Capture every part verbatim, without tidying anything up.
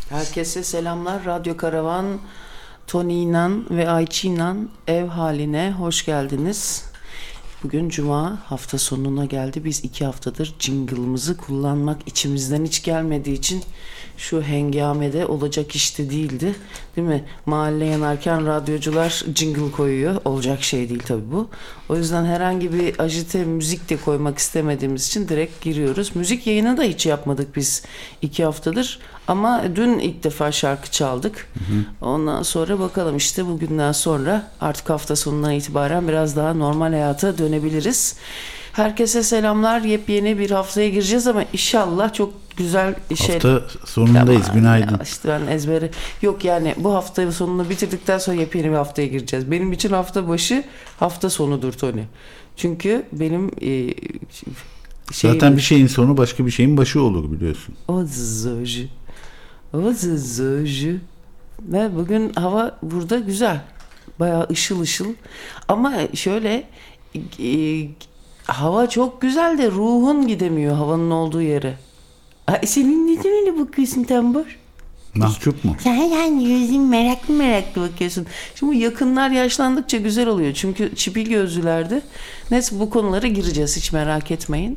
Herkese selamlar. Radyo Karavan, Tony İnan ve Ayçi İnan ev haline hoş geldiniz. Bugün Cuma, hafta sonuna geldi. Biz iki haftadır jingle'ımızı kullanmak içimizden hiç gelmediği için şu hengamede olacak işte değildi. Değil mi? Mahalle yanarken radyocular jingle koyuyor. Olacak şey değil tabii bu. O yüzden herhangi bir ajite müzik de koymak istemediğimiz için direkt giriyoruz. Müzik yayını da hiç yapmadık biz iki haftadır. Ama dün ilk defa şarkı çaldık. Hı hı. Ondan sonra bakalım işte bugünden sonra artık hafta sonundan itibaren biraz daha normal hayata dönebiliriz. Herkese selamlar. Yepyeni bir haftaya gireceğiz ama inşallah çok güzel şey. Hafta sonundayız. Ama günaydın. Ya işte ben ezberi yok yani bu hafta sonunu bitirdikten sonra yepyeni bir haftaya gireceğiz. Benim için hafta başı hafta sonudur Tony. Çünkü benim e, şeyim, zaten bir şeyin sonu başka bir şeyin başı olur biliyorsun. O zıcı. O zıcı. Ve bugün hava burada güzel. Bayağı ışıl ışıl. Ama şöyle e, hava çok güzel de ruhun gidemiyor havanın olduğu yere. Ay, senin neden öyle bakıyorsun Tembur? Mahcup mu? Sen yani yüzün meraklı meraklı bakıyorsun. Şimdi bu yakınlar yaşlandıkça güzel oluyor. Çünkü çipil gözlülerde. Neyse bu konulara gireceğiz hiç merak etmeyin.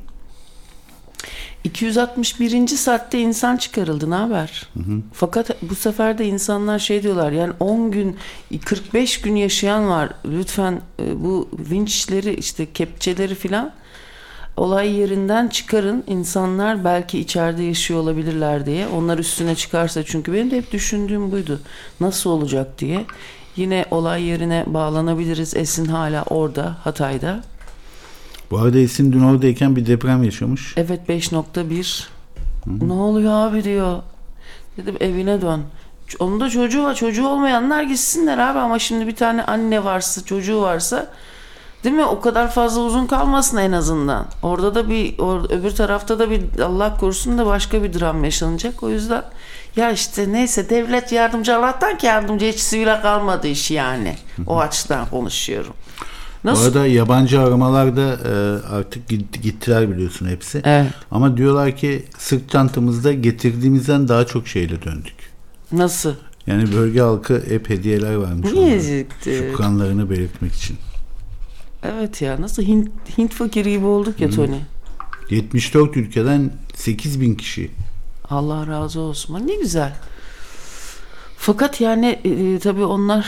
iki yüz altmış birinci saatte insan çıkarıldı, ne haber? Hı hı. Fakat bu sefer de insanlar şey diyorlar yani on gün kırk beş gün yaşayan var, lütfen bu vinçleri işte kepçeleri filan olay yerinden çıkarın, insanlar belki içeride yaşıyor olabilirler diye. Onlar üstüne çıkarsa, çünkü benim de hep düşündüğüm buydu, nasıl olacak diye. Yine olay yerine bağlanabiliriz. Esin hala orada, Hatay'da. Bu arada Esin dün oradayken bir deprem yaşamış. Evet, beş nokta bir. Ne oluyor abi diyor. Dedim evine dön. Onun da çocuğu var. Çocuğu olmayanlar gitsinler abi, ama şimdi bir tane anne varsa, çocuğu varsa, değil mi? O kadar fazla uzun kalmasın en azından. Orada da bir, or, öbür tarafta da bir, Allah korusun da başka bir dram yaşanacak. O yüzden ya işte neyse, devlet yardımcı, Allah'tan ki yardımcı, hiç sivile kalmadı iş yani. O açıdan konuşuyorum. Nasıl? Bu arada yabancı aramalarda e, artık gittiler biliyorsun hepsi. Evet. Ama diyorlar ki sırt çantamızda getirdiğimizden daha çok şeyle döndük. Nasıl? Yani bölge halkı hep hediyeler vermiş. Niye? Şükranlarını belirtmek için. Evet ya, nasıl Hint, Hint fakiri gibi olduk ya Tony. yetmiş dört ülkeden sekiz bin kişi. Allah razı olsun. Ne güzel. Fakat yani e, tabii onlar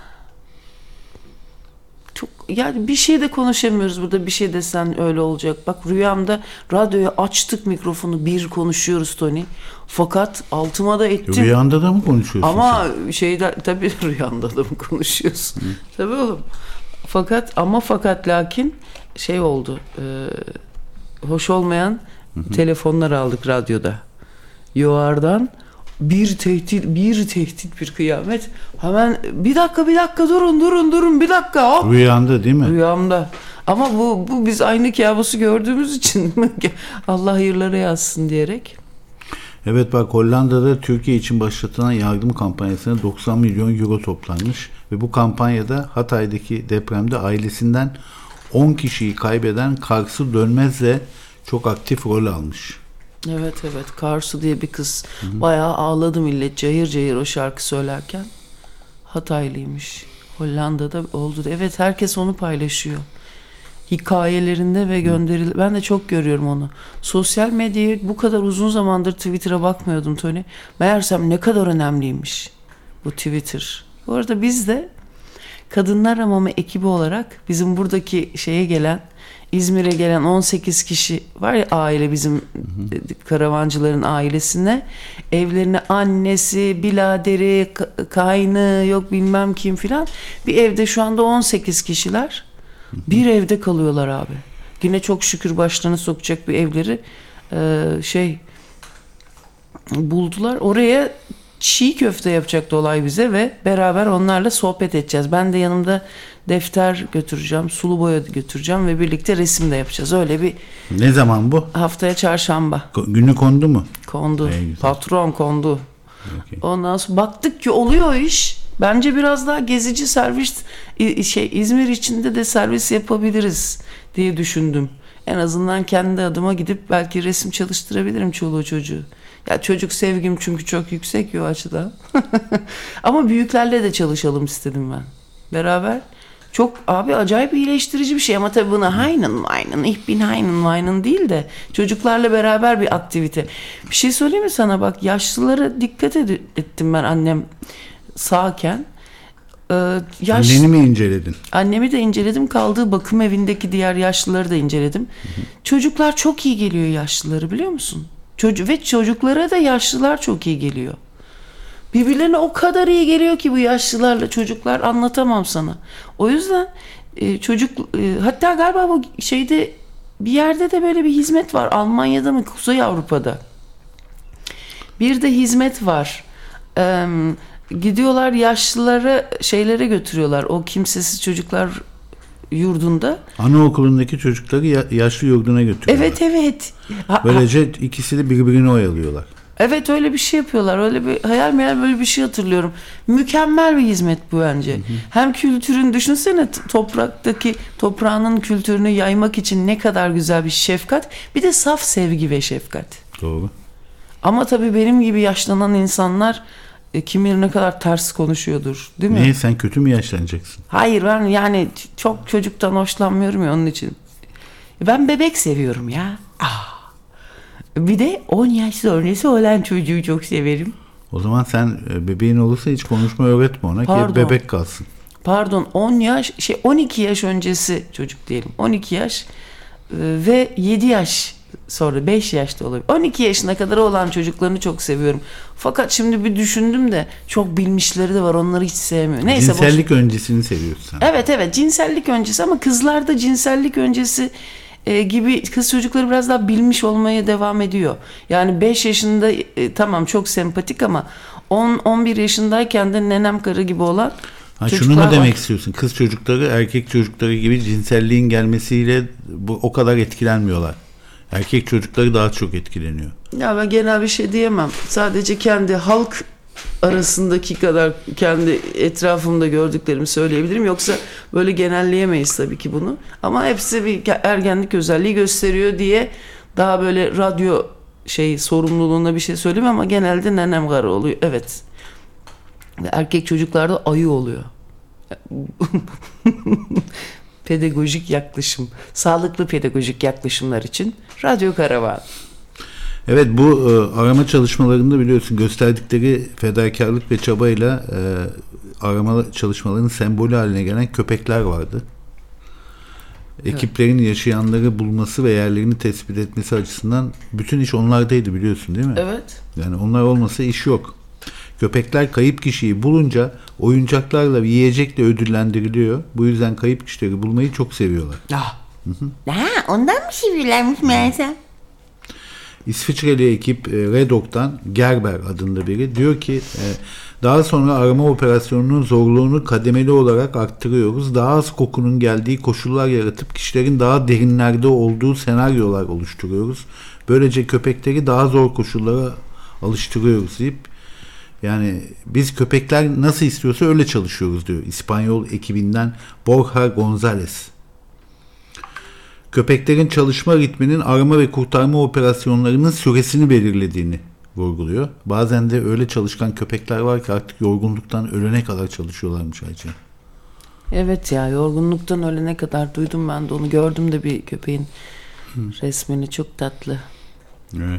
çok, yani bir şey de konuşamıyoruz burada, bir şey desen öyle olacak. Bak rüyamda radyoyu açtık, mikrofonu bir konuşuyoruz Tony. Fakat altıma da ettim. Rüyanda da mı konuşuyorsun? Ama sen? şeyde tabii rüyanda da mı konuşuyorsun? Hı. Tabii oğlum. Fakat ama fakat lakin şey oldu. E, hoş olmayan hı hı. telefonlar aldık radyoda. Yoğardan bir tehdit, bir tehdit, bir kıyamet. Hemen bir dakika, bir dakika durun, durun, durun, bir dakika. Hop. Rüyanda değil mi? Rüyamda. Ama bu bu biz aynı kabusu gördüğümüz için Allah hayırları yazsın diyerek. Evet bak, Hollanda'da Türkiye için başlatılan yardım kampanyasına doksan milyon euro toplanmış ve bu kampanyada Hatay'daki depremde ailesinden on kişiyi kaybeden Karsu Dönmez de çok aktif rol almış. Evet evet, Karsu diye bir kız. Hı-hı. Bayağı ağladı millet cayır cayır o şarkı söylerken. Hataylıymış. Hollanda'da oldu. Evet, herkes onu paylaşıyor. Hikayelerinde ve gönderil. Ben de çok görüyorum onu. Sosyal medyaya bu kadar uzun zamandır Twitter'a bakmıyordum Tony. Meğersem ne kadar önemliymiş bu Twitter. Bu arada biz de Kadınlar Hamamı ekibi olarak bizim buradaki şeye gelen, İzmir'e gelen on sekiz kişi var ya, aile bizim, hı hı. karavancıların ailesine, evlerine annesi, biraderi, kaynı, yok bilmem kim filan, bir evde şu anda on sekiz kişiler, hı hı. bir evde kalıyorlar abi. Yine çok şükür başlarına sokacak bir evleri e, şey buldular. Oraya çiğ köfte yapacaktı olay bize ve beraber onlarla sohbet edeceğiz. Ben de yanımda defter götüreceğim, sulu boya götüreceğim ve birlikte resim de yapacağız. Öyle bir... Ne zaman bu? Haftaya çarşamba. Günü kondu mu? Kondu. Patron kondu. Okay. Ondan sonra baktık ki oluyor iş. Bence biraz daha gezici servis, şey İzmir içinde de servis yapabiliriz diye düşündüm. En azından kendi adıma gidip belki resim çalıştırabilirim çoluğu çocuğu. Ya çocuk sevgim çünkü çok yüksek o açıdan. Ama büyüklerle de çalışalım istedim ben. Beraber. Çok abi acayip iyileştirici bir şey ama tabii buna Heinen Weinen, ich bin Heinen Weinen değil de çocuklarla beraber bir aktivite. Bir şey söyleyeyim mi sana, bak yaşlılara dikkat ed- ettim ben annem sağken. Ee, yaş... Anneni mi inceledin? Annemi de inceledim, kaldığı bakım evindeki diğer yaşlıları da inceledim. Hı hı. Çocuklar çok iyi geliyor yaşlıları, biliyor musun? Çocuk ve çocuklara da yaşlılar çok iyi geliyor. Birbirlerine o kadar iyi geliyor ki bu yaşlılarla çocuklar, anlatamam sana. O yüzden e, çocuk e, hatta galiba bu şeyde bir yerde de böyle bir hizmet var. Almanya'da mı, Kuzey Avrupa'da. Bir de hizmet var. Eee Gidiyorlar yaşlıları şeylere götürüyorlar. O kimsesiz çocuklar yurdunda. Anaokulundaki çocukları ya- yaşlı yurduna götürüyorlar. Evet evet. Ha, Böylece ha. ikisi de birbirini oyalıyorlar. Evet öyle bir şey yapıyorlar. Öyle bir hayal meyal böyle bir şey hatırlıyorum. Mükemmel bir hizmet bu bence. Hı hı. Hem kültürün, düşünsene topraktaki toprağının kültürünü yaymak için ne kadar güzel bir şefkat. Bir de saf sevgi ve şefkat. Doğru. Ama tabii benim gibi yaşlanan insanlar kim bilir ne kadar ters konuşuyordur, değil mi? Niye, sen kötü mü yaşlanacaksın? Hayır, ben yani çok çocuktan hoşlanmıyorum ya, onun için. Ben bebek seviyorum ya. Ah. Bir de on yaş sonrası olan çocuğu çok severim. O zaman sen bebeğin olursa hiç konuşma öğretme ona. Pardon. Ki bebek kalsın. Pardon, on yaş şey on iki yaş öncesi çocuk diyelim. on iki yaş ve yedi yaş sonra beş yaşta olabilir. on iki yaşına kadar olan çocuklarını çok seviyorum. Fakat şimdi bir düşündüm de çok bilmişleri de var. Onları hiç sevmiyorum. Neyse, cinsellik boş... öncesini seviyorsun. Evet evet, cinsellik öncesi ama kızlarda cinsellik öncesi e, gibi kız çocukları biraz daha bilmiş olmaya devam ediyor. Yani beş yaşında e, tamam çok sempatik ama on on bir yaşındayken de nenem karı gibi olan ha, şunu mu demek var. istiyorsun? Kız çocukları erkek çocukları gibi cinselliğin gelmesiyle bu, o kadar etkilenmiyorlar. Erkek çocukları daha çok etkileniyor. Ya ben genel bir şey diyemem. Sadece kendi halk arasındaki kadar kendi etrafımda gördüklerimi söyleyebilirim. Yoksa böyle genelleyemeyiz tabii ki bunu. Ama hepsi bir ergenlik özelliği gösteriyor diye daha böyle radyo şey sorumluluğunda bir şey söyleyeyim ama genelde nenem karı oluyor. Evet. Erkek çocuklarda ayı oluyor. Pedagojik yaklaşım, sağlıklı pedagojik yaklaşımlar için Radyo Karavan. Evet, bu e, arama çalışmalarında biliyorsun gösterdikleri fedakarlık ve çabayla e, arama çalışmalarının sembolü haline gelen köpekler vardı. Ekiplerin evet. yaşayanları bulması ve yerlerini tespit etmesi açısından bütün iş onlardaydı, biliyorsun değil mi? Evet. Yani onlar olmasa iş yok. Köpekler kayıp kişiyi bulunca oyuncaklarla ve yiyecekle ödüllendiriliyor. Bu yüzden kayıp kişileri bulmayı çok seviyorlar. Ah. Hı hı. Ha, ondan mı seviyorlarmış meğerse? İsviçreli ekip Red Dog'dan Gerber adında biri diyor ki daha sonra arama operasyonunun zorluğunu kademeli olarak arttırıyoruz. Daha az kokunun geldiği koşullar yaratıp kişilerin daha derinlerde olduğu senaryolar oluşturuyoruz. Böylece köpekleri daha zor koşullara alıştırıyoruz deyip, yani biz köpekler nasıl istiyorsa öyle çalışıyoruz diyor İspanyol ekibinden Borja González. Köpeklerin çalışma ritminin arama ve kurtarma operasyonlarının süresini belirlediğini vurguluyor. Bazen de öyle çalışkan köpekler var ki artık yorgunluktan ölene kadar çalışıyorlarmış Ayça. Evet ya, yorgunluktan ölene kadar duydum ben de, onu gördüm de bir köpeğin Hı. resmini, çok tatlı. Evet.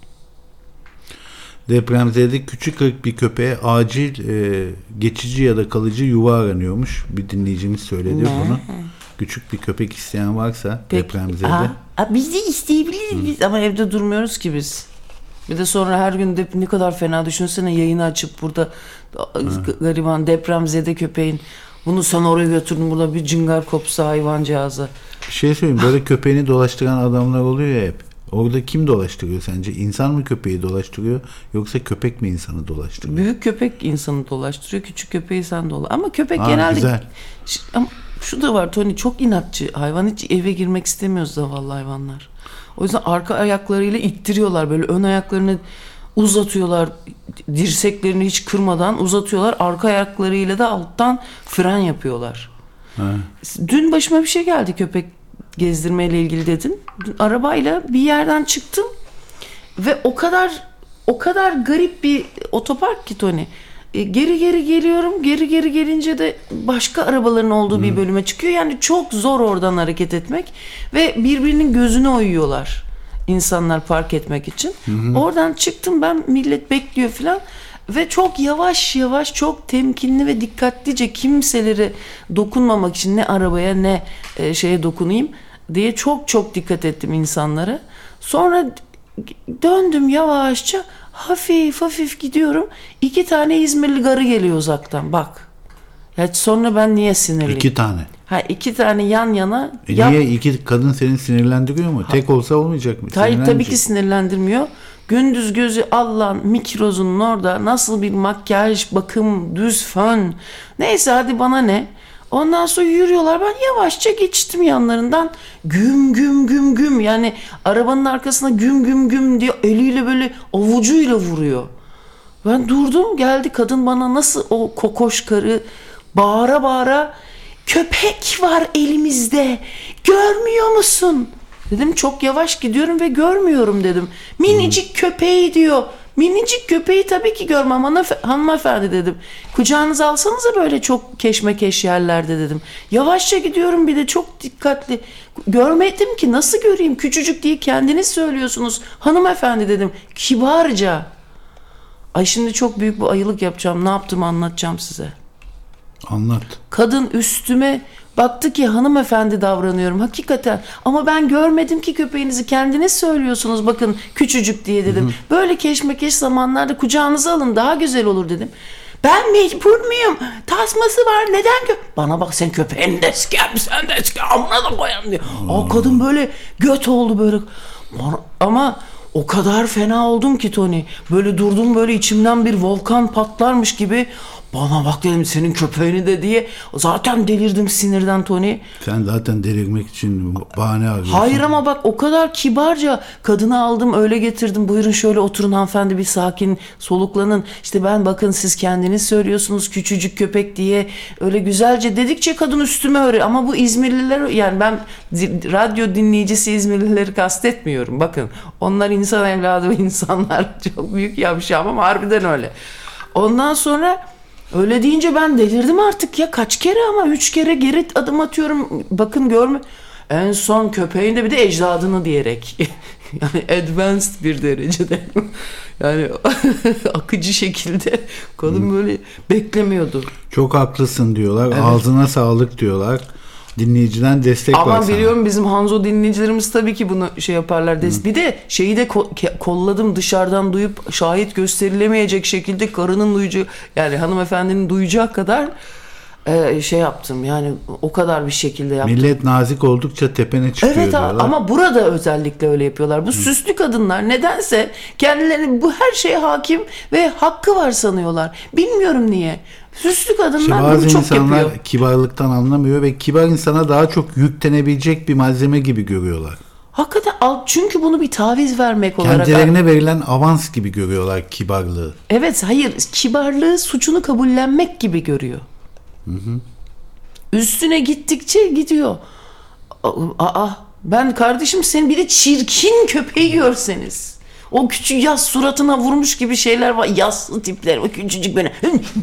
Depremzede küçük ırk bir köpeğe acil e, geçici ya da kalıcı yuva aranıyormuş. Bir dinleyicimiz söyledi ne? bunu. Küçük bir köpek isteyen varsa Peki, depremzede. Ha, biz de isteyebiliriz Hı. biz ama evde durmuyoruz ki biz. Bir de sonra her gün de ne kadar fena, düşünsene yayını açıp burada ha. gariban depremzede köpeğin, bunu sen oraya götürdün, burada bir cıngar kopsa hayvancağıza. Bir şey söyleyeyim, böyle köpeğini dolaştıran adamlar oluyor ya hep. Orada kim dolaştırıyor sence? İnsan mı köpeği dolaştırıyor yoksa köpek mi insanı dolaştırıyor? Büyük köpek insanı dolaştırıyor, küçük köpeği sen dolaştırıyor. Ama köpek Aa, genelde... Güzel. Ama şu da var Tony, çok inatçı hayvan, hiç eve girmek istemiyor zavallı hayvanlar. O yüzden arka ayaklarıyla ittiriyorlar, böyle ön ayaklarını uzatıyorlar, dirseklerini hiç kırmadan uzatıyorlar, arka ayaklarıyla da alttan fren yapıyorlar. Ha. Dün başıma bir şey geldi köpek gezdirmeyle ilgili dedin. Dün arabayla bir yerden çıktım ve o kadar o kadar garip bir otopark ki Tony. E, geri geri geliyorum. Geri geri gelince de başka arabaların olduğu hmm. bir bölüme çıkıyor. Yani çok zor oradan hareket etmek. Ve birbirinin gözüne oyuyorlar insanlar park etmek için. Hmm. Oradan çıktım ben, millet bekliyor falan. Ve çok yavaş yavaş, çok temkinli ve dikkatlice kimselere dokunmamak için ne arabaya ne e, şeye dokunayım diye çok çok dikkat ettim insanlara. Sonra döndüm yavaşça, hafif hafif gidiyorum. İki tane İzmirli garı geliyor uzaktan, bak. Ya sonra ben niye sinirliyim? İki tane. Ha, iki tane yan yana. E yap- niye iki kadın seni sinirlendiriyor mu? Ha. Tek olsa olmayacak mı? Hayır, tabii ki sinirlendirmiyor. Gündüz gözü Allah'ın mikrozunun orada nasıl bir makyaj, bakım, düz fön. Neyse hadi bana ne. Ondan sonra yürüyorlar. Ben yavaşça geçtim yanlarından. Güm güm güm güm. Yani arabanın arkasına güm güm güm diye eliyle böyle avucuyla vuruyor. Ben durdum, geldi kadın bana nasıl o kokoş karı bağıra bağıra, köpek var elimizde, görmüyor musun? Dedim çok yavaş gidiyorum ve görmüyorum dedim. Minicik hmm. köpeği diyor. Minicik köpeği tabii ki görmem hanımefendi dedim. Kucağınıza alsanıza böyle çok keşmekeş yerlerde dedim. Yavaşça gidiyorum bir de çok dikkatli. Görmedim ki, nasıl göreyim, küçücük diye kendiniz söylüyorsunuz hanımefendi dedim. Kibarca. Ay şimdi çok büyük bir ayılık yapacağım. Ne yaptığımı anlatacağım size. Anlat. Kadın üstüme baktı ki hanımefendi davranıyorum hakikaten. Ama ben görmedim ki köpeğinizi, kendiniz söylüyorsunuz bakın küçücük diye dedim. Hı-hı. Böyle keşmekeş zamanlarda kucağınıza alın, daha güzel olur dedim. Ben mecbur muyum? Tasması var, neden kö... Bana bak, sen köpeğini de siker, sen de siker, amına da koyarım diyor. O kadın böyle göt oldu böyle. Ama o kadar fena oldum ki Tony. Böyle durdum, böyle içimden bir volkan patlarmış gibi. Bana bak dedim, senin köpeğini de diye. Zaten delirdim sinirden Tony. Sen zaten delirmek için bahane arıyorsun. Hayır ama bak, o kadar kibarca kadını aldım, öyle getirdim. Buyurun şöyle oturun hanımefendi, bir sakin soluklanın. İşte ben, bakın siz kendiniz söylüyorsunuz küçücük köpek diye. Öyle güzelce dedikçe kadın üstüme öyle. Ama bu İzmirliler, yani ben radyo dinleyicisi İzmirlileri kastetmiyorum. Bakın onlar insan evladı ve insanlar, çok büyük yavşağım ama harbiden öyle. Ondan sonra öyle deyince ben delirdim artık ya, kaç kere ama üç kere geri adım atıyorum, bakın görme. En son köpeğin de bir de ecdadını diyerek yani advanced bir derecede yani akıcı şekilde kadın böyle beklemiyordu. Çok haklısın diyorlar, evet. Ağzına sağlık diyorlar. Dinleyiciden destek ama var sana. Ama biliyorum bizim Hanzo dinleyicilerimiz tabii ki bunu şey yaparlar. Des- bir de şeyi de ko- kolladım, dışarıdan duyup şahit gösterilemeyecek şekilde karının duyacağı, yani hanımefendinin duyacağı kadar e, şey yaptım. Yani o kadar bir şekilde yaptım. Millet nazik oldukça tepene çıkıyor evet, diyorlar. Ama burada özellikle öyle yapıyorlar. Bu Hı. süslü kadınlar nedense kendilerini bu her şeye hakim ve hakkı var sanıyorlar. Bilmiyorum niye. Süslü kadınlar bunu çok yapıyor. Bazı insanlar kibarlıktan anlamıyor ve kibar insana daha çok yüklenebilecek bir malzeme gibi görüyorlar. Hakikaten, çünkü bunu bir taviz vermek olarak. Kendilerine verilen avans gibi görüyorlar kibarlığı. Evet, hayır, kibarlığı suçunu kabullenmek gibi görüyor. Hı hı. Üstüne gittikçe gidiyor. Aa, ben kardeşim, senin bir de çirkin köpeği görseniz. O küçük yaz suratına vurmuş gibi şeyler var. Yaslı tipler. O küçücük böyle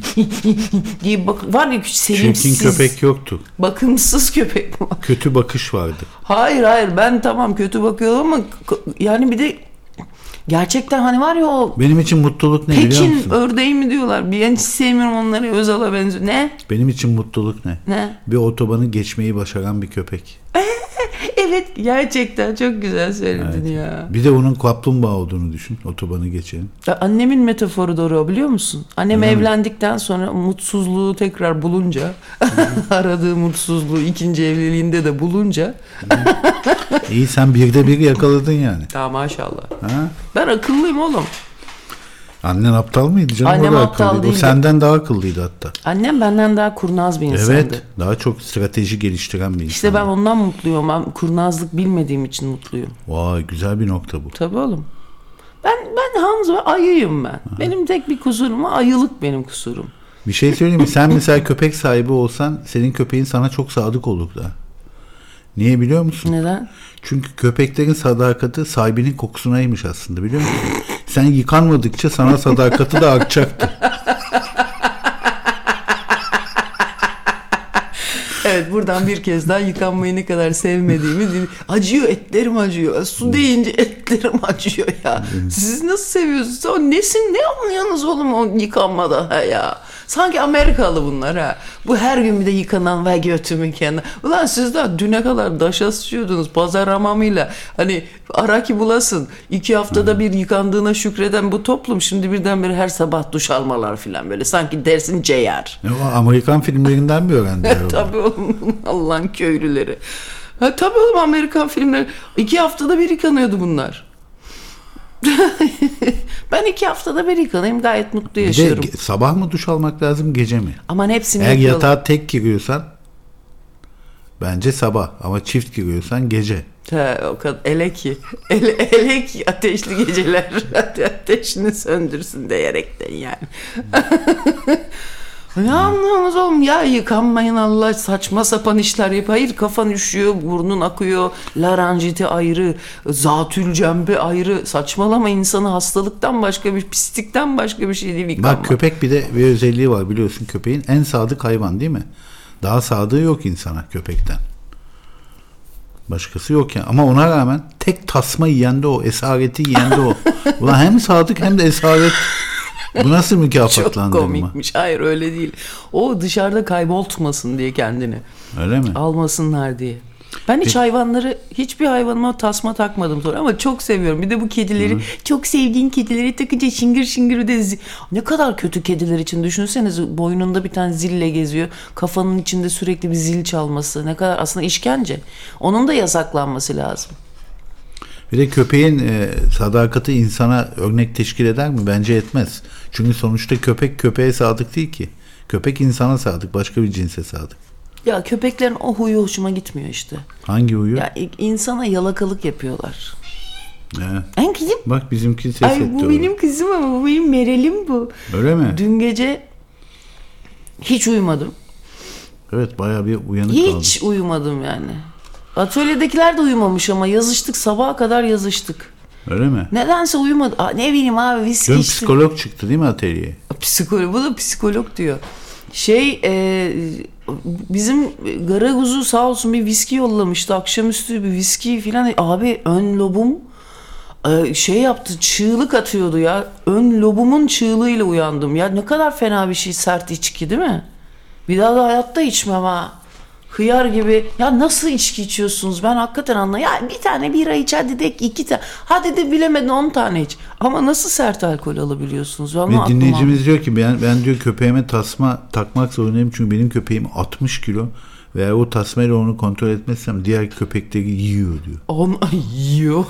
diye bak, var ya, sevimsiz. Çirkin köpek yoktu. Bakımsız köpek var. Kötü bakış vardı. Hayır hayır, ben tamam kötü bakıyorum ama yani bir de gerçekten hani var ya o. Benim için mutluluk ne biliyor musun? Pekin ördeği mi diyorlar? Ben hiç sevmiyorum onları. Özal'a benziyor. Ne? Benim için mutluluk ne? Ne? Bir otobanı geçmeyi başaran bir köpek. Evet, gerçekten çok güzel söyledin evet. Ya. Bir de onun kaplumbağa olduğunu düşün, otobanı geçenin. Ya annemin metaforu doğru, biliyor musun? Annem Öyle evlendikten mi? Sonra mutsuzluğu tekrar bulunca aradığı mutsuzluğu ikinci evliliğinde de bulunca İyi, sen birde bir yakaladın yani. Ya maşallah. Ha? Ben akıllıyım oğlum. Annen aptal mıydı canım? Annem aptal değil. O senden daha akıllıydı hatta. Annem benden daha kurnaz bir insandı. Evet, daha çok strateji geliştiren bir insan. İşte ben ondan mutluyum. Ben kurnazlık bilmediğim için mutluyum. Vay, güzel bir nokta bu. Tabii oğlum. Ben ben Hanzo ayıyım ben. Aha. Benim tek bir kusurum, ayılık benim kusurum. Bir şey söyleyeyim mi? Sen mesela köpek sahibi olsan senin köpeğin sana çok sadık olur da. Niye biliyor musun? Neden? Çünkü köpeklerin sadakati sahibinin kokusunaymış aslında, biliyor musun? Sen yıkanmadıkça sana sadakati de artacaktı. Evet, buradan bir kez daha yıkanmayı ne kadar sevmediğimi din- acıyor, etlerim acıyor. Su deyince etlerim acıyor ya. Siz nasıl seviyorsunuz? O nesin, ne anlıyorsunuz oğlum o yıkanmada ha ya? Sanki Amerikalı bunlar ha. Bu her gün bir de yıkanan ve götümün kenarına. Ulan siz daha düne kadar daşa sıçıyordunuz pazar hamamıyla. Hani araki bulasın. İki haftada bir yıkandığına şükreden bu toplum şimdi birdenbire her sabah duş almalar filan böyle. Sanki dersin ceyar. E, o Amerikan filmlerinden mi öğrendiler? Tabii oğlum, Allah'ın köylüleri. Ha, tabii oğlum, Amerikan filmleri. İki haftada bir yıkanıyordu bunlar. Ben iki haftada bir yıkanayım, gayet mutlu yaşıyorum. Bir de sabah mı duş almak lazım, gece mi? Aman hepsini Eğer yapıyorum. yatağa tek giriyorsan bence sabah, ama çift giriyorsan gece. He, o kadar ele ki. Ele, ele ki ateşli geceler ateşini söndürsün diyerekten yani. Ne anlıyorsunuz oğlum ya, yıkanmayın Allah, saçma sapan işler yap. Hayır, kafan üşüyor, burnun akıyor, laranjiti ayrı, zatül cembe ayrı. Saçmalama, insanı hastalıktan başka bir, pislikten başka bir şey değil yıkanmak. Bak, köpek bir de bir özelliği var biliyorsun, köpeğin en sadık hayvan değil mi? Daha sadığı yok insana köpekten. Başkası yok yani. Ama ona rağmen tek tasma yiyen de o, esareti yiyen de o. Ulan hem sadık hem de esaret. Bu nasıl mükafatlandırma? Çok komikmiş. Hayır, öyle değil. O dışarıda kayboltmasın diye kendini. Öyle mi? Almasınlar diye. Ben hiç hayvanları, hiçbir hayvanıma tasma takmadım sonra ama çok seviyorum. Bir de bu kedileri, Hı. çok sevdiğin kedileri takınca şıngır şıngır de zi- ne kadar kötü kediler için, düşünsenize, boynunda bir tane zille geziyor. Kafanın içinde sürekli bir zil çalması. Ne kadar aslında işkence. Onun da yasaklanması lazım. Bir de köpeğin e, sadakati insana örnek teşkil eder mi? Bence etmez. Çünkü sonuçta köpek köpeğe sadık değil ki. Köpek insana sadık, başka bir cinse sadık. Ya köpeklerin o huyu hoşuma gitmiyor işte. Hangi huyu? Ya insana yalakalık yapıyorlar. Evet. En kızım. Bak bizimki ses etti. Ay bu benim kızım ama bu benim Meral'im bu. Öyle mi? Dün gece hiç uyumadım. Evet, bayağı bir uyanık hiç kaldım. Hiç uyumadım yani. Atölyedekiler de uyumamış ama yazıştık, sabaha kadar yazıştık. Öyle mi? Nedense uyumadı. Aa, ne bileyim abi, viski Dün içtim. psikolog çıktı değil mi atölyeye? Psikolog, bu da psikolog diyor. Şey e, bizim Garaguzu sağ olsun bir viski yollamıştı. Akşamüstü bir viski filan. Abi ön lobum e, şey yaptı, çığlık atıyordu ya. Ön lobumun çığlığıyla uyandım. Ya ne kadar fena bir şey sert içki değil mi? Bir daha da hayatta içmem ha. Hıyar gibi. Ya nasıl içki içiyorsunuz? Ben hakikaten anlamıyorum. Ya bir tane bira iç, hadi de iki tane. Hadi de bilemedin on tane iç. Ama nasıl sert alkol alabiliyorsunuz? Ve dinleyicimiz diyor ki ben, ben diyor köpeğime tasma takmak zorundayım. Çünkü benim köpeğim altmış kilo. Ve o tasmayla onu kontrol etmezsem diğer köpekleri yiyor diyor. Onu yiyor.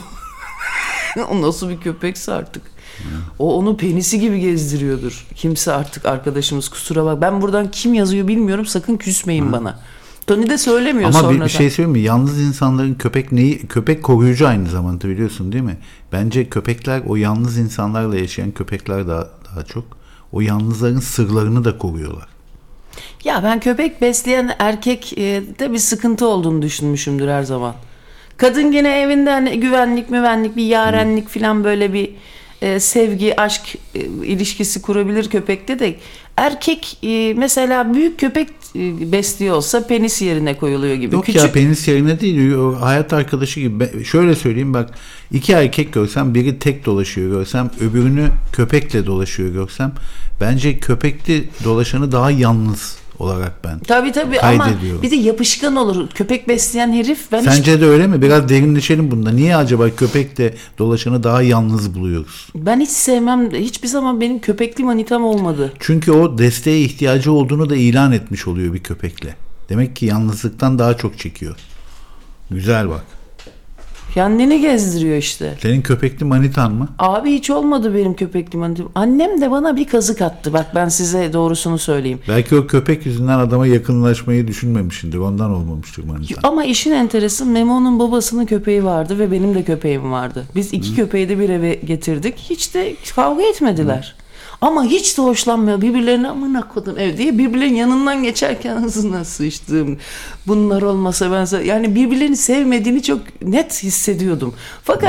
O nasıl bir köpekse artık. O onu penisi gibi gezdiriyordur. Kimse artık, arkadaşımız kusura bak. Ben buradan kim yazıyor bilmiyorum. Sakın küsmeyin Hı. bana. Tony de söylemiyor Ama sonradan. Ama bir, bir şey söyleyeyim mi? Yalnız insanların köpek neyi? Köpek koruyucu aynı zamanda, biliyorsun değil mi? Bence köpekler, o yalnız insanlarla yaşayan köpekler daha daha çok o yalnızların sırlarını da koruyorlar. Ya ben köpek besleyen erkek de bir sıkıntı olduğunu düşünmüşümdür her zaman. Kadın gene evinde hani güvenlik müvenlik, bir yarenlik hmm. falan, böyle bir e, sevgi, aşk e, ilişkisi kurabilir köpekte de. Erkek e, mesela büyük köpek e, besliyor olsa penis yerine koyuluyor gibi. Yok Küçük... ya, penis yerine değil, o hayat arkadaşı gibi. Ben, şöyle söyleyeyim bak, iki erkek görsem, biri tek dolaşıyor görsem, öbürünü köpekle dolaşıyor görsem, bence köpekli dolaşanı daha yalnız olarak ben tabii tabii ama bir de yapışkan olur köpek besleyen herif. Ben Sence hiç... de öyle mi? Biraz derinleşelim bunda. Niye acaba köpekle dolaşanı daha yalnız buluyoruz? Ben hiç sevmem. Hiçbir zaman benim köpekli manitam olmadı. Çünkü o desteğe ihtiyacı olduğunu da ilan etmiş oluyor bir köpekle. Demek ki yalnızlıktan daha çok çekiyor. Güzel bak. Kendini gezdiriyor işte. Senin köpekli manitan mı? Abi hiç olmadı benim köpekli manitam. Annem de bana bir kazık attı. Bak ben size doğrusunu söyleyeyim. Belki o köpek yüzünden adama yakınlaşmayı düşünmemişsindir. Ondan olmamıştır manitan. Ama işin enteresan, Memo'nun babasının köpeği vardı ve benim de köpeğim vardı. Biz iki Hı. köpeği de bir eve getirdik. Hiç de kavga etmediler. Hı. Ama hiç de hoşlanmıyor. Birbirlerine amına kodum ev diye birbirlerinin yanından geçerken hızına sıçtım. Bunlar olmasa ben... Yani birbirlerini sevmediğini çok net hissediyordum. Fakat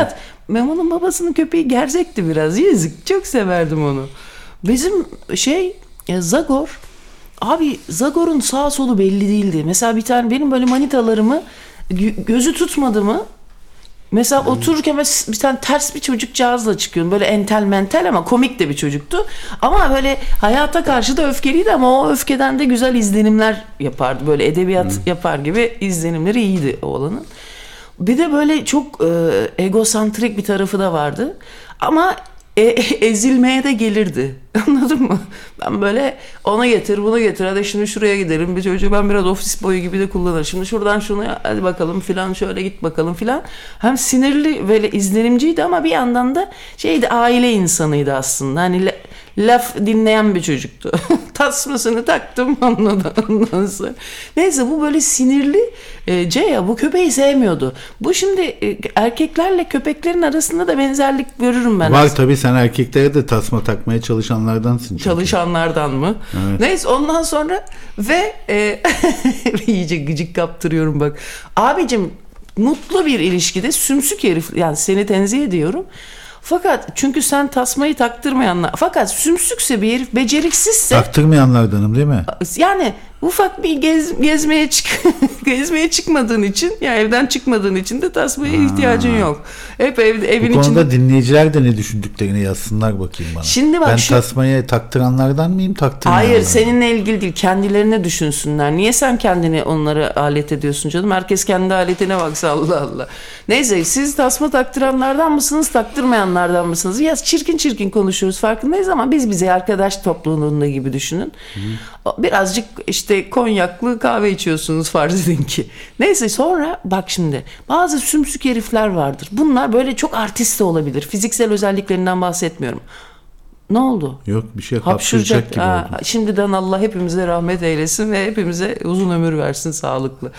Memo'nun babasının köpeği gerzekti biraz. Yazık. Çok severdim onu. Bizim şey Zagor. Abi Zagor'un sağ solu belli değildi. Mesela bir tane benim böyle manitalarımı gözü tutmadı mı? Mesela hmm. otururken bir tane ters bir çocukcağızla çıkıyorum. Böyle entel mental ama komik de bir çocuktu. Ama böyle hayata karşı da öfkeliydi ama o öfkeden de güzel izlenimler yapardı. Böyle edebiyat hmm. yapar gibi izlenimleri iyiydi oğlanın. Bir de böyle çok e, egosantrik bir tarafı da vardı. Ama e, ezilmeye de gelirdi. Anladın mı? Ben böyle ona getir bunu getir. Hadi şimdi şuraya gidelim. Bir çocuğu ben biraz ofis boyu gibi de kullanırım. Şimdi şuradan şunu hadi bakalım filan şöyle git bakalım filan. Hem sinirli böyle izlenimciydi ama bir yandan da şeydi aile insanıydı aslında. Hani la, laf dinleyen bir çocuktu. Tasmasını taktım anladı ondan sonra. Neyse bu böyle sinirli e, Ceya bu köpeği sevmiyordu. Bu şimdi e, erkeklerle köpeklerin arasında da benzerlik görürüm ben. Var aslında. Tabii sen erkeklere de tasma takmaya çalışanlardansın. Çünkü. Çalışanlardan mı? Evet. Neyse ondan sonra ve e, iyice gıcık kaptırıyorum bak. Abicim mutlu bir ilişkide sümsük herif yani seni tenzih ediyorum. Fakat çünkü sen tasmayı taktırmayanlar fakat sümsükse bir herif beceriksizse taktırmayanlardanım değil mi? Yani ufak bir gez, gezmeye çık gezmeye çıkmadığın için ya evden çıkmadığın için de tasmaya ha. ihtiyacın yok. Hep ev, evin Bu konuda içinde... dinleyiciler de ne düşündüklerini yazsınlar bakayım bana. Şimdi bak ben şu... tasmayı taktıranlardan mıyım taktırmayanlardan? Hayır seninle ilgili değil kendilerine düşünsünler. Niye sen kendini onlara alet ediyorsun canım? Herkes kendi aletine baksa Allah Allah. Neyse siz tasma taktıranlardan mısınız taktırmayanlardan mısınız? Ya çirkin çirkin konuşuyoruz farkındayız ama biz bize arkadaş topluluğunda gibi düşünün. Hı. Birazcık işte konyaklı kahve içiyorsunuz farz edin ki. Neyse sonra bak şimdi bazı sümsük herifler vardır. Bunlar böyle çok artist de olabilir. Fiziksel özelliklerinden bahsetmiyorum. Ne oldu? Yok bir şey hapşıracak gibi ha, oldu. Şimdiden Allah hepimize rahmet eylesin ve hepimize uzun ömür versin sağlıklı.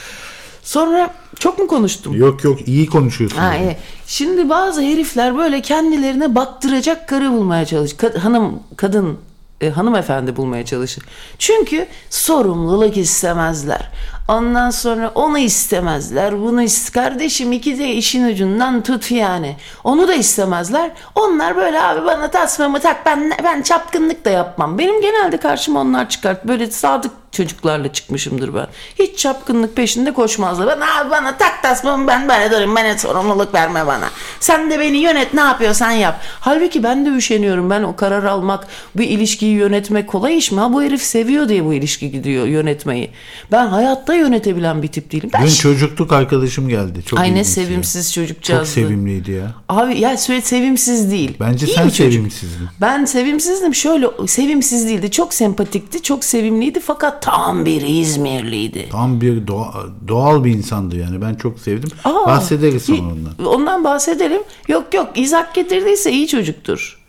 Sonra çok mu konuştum? Yok yok iyi konuşuyorsun. Ha, iyi. Şimdi bazı herifler böyle kendilerine baktıracak karı bulmaya çalış. Kad- hanım, kadın, e, hanımefendi bulmaya çalışır. Çünkü sorumluluk istemezler. Ondan sonra onu istemezler. Bunu ist kardeşim iki de işin ucundan tut yani. Onu da istemezler. Onlar böyle abi bana tasmamı tak ben ben çapkınlık da yapmam. Benim genelde karşıma onlar çıkart. Böyle sadık çocuklarla çıkmışımdır ben. Hiç çapkınlık peşinde koşmazlar. Ben abi bana tak tasmamı ben böyle durayım. Bana sorumluluk verme bana. Sen de beni yönet ne yapıyorsan yap. Halbuki ben de üşeniyorum. Ben o karar almak, bir ilişkiyi yönetmek kolay iş mi? Ha bu herif seviyor diye bu ilişki gidiyor yönetmeyi. Ben hayatta yönetebilen bir tip değilim. Ben Dün ş- çocukluk arkadaşım geldi. Çok Ay ne sevimsiz çocukcağızdı. Çok sevimliydi ya. Abi ya söyle sevimsiz değil. Bence İyi sen sevimsizdin. Ben sevimsizdim. Şöyle sevimsiz değildi. Çok sempatikti. Çok sevimliydi fakat tam bir İzmirliydi. Tam bir doğa, doğal bir insandı yani. Ben çok sevdim. Aa, bahsederiz sonra ondan. Ondan bahsedelim. Yok yok izah getirdiyse iyi çocuktur.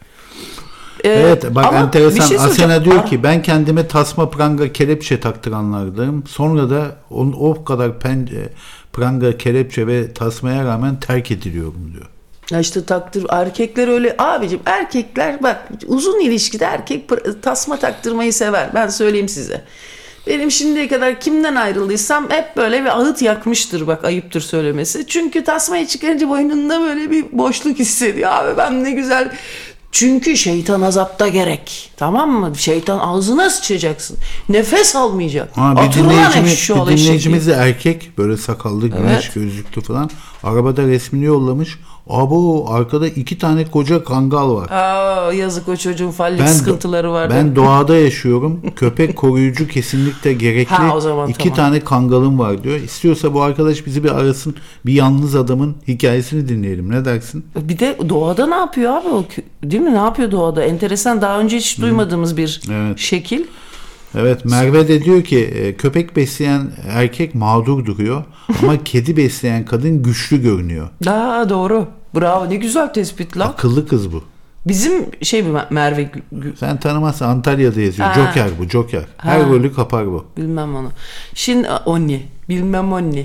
Ee, evet bak enteresan şey Asena diyor ki ben kendime tasma pranga kelepçe taktıranlardım. Sonra da o, o kadar pence, pranga kelepçe ve tasmaya rağmen terk ediliyorum diyor. Ya işte taktır erkekler öyle abicim erkekler bak uzun ilişkide erkek tasma taktırmayı sever. Ben söyleyeyim size. Benim şimdiye kadar kimden ayrıldıysam hep böyle bir ağıt yakmıştır bak ayıptır söylemesi. Çünkü tasmayı çıkarınca boynunda böyle bir boşluk hissediyor. Abi ben ne güzel. Çünkü şeytan azapta gerek. Tamam mı? Şeytan ağzına sıçacaksın. Nefes almayacak. Ha, bir dinleyicimiz, bir dinleyicimiz de erkek. Böyle sakallı, güneş evet. gözlüklü falan. Arabada resmini yollamış. Abo arkada iki tane koca kangal var. Aa, yazık o çocuğun fallik ben, sıkıntıları var. Ben doğada yaşıyorum. Köpek koruyucu kesinlikle gerekli. Ha, o zaman, iki tamam. tane kangalım var diyor. İstiyorsa bu arkadaş bizi bir arasın. Bir yalnız adamın hikayesini dinleyelim. Ne dersin? Bir de doğada ne yapıyor abi o? Değil mi? Ne yapıyor doğada? Enteresan. Daha önce hiç duymadığımız bir evet. şekil. Evet Merve de diyor ki köpek besleyen erkek mağdur duruyor ama kedi besleyen kadın güçlü görünüyor. Aa, doğru. Bravo ne güzel tespit lan. Akıllı kız bu. Bizim şey mi Merve? Sen tanımazsın Antalya'da yazıyor. Ha. Joker bu Joker. Her ha. rolü kapar bu. Bilmem onu. Şimdi Onni. Bilmem Onni.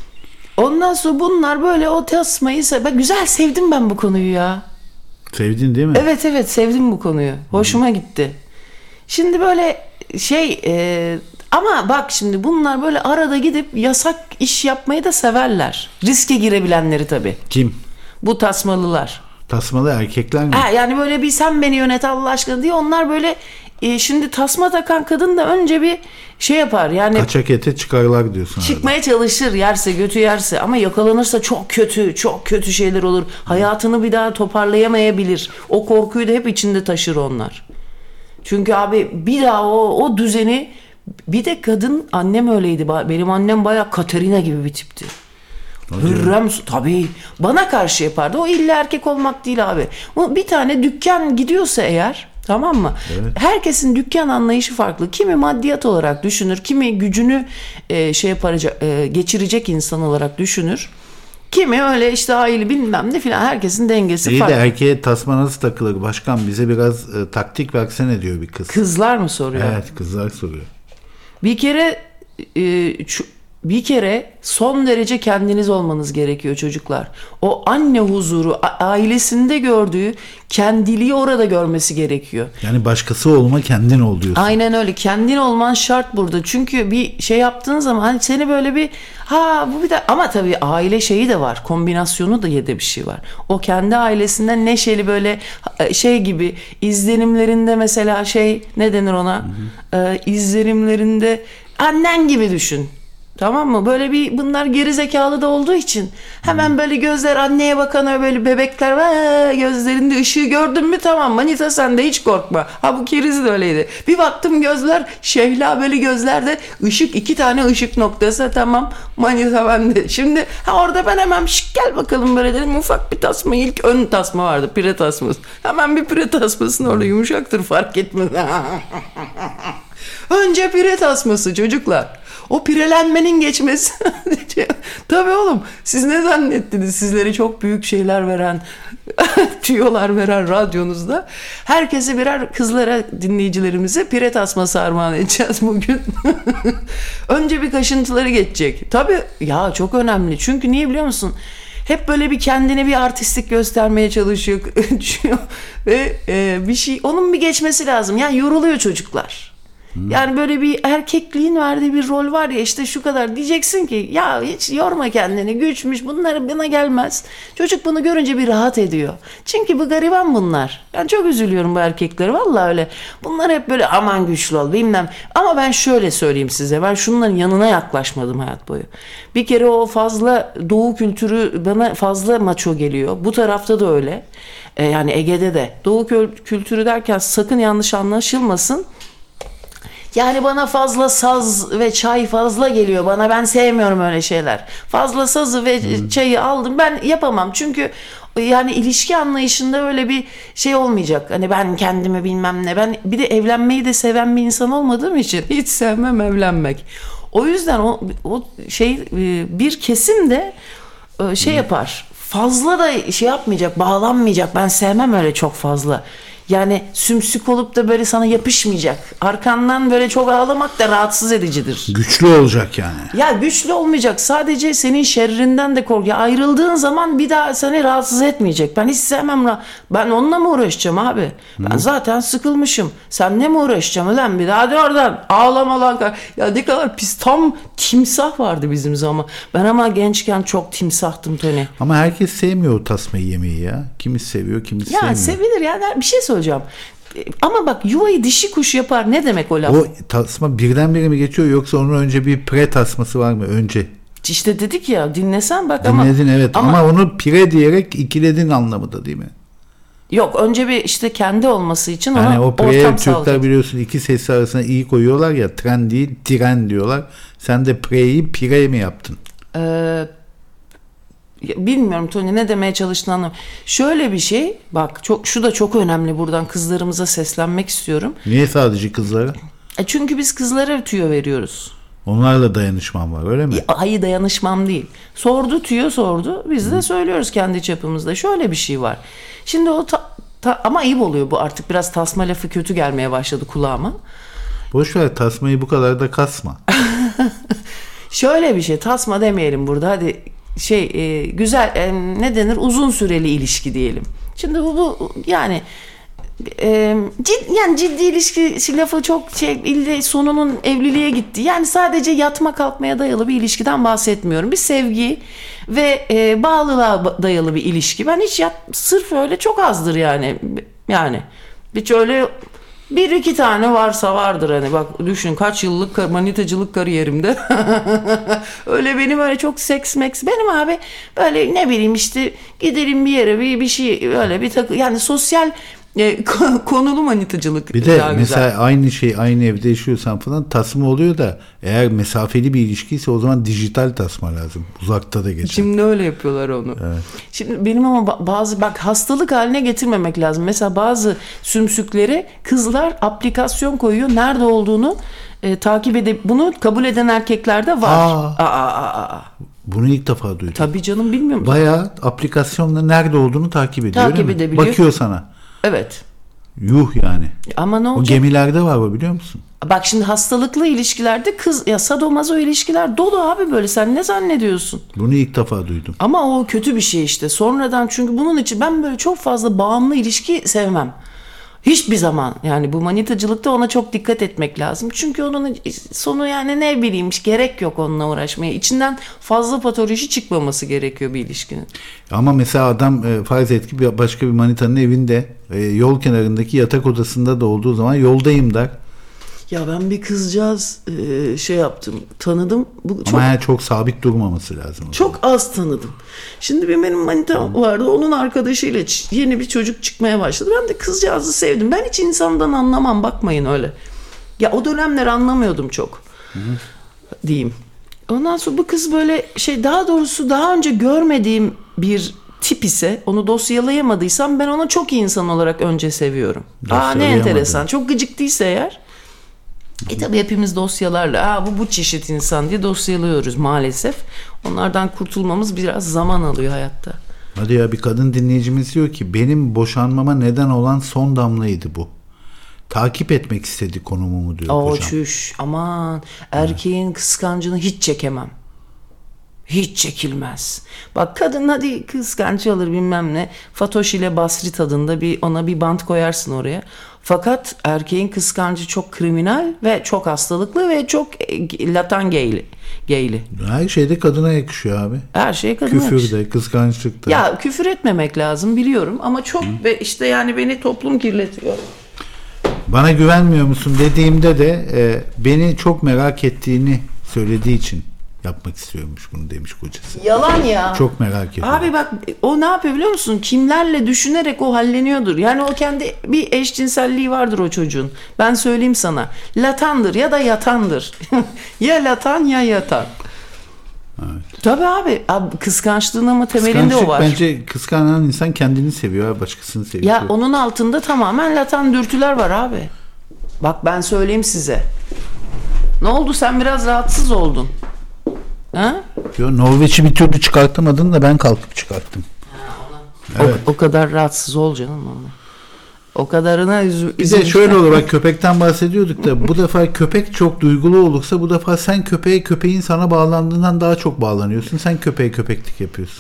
Ondan sonra bunlar böyle o tasmayı ben güzel sevdim ben bu konuyu ya. Sevdin değil mi? Evet evet sevdim bu konuyu. Hoşuma hmm. gitti. Şimdi böyle şey e, ama bak şimdi bunlar böyle arada gidip yasak iş yapmayı da severler. Riske girebilenleri tabii. Kim? Bu tasmalılar. Tasmalı erkekler mi? Ha, yani böyle bir sen beni yönet Allah aşkına diye onlar böyle e, şimdi tasma takan kadın da önce bir şey yapar yani. Kaçak ete çıkarlar diyorsun. Çıkmaya arada çalışır yerse götü yerse ama yakalanırsa çok kötü çok kötü şeyler olur. Hayatını bir daha toparlayamayabilir. O korkuyu da hep içinde taşır onlar. Çünkü abi bir daha o, o düzeni bir de kadın annem öyleydi. Benim annem bayağı Katerina gibi bir tipti. Hürrem tabii bana karşı yapardı. O illa erkek olmak değil abi. Bir tane dükkan gidiyorsa eğer tamam mı? Evet. Herkesin dükkan anlayışı farklı. Kimi maddiyat olarak düşünür, kimi gücünü e, şey yapacak, e, geçirecek insan olarak düşünür. Kimi öyle işte aile bilmem ne filan herkesin dengesi İyi farklı. İyi de erkeğe tasma nasıl takılır başkan bize biraz e, taktik versene diyor bir kız. Kızlar mı soruyor? Evet kızlar soruyor. Bir kere e, ç- bir kere son derece kendiniz olmanız gerekiyor çocuklar. O anne huzuru ailesinde gördüğü kendiliği orada görmesi gerekiyor. Yani başkası olma kendin ol diyorsun. Aynen öyle. Kendin olman şart burada. Çünkü bir şey yaptığın zaman hani seni böyle bir ha bu bir de ama tabii aile şeyi de var. Kombinasyonu da yedi bir şey var. O kendi ailesinden neşeli böyle şey gibi izlenimlerinde mesela şey ne denir ona? Hı hı. Ee, izlenimlerinde annen gibi düşün. Tamam mı? Böyle bir bunlar geri zekalı da olduğu için hemen böyle gözler anneye bakan böyle bebekler var gözlerinde ışığı gördün mü tamam manita sen de hiç korkma. Ha bu keriz de öyleydi. Bir baktım gözler Şehla böyle gözlerde ışık iki tane ışık noktası tamam manita bende. Şimdi ha orada ben hemen şık gel bakalım böyle dedim ufak bir tasma ilk ön tasma vardı pire tasması. Hemen bir pire tasmasını orada yumuşaktır fark etmez. Önce pire tasması çocuklar. O pirelenmenin geçmesi. Tabii oğlum siz ne zannettiniz sizlere çok büyük şeyler veren tüyolar veren radyonuzda herkese birer kızlara dinleyicilerimize pire tasması armağan edeceğiz bugün. Önce bir kaşıntıları geçecek. Tabii ya çok önemli çünkü niye biliyor musun? Hep böyle bir kendine bir artistlik göstermeye çalışıyor ve e, bir şey onun bir geçmesi lazım. Yani yoruluyor çocuklar. Yani böyle bir erkekliğin verdiği bir rol var ya işte şu kadar diyeceksin ki ya hiç yorma kendini güçmüş bunlar bana gelmez. Çocuk bunu görünce bir rahat ediyor. Çünkü bu gariban bunlar. Ben çok üzülüyorum bu erkeklere vallahi öyle. Bunlar hep böyle aman güçlü ol bilmem. Ama ben şöyle söyleyeyim size ben şunların yanına yaklaşmadım hayat boyu. Bir kere o fazla doğu kültürü bana fazla maço geliyor. Bu tarafta da öyle. Ee, yani Ege'de de. Doğu kültürü derken sakın yanlış anlaşılmasın. Yani bana fazla saz ve çay fazla geliyor bana ben sevmiyorum öyle şeyler. Fazla sazı ve hmm. çayı aldım ben yapamam çünkü yani ilişki anlayışında öyle bir şey olmayacak. Hani ben kendimi bilmem ne ben bir de evlenmeyi de seven bir insan olmadığım için hiç sevmem evlenmek. O yüzden o, o şey bir kesim de şey hmm. yapar fazla da şey yapmayacak bağlanmayacak ben sevmem öyle çok fazla. Yani sümsük olup da böyle sana yapışmayacak. Arkandan böyle çok ağlamak da rahatsız edicidir. Güçlü olacak yani. Ya güçlü olmayacak. Sadece senin şerrinden de kork. Ya ayrıldığın zaman bir daha seni rahatsız etmeyecek. Ben hiç sevmem. Ben onunla mı uğraşacağım abi? Ben Hı. zaten sıkılmışım. Senle mi uğraşacağım ulan bir daha hadi oradan. Ağlama lan. Ya ne kadar pis. Tam timsah vardı bizim zaman. Ben ama gençken çok timsahtım Tony. Ama herkes sevmiyor o tasmayı yemeyi ya. Kimisi seviyor kimisi ya, sevmiyor. Ya sevilir ya. Bir şey söyleyeceğim. Ama bak yuvayı dişi kuş yapar ne demek o laf? O tasma birdenbire mi geçiyor yoksa onun önce bir pre tasması var mı önce? İşte dedik ya dinlesen bak Dinledin, ama. Dinledin evet ama, ama onu pire diyerek ikiledin anlamında değil mi? Yok önce bir işte kendi olması için yani ona o ortam Türkler sağlayacak. Biliyorsun iki sesi arasında iyi koyuyorlar ya tren değil tren diyorlar. Sen de pre'yi pire mi yaptın? Eee Bilmiyorum Tony ne demeye çalıştığını anlamıyorum. Şöyle bir şey bak çok şu da çok önemli buradan kızlarımıza seslenmek istiyorum. Niye sadece kızlara? E çünkü biz kızlara tüyo veriyoruz. Onlarla dayanışmam var öyle mi? Hayır dayanışmam değil. Sordu tüyo sordu. Biz de Hı. söylüyoruz kendi çapımızda. Şöyle bir şey var. Şimdi o ta, ta, ama ayıp oluyor bu artık biraz tasma lafı kötü gelmeye başladı kulağıma. Boş ver tasmayı bu kadar da kasma. Şöyle bir şey tasma demeyelim burada hadi şey e, güzel e, ne denir uzun süreli ilişki diyelim. Şimdi bu, bu yani e, cid, yani ciddi ilişki lafı çok şey, ille sonunun evliliğe gitti. Yani sadece yatma kalkmaya dayalı bir ilişkiden bahsetmiyorum. Bir sevgi ve e, bağlılığa dayalı bir ilişki. Ben hiç yat, sırf öyle çok azdır yani. Yani hiç öyle bir iki tane varsa vardır hani, bak düşün kaç yıllık manitacılık kariyerimde. Öyle benim öyle çok seks meks benim abi, böyle ne bileyim işte gidelim bir yere bir bir şey öyle bir takı, yani sosyal e, konulu manitacılık. Bir de daha mesela güzel. aynı şey, aynı evde yaşıyorsan falan tasma oluyor da, eğer mesafeli bir ilişkiyse o zaman dijital tasma lazım. Uzakta da geçen. Şimdi öyle yapıyorlar onu. Evet. Şimdi benim ama bazı, bak hastalık haline getirmemek lazım. Mesela bazı sümsüklere kızlar aplikasyon koyuyor. Nerede olduğunu e, takip edip bunu kabul eden erkekler de var. Aa. Aa, aa, aa. Bunu ilk defa duydum. Tabii canım, bilmiyorum. Bayağı aplikasyonla nerede olduğunu takip ediyor. Takip öyle mi? edebiliyor. Bakıyor sana. Evet. Yuh yani. Ama ne O olacak? gemilerde var o, biliyor musun? Bak şimdi hastalıklı ilişkilerde kız ya sadomazo ilişkiler dolu abi, böyle sen ne zannediyorsun? Bunu ilk defa duydum. Ama o kötü bir şey işte. Sonradan, çünkü bunun için ben böyle çok fazla bağımlı ilişki sevmem. Hiçbir zaman, yani bu manitacılıkta ona çok dikkat etmek lazım. Çünkü onun sonu yani ne bileyim, gerek yok onunla uğraşmaya. İçinden fazla patoloji çıkmaması gerekiyor bir ilişkinin. Ama mesela adam e, farz et ki bir- başka bir manitanın evinde e, yol kenarındaki yatak odasında da olduğu zaman yoldayım der. Ya ben bir kızcağız e, şey yaptım, tanıdım. Bu çok Ama yani çok sabit durmaması lazım. Çok az tanıdım. Şimdi bir benim manitam vardı. Onun arkadaşıyla ç- yeni bir çocuk çıkmaya başladı. Ben de kızcağızı sevdim. Ben hiç insandan anlamam, bakmayın öyle. Ya o dönemler anlamıyordum çok. Hı hı. Diyeyim. Ondan sonra bu kız böyle şey, daha doğrusu daha önce görmediğim bir tip ise, onu dosyalayamadıysam ben onu çok iyi insan olarak önce seviyorum. Aa ne enteresan. Çok gıcık değilse eğer. E tabi hepimiz dosyalarla Aa, bu bu çeşit insan diye dosyalıyoruz maalesef. Onlardan kurtulmamız biraz zaman alıyor hayatta. Hadi ya, bir kadın dinleyicimiz diyor ki benim boşanmama neden olan son damlaydı bu. Takip etmek istedi konumumu diyor Oo, hocam. çüş aman, erkeğin kıskancını hiç çekemem. Hiç çekilmez. Bak kadın hadi kıskanç alır bilmem ne. Fatoş ile Basri tadında bir, ona bir bant koyarsın oraya. Fakat erkeğin kıskancı çok kriminal ve çok hastalıklı ve çok e, latan gayli. gayli. Her şeyde kadına yakışıyor abi. Her şey kadına yakışıyor. Küfürde, kıskançlıkta. Ya küfür etmemek lazım biliyorum ama çok Hı. ve işte yani beni toplum kirletiyor. Bana güvenmiyor musun dediğimde de e, beni çok merak ettiğini söylediği için yapmak istiyormuş bunu demiş kocası. Yalan ya. Çok merak ediyorum. Abi bak o ne yapıyor biliyor musun? Kimlerle düşünerek o halleniyordur. Yani o kendi bir eşcinselliği vardır o çocuğun. Ben söyleyeyim sana. Latandır ya da yatandır. Ya latan ya yatan. Evet. Tabii abi. abi kıskançlığın ama temelinde o var. Bence kıskanan insan kendini seviyor, başkasını seviyor. Ya onun altında tamamen latan dürtüler var abi. Bak ben söyleyeyim size. Ne oldu, sen biraz rahatsız oldun. Ha? Yo, Norveç'i bir türlü çıkartamadın da ben kalkıp çıkarttım. Evet. O, o kadar rahatsız ol canım onu. O kadarına üzü, Bir de şöyle olur, bak köpekten bahsediyorduk da bu defa köpek çok duygulu olursa bu defa sen köpeğe, köpeğin sana bağlandığından daha çok bağlanıyorsun. Sen köpeğe köpeklik yapıyorsun.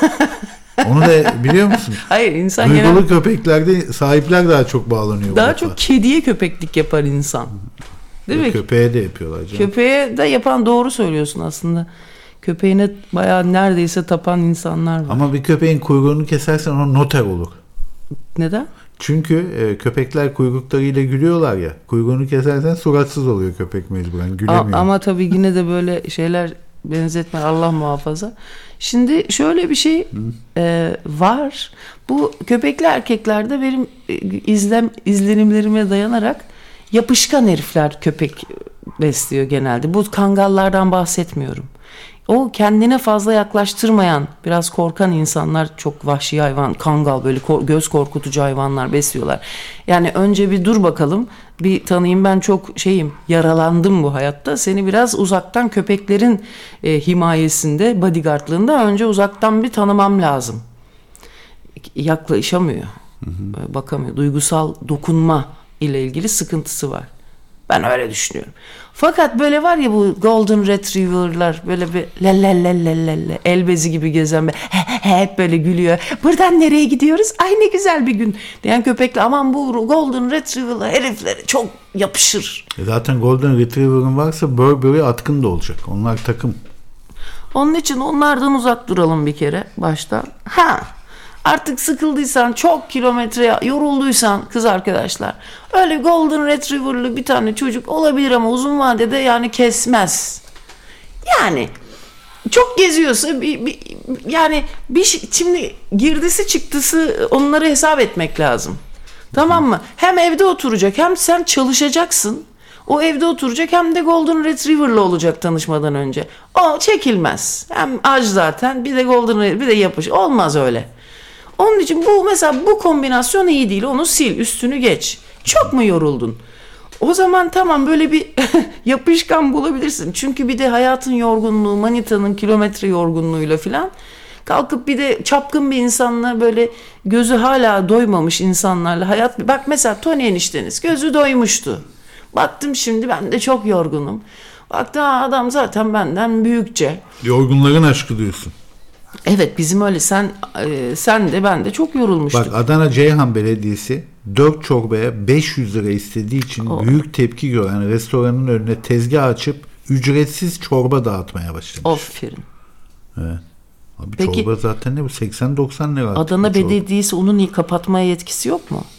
Onu da biliyor musun? Hayır, insan duygulu genel... köpeklerde sahipler daha çok bağlanıyor. Daha çok kediye köpeklik yapar insan. Değil mi? Köpeğe de yapıyorlar canım. Köpeğe de yapan, doğru söylüyorsun aslında. Köpeğine bayağı neredeyse tapan insanlar var. Ama bir köpeğin kuyruğunu kesersen o noter olur. Neden? Çünkü e, köpekler kuyruklarıyla gülüyorlar ya. Kuyruğunu kesersen suratsız oluyor köpek, mecburen gülemiyor. A- ama tabii yine de böyle şeyler benzetme, Allah muhafaza. Şimdi şöyle bir şey e, var. Bu köpekli erkeklerde benim e, izlem izlenimlerime dayanarak yapışkan herifler köpek besliyor genelde. Bu kangallardan bahsetmiyorum. O kendine fazla yaklaştırmayan, biraz korkan insanlar çok vahşi hayvan, kangal, böyle kor- göz korkutucu hayvanlar besliyorlar. Yani önce bir dur bakalım, bir tanıyayım, ben çok şeyim, yaralandım bu hayatta. Seni biraz uzaktan köpeklerin e, himayesinde, bodyguardlığında önce uzaktan bir tanımam lazım. Yaklaşamıyor, hı hı. bakamıyor. Duygusal dokunma ile ilgili sıkıntısı var. Ben öyle düşünüyorum. Fakat böyle var ya bu Golden Retriever'lar böyle bir lelelelelele el bezi gibi gezen be, he, he, hep böyle gülüyor. Buradan nereye gidiyoruz? Ay ne güzel bir gün diyen köpekle aman bu Golden Retriever'lar herifleri çok yapışır. E zaten Golden Retriever'ın varsa Burberry atkın da olacak. Onlar takım. Onun için onlardan uzak duralım bir kere baştan. Ha. Artık sıkıldıysan, çok kilometre yorulduysan kız arkadaşlar, öyle Golden Retriever'lı bir tane çocuk olabilir ama uzun vadede yani kesmez. Yani çok geziyorsa bir, bir, yani bir şey, şimdi girdisi çıktısı onları hesap etmek lazım. Tamam mı? Hem evde oturacak hem sen çalışacaksın. O evde oturacak hem de Golden Retriever'la olacak tanışmadan önce. O çekilmez. Hem aç zaten bir de Golden Retriever bir de yapış. Olmaz öyle. Onun için bu mesela bu kombinasyon iyi değil. Onu sil, üstünü geç. Çok mu yoruldun? O zaman tamam böyle bir yapışkan bulabilirsin. Çünkü bir de hayatın yorgunluğu, manitanın kilometre yorgunluğuyla filan kalkıp bir de çapkın bir insanla böyle gözü hala doymamış insanlarla hayat. Bak mesela Tony enişteniz gözü doymuştu. Baktım şimdi ben de çok yorgunum. Baktım adam zaten benden büyükçe. Yorgunların aşkı diyorsun. Evet bizim öyle sen e, sen de ben de çok yorulmuştuk. Bak Adana Ceyhan Belediyesi dört çorbaya beş yüz lira istediği için o. büyük tepki gören restoranın önüne tezgah açıp ücretsiz çorba dağıtmaya başlamış. Aferin. Evet. Abi peki, çorba zaten ne bu seksen doksan lira. Adana Belediyesi onun kapatmaya yetkisi yok mu?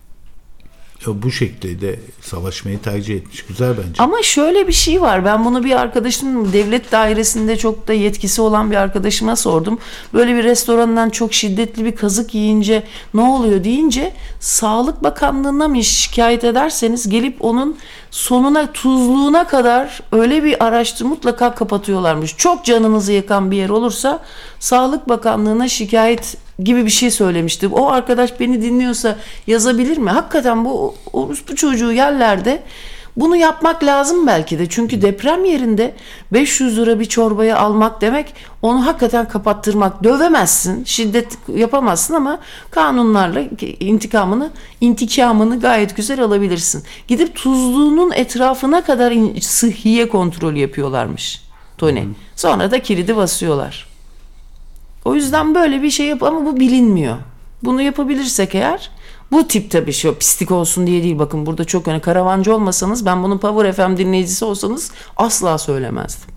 Ya bu şekilde savaşmayı tercih etmiş. Güzel bence. Ama şöyle bir şey var. Ben bunu bir arkadaşım devlet dairesinde çok da yetkisi olan bir arkadaşıma sordum. Böyle bir restorandan çok şiddetli bir kazık yiyince ne oluyor deyince Sağlık Bakanlığı'na mı şikayet ederseniz gelip onun sonuna tuzluğuna kadar öyle bir araştırma mutlaka kapatıyorlarmış. Çok canınızı yakan bir yer olursa Sağlık Bakanlığı'na şikayet gibi bir şey söylemişti. O arkadaş beni dinliyorsa yazabilir mi? Hakikaten bu bu çocuğu yerlerde bunu yapmak lazım belki de. Çünkü deprem yerinde beş yüz lira bir çorbayı almak demek onu hakikaten kapattırmak. Dövemezsin, şiddet yapamazsın ama kanunlarla intikamını intikamını gayet güzel alabilirsin. Gidip tuzluğunun etrafına kadar sıhhiye kontrol yapıyorlarmış Tony. Sonra da kilidi basıyorlar. O yüzden böyle bir şey yap ama bu bilinmiyor. Bunu yapabilirsek eğer bu tip tabii şey pislik olsun diye değil. Bakın burada çok önemli. Karavancı olmasanız ben bunun Power F M dinleyicisi olsanız asla söylemezdim.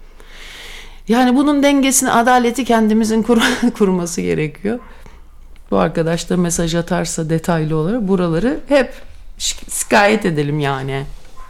Yani bunun dengesini, adaleti kendimizin kur- kurması gerekiyor. Bu arkadaş da mesaj atarsa detaylı olarak buraları hep şikayet edelim yani.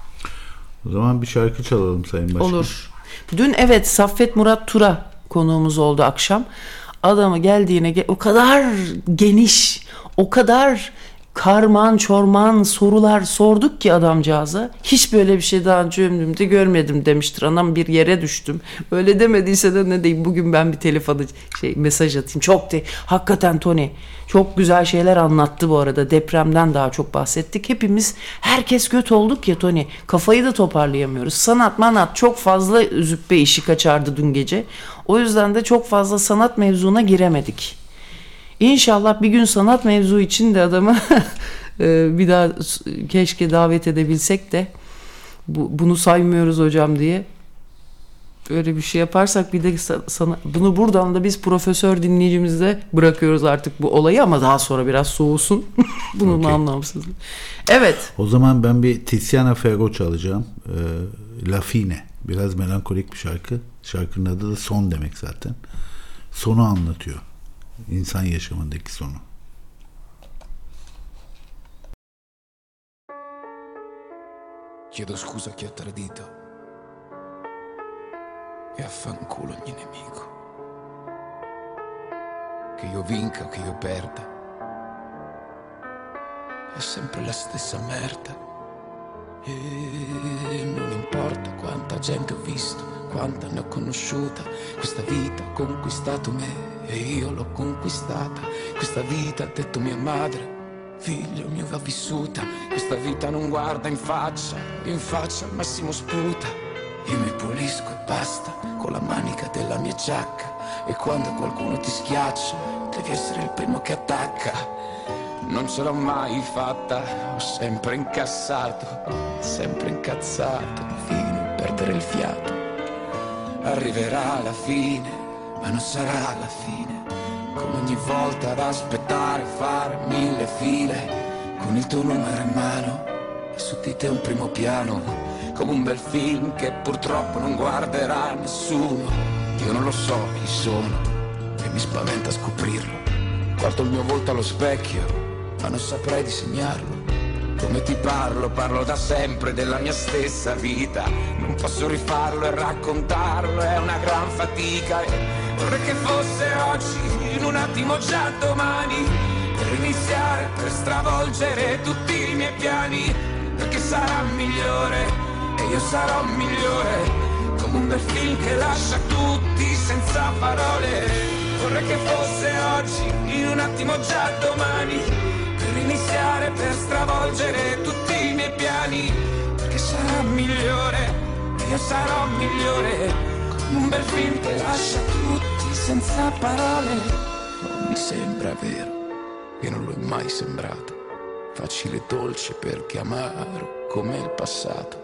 O zaman bir şarkı çalalım Sayın Başkan. Olur. Dün evet Saffet Murat Tura konuğumuz oldu akşam. Adamı geldiğine o kadar geniş, o kadar karman çorman sorular sorduk ki adamcağıza. Hiç böyle bir şey daha önce ömrümde görmedim demiştir. Anam bir yere düştüm. Öyle demediyse de ne diyeyim bugün ben bir telefonu şey mesaj atayım. Çok de hakikaten Tony çok güzel şeyler anlattı bu arada. Depremden daha çok bahsettik. Hepimiz herkes göt olduk ya Tony. Kafayı da toparlayamıyoruz. Sanat manat çok fazla züppe işi kaçardı dün gece. O yüzden de çok fazla sanat mevzuna giremedik. İnşallah bir gün sanat mevzu için de adamı bir daha keşke davet edebilsek de bu, bunu saymıyoruz hocam diye öyle bir şey yaparsak bir de sana, bunu buradan da biz profesör dinleyicimizde bırakıyoruz artık bu olayı ama daha sonra biraz soğusun bunun okay. Anlamsızlığı. Evet. O zaman ben bir Tiziana Ferro çalacağım. Ee, La Fine. Biraz melankolik bir şarkı. Şarkının adı da son demek zaten. Sonu anlatıyor. İnsan yaşamındaki sonu. Chiedo scusa a chi ha tradito e affanculo ogni nemico. Che io vinca o che io perda, è sempre la stessa merda. E non importa quanta gente ho visto, quanta ne ho conosciuta, questa vita ha conquistato me e io l'ho conquistata. Questa vita ha detto mia madre, figlio mio va vissuta. Questa vita non guarda in faccia, in faccia al massimo sputa. Io mi pulisco e basta con la manica della mia giacca. E quando qualcuno ti schiaccia devi essere il primo che attacca. non ce l'ho mai fatta, ho sempre incassato, sempre incazzato, fino a perdere il fiato. Arriverà la fine, ma non sarà la fine, come ogni volta ad aspettare, fare mille file, con il tuo numero in mano e su di te un primo piano, come un bel film che purtroppo non guarderà nessuno. Io non lo so chi sono e mi spaventa scoprirlo. Guardo il mio volto allo specchio, ma non saprei disegnarlo. Come ti parlo, parlo da sempre della mia stessa vita. Non posso rifarlo e raccontarlo, è una gran fatica. E vorrei che fosse oggi, in un attimo già domani, per iniziare, per stravolgere tutti i miei piani. Perché sarà migliore e io sarò migliore, come un bel film che lascia tutti senza parole. Vorrei che fosse oggi, in un attimo già domani, per iniziare, per stravolgere tutti i miei piani. Perché sarà migliore, io sarò migliore, come un bel film che lascia tutti senza parole. Non mi sembra vero, che non lo è mai sembrato, facile e dolce perché amaro come il passato.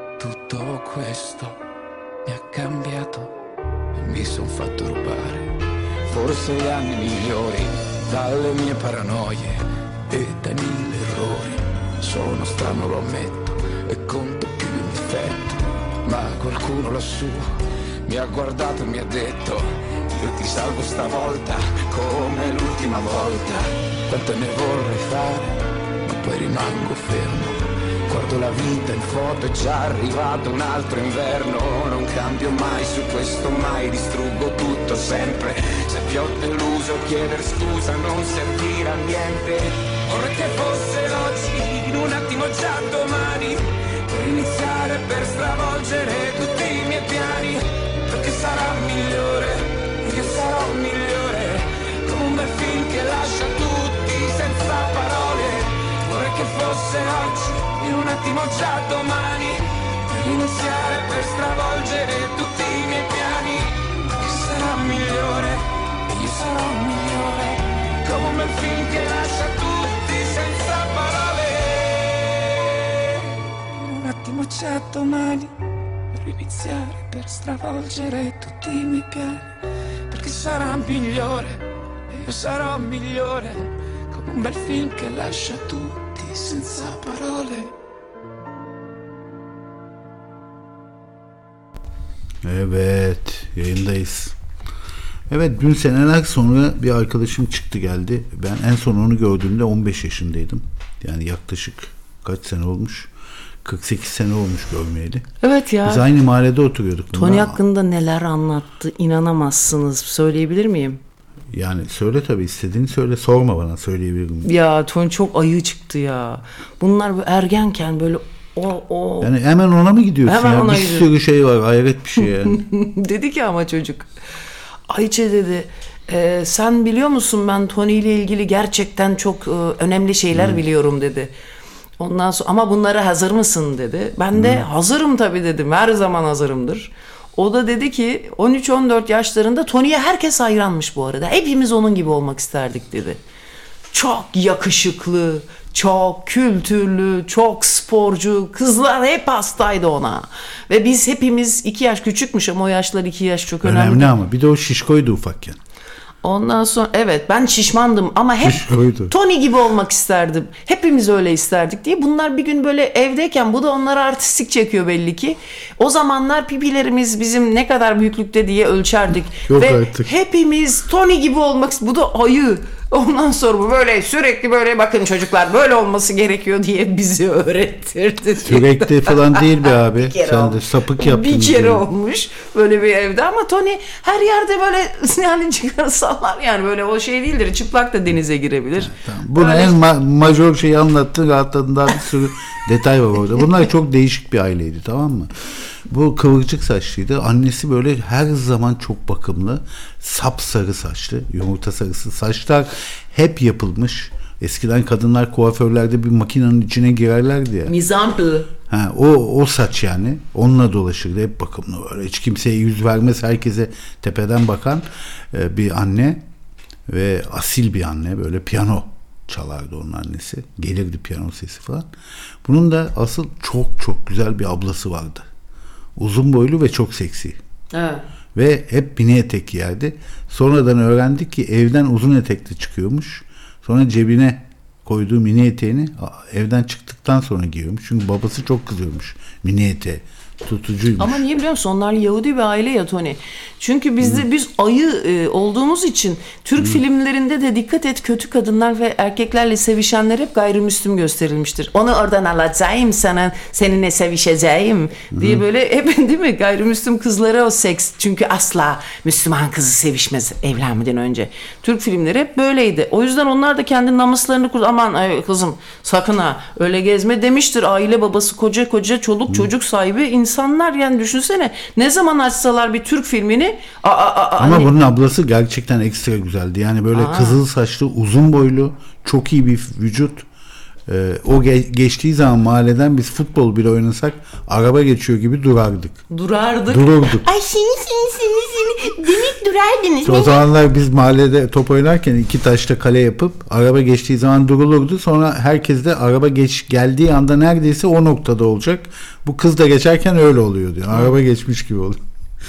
Tutto questo mi ha cambiato e mi son fatto rubare forse gli anni migliori dalle mie paranoie e dai mille errori. Sono strano, lo ammetto, e conto più in difetto, ma qualcuno lassù mi ha guardato e mi ha detto: io ti salvo stavolta come l'ultima volta. Quante ne vorrei fare, ma poi rimango fermo. Guardo la vita in foto, è già arrivato un altro inverno. Non cambio mai su questo, mai distruggo tutto sempre. Se vi ho deluso, chiedere scusa non servirà a niente. Vorrei che fosse oggi, in un attimo già domani, per iniziare, per stravolgere tutti i miei piani. Perché sarà migliore, io sarò migliore, come un bel film che lascia tutti senza parole. Vorrei che fosse oggi, in un attimo già domani, per iniziare, per stravolgere tutti i miei piani. Che sarà migliore, e io sarò migliore, come un bel film che lascia tutti senza parole. In un attimo già domani, per iniziare, per stravolgere tutti i miei piani. Perché sarà migliore, e io sarò migliore, come un bel film che lascia tutti senza parole. Evet, yayındayız. Evet, dün seneler sonra bir arkadaşım çıktı geldi. Ben en son onu gördüğümde on beş yaşındaydım. Yani yaklaşık kaç sene olmuş? kırk sekiz sene olmuş görmeyeli. Evet ya. Biz aynı mahallede oturuyorduk. Tony bundan hakkında neler anlattı inanamazsınız. Söyleyebilir miyim? Yani söyle tabii, istediğini söyle, sorma bana, söyleyebilirim. Ya Tony çok ayı çıktı ya. Bunlar böyle ergenken böyle o o. Yani hemen ona mı gidiyorsun hemen ya? Ona bir gidiyor. Sürü şey var, hayret bir şey yani. Dedi ki ama çocuk, Ayça dedi, e, sen biliyor musun ben Tony ile ilgili gerçekten çok e, önemli şeyler hmm. biliyorum dedi. Ondan sonra ama bunlara hazır mısın dedi. Ben de hmm. hazırım tabii dedim. Her zaman hazırımdır. O da dedi ki on üç on dört yaşlarında Tony'ye herkes hayranmış bu arada. Hepimiz onun gibi olmak isterdik dedi. Çok yakışıklı, çok kültürlü, çok sporcu. Kızlar hep hastaydı ona. Ve biz hepimiz iki yaş küçükmüş ama o yaşlar iki yaş çok önemli. Önemli ama bir de o şişkoydu ufakken. Ondan sonra evet ben şişmandım ama hep Şişkoydu. Tony gibi olmak isterdim. Hepimiz öyle isterdik diye. Bunlar bir gün böyle evdeyken bu da onlara artistik çekiyor belli ki. O zamanlar pipilerimiz bizim ne kadar büyüklükte diye ölçerdik. Yok ve artık. Hepimiz Tony gibi olmak, bu da ayı. Ondan sonra bu böyle sürekli böyle bakın çocuklar böyle olması gerekiyor diye bizi öğrettirdi. Sürekli falan değil be abi. Sen de sapık yaptın. Bir kere diye. Olmuş böyle bir evde ama Tony her yerde böyle yani çıkarı sallar yani böyle o şey değildir. Çıplak da denize girebilir. Ha, tamam. Bunu böyle... en ma- majör şeyi anlattın, rahatladın, daha bir sürü detay var orada. Bunlar çok değişik bir aileydi, tamam mı? Bu kıvırcık saçlıydı. Annesi böyle her zaman çok bakımlı. Sapsarı saçlı. Yumurta sarısı. Saçlar hep yapılmış. Eskiden kadınlar kuaförlerde bir makinenin içine girerlerdi ya. Mizample. Ha, o, o saç yani. Onunla dolaşırdı. Hep bakımlı böyle. Hiç kimseye yüz vermez. Herkese tepeden bakan bir anne. Ve asil bir anne. Böyle piyano çalardı onun annesi. Gelirdi piyano sesi falan. Bunun da asıl çok çok güzel bir ablası vardı. Uzun boylu ve çok seksi. Evet. Ve hep mini etek giyerdi. Sonradan öğrendik ki evden uzun etekli çıkıyormuş. Sonra cebine koyduğu mini eteğini evden çıktıktan sonra giyiyormuş. Çünkü babası çok kızıyormuş mini eteğe. Tutucuymuş. Ama niye biliyor musun? Onlar Yahudi bir aile ya Tony. Çünkü bizde hmm. biz ayı e, olduğumuz için Türk hmm. filmlerinde de dikkat et, kötü kadınlar ve erkeklerle sevişenler hep gayrimüslim gösterilmiştir. Onu oradan alacağım sana, seninle sevişeceğim diye hmm. böyle hep değil mi? Gayrimüslim kızlara o seks. Çünkü asla Müslüman kızı sevişmez evlenmeden önce. Türk filmleri hep böyleydi. O yüzden onlar da kendi namuslarını kurdu. Aman ay kızım sakın ha öyle gezme demiştir. Aile babası koca koca çoluk hmm. çocuk sahibi insanlar, yani düşünsene ne zaman açsalar bir Türk filmini. Aa, aa, Ama hani... bunun ablası gerçekten ekstra güzeldi. Yani böyle aa. kızıl saçlı, uzun boylu, çok iyi bir vücut. Ee, o ge- geçtiği zaman mahalleden biz futbol bile oynasak araba geçiyor gibi durardık. Durardık. Dururduk. Ay seni seni seni seni demek durardınız. O zamanlar biz mahallede top oynarken iki taşta kale yapıp araba geçtiği zaman durulurdu. Sonra herkes de araba geç geldiği anda neredeyse o noktada olacak. Bu kız da geçerken öyle oluyor diyor. Araba geçmiş gibi oluyor.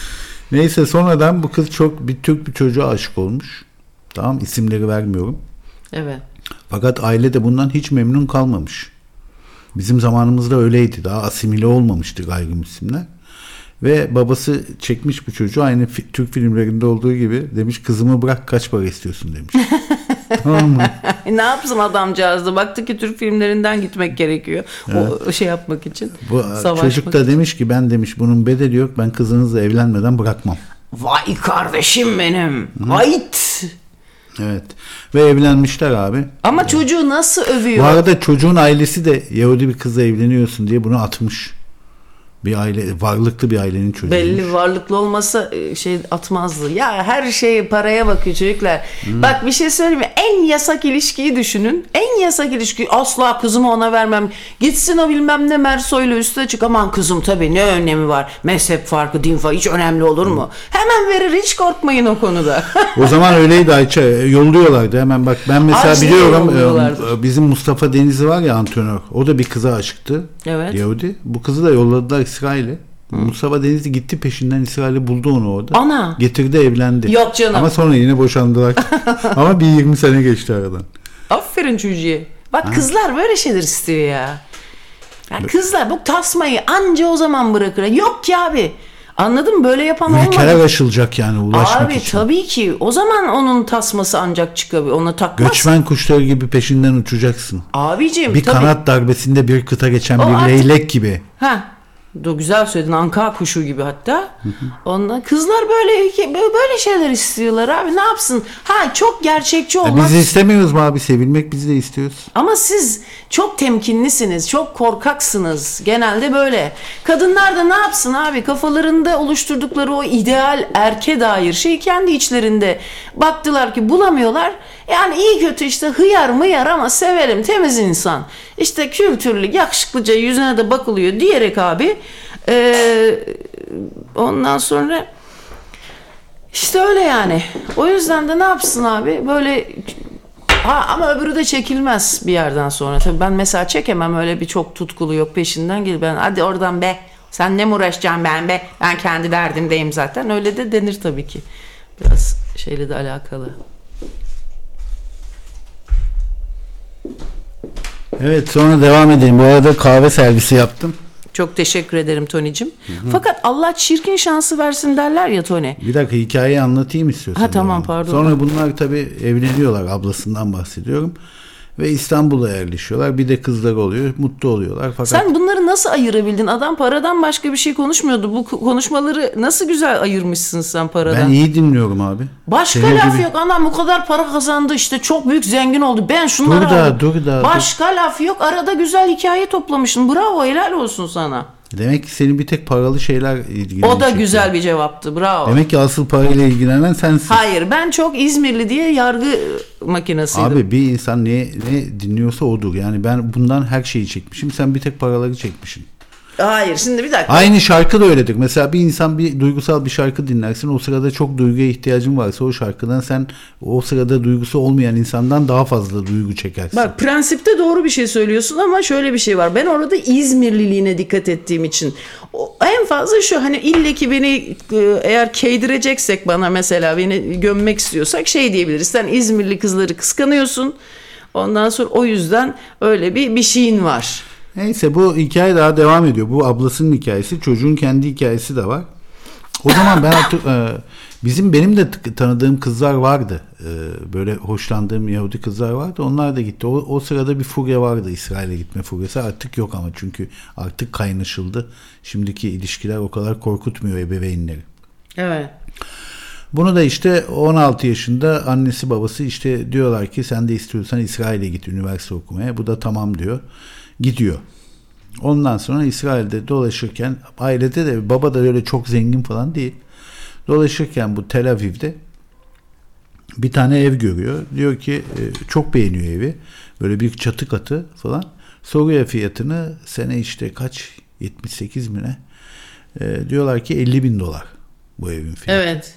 Neyse sonradan bu kız çok bir Türk bir çocuğa aşık olmuş. Tamam, isimleri vermiyorum. Evet. Fakat aile de bundan hiç memnun kalmamış. Bizim zamanımızda öyleydi. Daha asimile olmamıştı gayrimüslimler. Ve babası çekmiş bu çocuğu aynı fi- Türk filmlerinde olduğu gibi, demiş kızımı bırak, kaç para istiyorsun demiş. Tamam mı? Ne yapsın adamcağız da baktı ki Türk filmlerinden gitmek gerekiyor. Evet. O şey yapmak için. Bu çocuk da için. demiş ki ben demiş bunun bedeli yok, ben kızınızla evlenmeden bırakmam. Vay kardeşim benim. Vayt. Evet. Ve evlenmişler abi. Ama evet. Çocuğu nasıl övüyor? Bu arada çocuğun ailesi de Yahudi bir kızla evleniyorsun diye bunu atmış. Bir aile, varlıklı bir ailenin çocuğuymuş. Belli varlıklı olmasa şey atmazdı. Ya her şey paraya bakıyor çocuklar. Hmm. Bak bir şey söyleyeyim mi? En yasak ilişkiyi düşünün. En yasak ilişki, asla kızımı ona vermem. Gitsin o bilmem ne Mersoy'la üstüne çık. Aman kızım tabii ne önemi var? Mezhep farkı, din farkı hiç önemli olur mu? Hmm. Hemen verir, hiç korkmayın o konuda. O zaman öyleydi Ayça. Yolluyorlardı hemen, bak ben mesela Acil biliyorum bizim Mustafa Denizli var ya, antrenör. O da bir kıza aşıktı. Evet. Yahudi. Bu kızı da yolladılar İsrail'e. Hmm. Mustafa Denizli gitti peşinden İsrail'e, buldu onu orada. Ana. Getirdi, evlendi. Yok canım. Ama sonra yine boşandılar. Ama bir yirmi sene geçti aradan. Aferin çocuğa. Bak ha. Kızlar böyle şeyler istiyor ya. ya kızlar bu tasmayı anca o zaman bırakır. Yok ki abi. Anladın mı? Böyle yapan olmadı. Ülkeler aşılacak yani ulaşmak abi, için. Abi tabii ki. O zaman onun tasması ancak çıkabilir. Ona takmaz. Göçmen kuşları gibi peşinden uçacaksın. Abiciğim bir tabii. kanat darbesinde bir kıta geçen o bir artık... leylek gibi. Ha. Do güzel söyledin, anka kuşu gibi hatta. Ondan kızlar böyle böyle şeyler istiyorlar abi. Ne yapsın? Ha çok gerçekçi olmak. E biz istemiyoruz mu abi? Sevilmek biz de istiyoruz. Ama siz çok temkinlisiniz, çok korkaksınız. Genelde böyle. Kadınlar da ne yapsın abi? Kafalarında oluşturdukları o ideal erke dair şey kendi içlerinde baktılar ki bulamıyorlar. Yani iyi kötü işte hıyar mıyar ama severim, temiz insan. İşte kültürlü, yakışıklıca yüzüne de bakılıyor diyerek abi. Ee, ondan sonra işte öyle yani. O yüzden de ne yapsın abi? Böyle ha, ama öbürü de çekilmez bir yerden sonra. Tabii ben mesela çekemem, öyle bir çok tutkulu yok peşinden gel ben. Hadi oradan be. Sen ne mi uğraşacaksın ben be? Ben kendi derdimdeyim zaten. Öyle de denir tabii ki. Biraz şeyle de alakalı. Evet, sonra devam edelim. Bu arada kahve servisi yaptım. Çok teşekkür ederim Tony'cim. Fakat Allah çirkin şansı versin derler ya Tony. Bir dakika hikayeyi anlatayım istiyorsan. Ha tamam, pardon. Sonra bunlar tabii evleniyorlar, ablasından bahsediyorum. Ve İstanbul'a yerleşiyorlar. Bir de kızlar oluyor. Mutlu oluyorlar. Fakat sen bunları nasıl ayırabildin? Adam paradan başka bir şey konuşmuyordu. Bu konuşmaları nasıl güzel ayırmışsın sen paradan. Ben iyi dinliyorum abi. Başka Senin laf gibi... yok. Anam bu kadar para kazandı işte. Çok büyük zengin oldu. Ben şunları dur da, aldım. dur da, başka dur. laf yok. Arada güzel hikaye toplamışsın. Bravo, helal olsun sana. Demek ki senin bir tek paralı şeyler ilgileniyor. O da güzel yani. Bir cevaptı. Bravo. Demek ki asıl parayla ilgilenen sensin. Hayır, ben çok İzmirli diye yargı makinesiydim. Abi bir insan ne, ne dinliyorsa odur. Yani ben bundan her şeyi çekmişim. Sen bir tek paraları çekmişsin. Hayır şimdi bir dakika. Aynı şarkı da öyledir. Mesela bir insan bir duygusal bir şarkı dinlersin. O sırada çok duyguya ihtiyacın varsa o şarkıdan sen o sırada duygusu olmayan insandan daha fazla duygu çekersin. Bak prensipte doğru bir şey söylüyorsun ama şöyle bir şey var. Ben orada İzmirliliğine dikkat ettiğim için o, en fazla şu hani ille ki beni eğer keydireceksek bana mesela beni gömmek istiyorsak şey diyebiliriz. Sen İzmirli kızları kıskanıyorsun. Ondan sonra o yüzden öyle bir bir şeyin var. Neyse bu hikaye daha devam ediyor. Bu ablasının hikayesi. Çocuğun kendi hikayesi de var. O zaman ben artık e, bizim benim de tanıdığım kızlar vardı. E, böyle hoşlandığım Yahudi kızlar vardı. Onlar da gitti. O, o sırada bir furya vardı. İsrail'e gitme furyası. Artık yok ama çünkü artık kaynaşıldı. Şimdiki ilişkiler o kadar korkutmuyor ebeveynleri. Evet. Bunu da işte on altı yaşında annesi babası işte diyorlar ki sen de istiyorsan İsrail'e git üniversite okumaya. Bu da tamam diyor. Gidiyor. Ondan sonra İsrail'de dolaşırken ailede de baba da öyle çok zengin falan değil. Dolaşırken bu Tel Aviv'de bir tane ev görüyor. Diyor ki çok beğeniyor evi. Böyle bir çatı katı falan. Soruyor fiyatını. Sene işte kaç? yetmiş sekiz mi ne? E, diyorlar ki elli bin dolar bu evin fiyatı. Evet.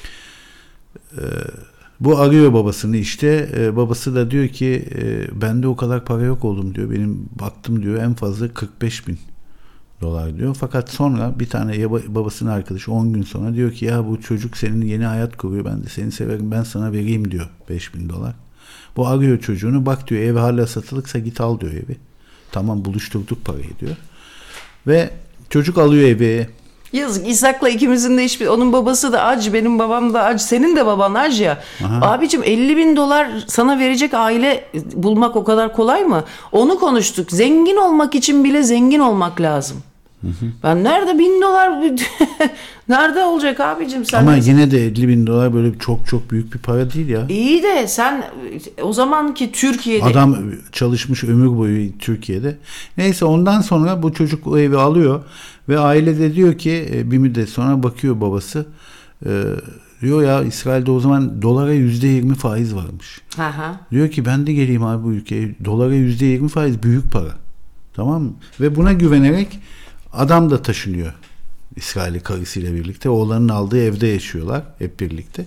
E, Bu arıyor babasını işte. Ee, babası da diyor ki e, bende o kadar para yok oğlum diyor. Benim baktım diyor en fazla kırk beş bin dolar diyor. Fakat sonra bir tane ya, babasının arkadaşı on gün sonra diyor ki ya bu çocuk senin yeni hayat kuruyor. Ben de seni severim ben sana vereyim diyor beş bin dolar. Bu arıyor çocuğunu bak diyor ev hala satılıksa git al diyor evi. Tamam buluşturduk parayı diyor. Ve çocuk alıyor evi. Yazık İshak'la ikimizin de hiçbir onun babası da aç benim babam da aç senin de baban aç ya. Aha. Abicim elli bin dolar sana verecek aile bulmak o kadar kolay mı? Onu konuştuk. Zengin olmak için bile zengin olmak lazım. Hı hı. Ben nerede bin dolar nerede olacak abicim sen? Ama de... yine de elli bin dolar böyle çok çok büyük bir para değil ya. İyi de sen o zamanki Türkiye'de. Adam çalışmış ömür boyu Türkiye'de. Neyse ondan sonra bu çocuk o evi alıyor ve aile de diyor ki bir müddet sonra bakıyor babası e, diyor ya İsrail'de o zaman dolara yüzde yirmi faiz varmış. Aha. Diyor ki ben de geleyim abi bu ülkeye dolara yüzde yirmi faiz büyük para. Tamam mı? Ve buna güvenerek adam da taşınıyor İsrail'i karısıyla birlikte. Oğlanın aldığı evde yaşıyorlar hep birlikte.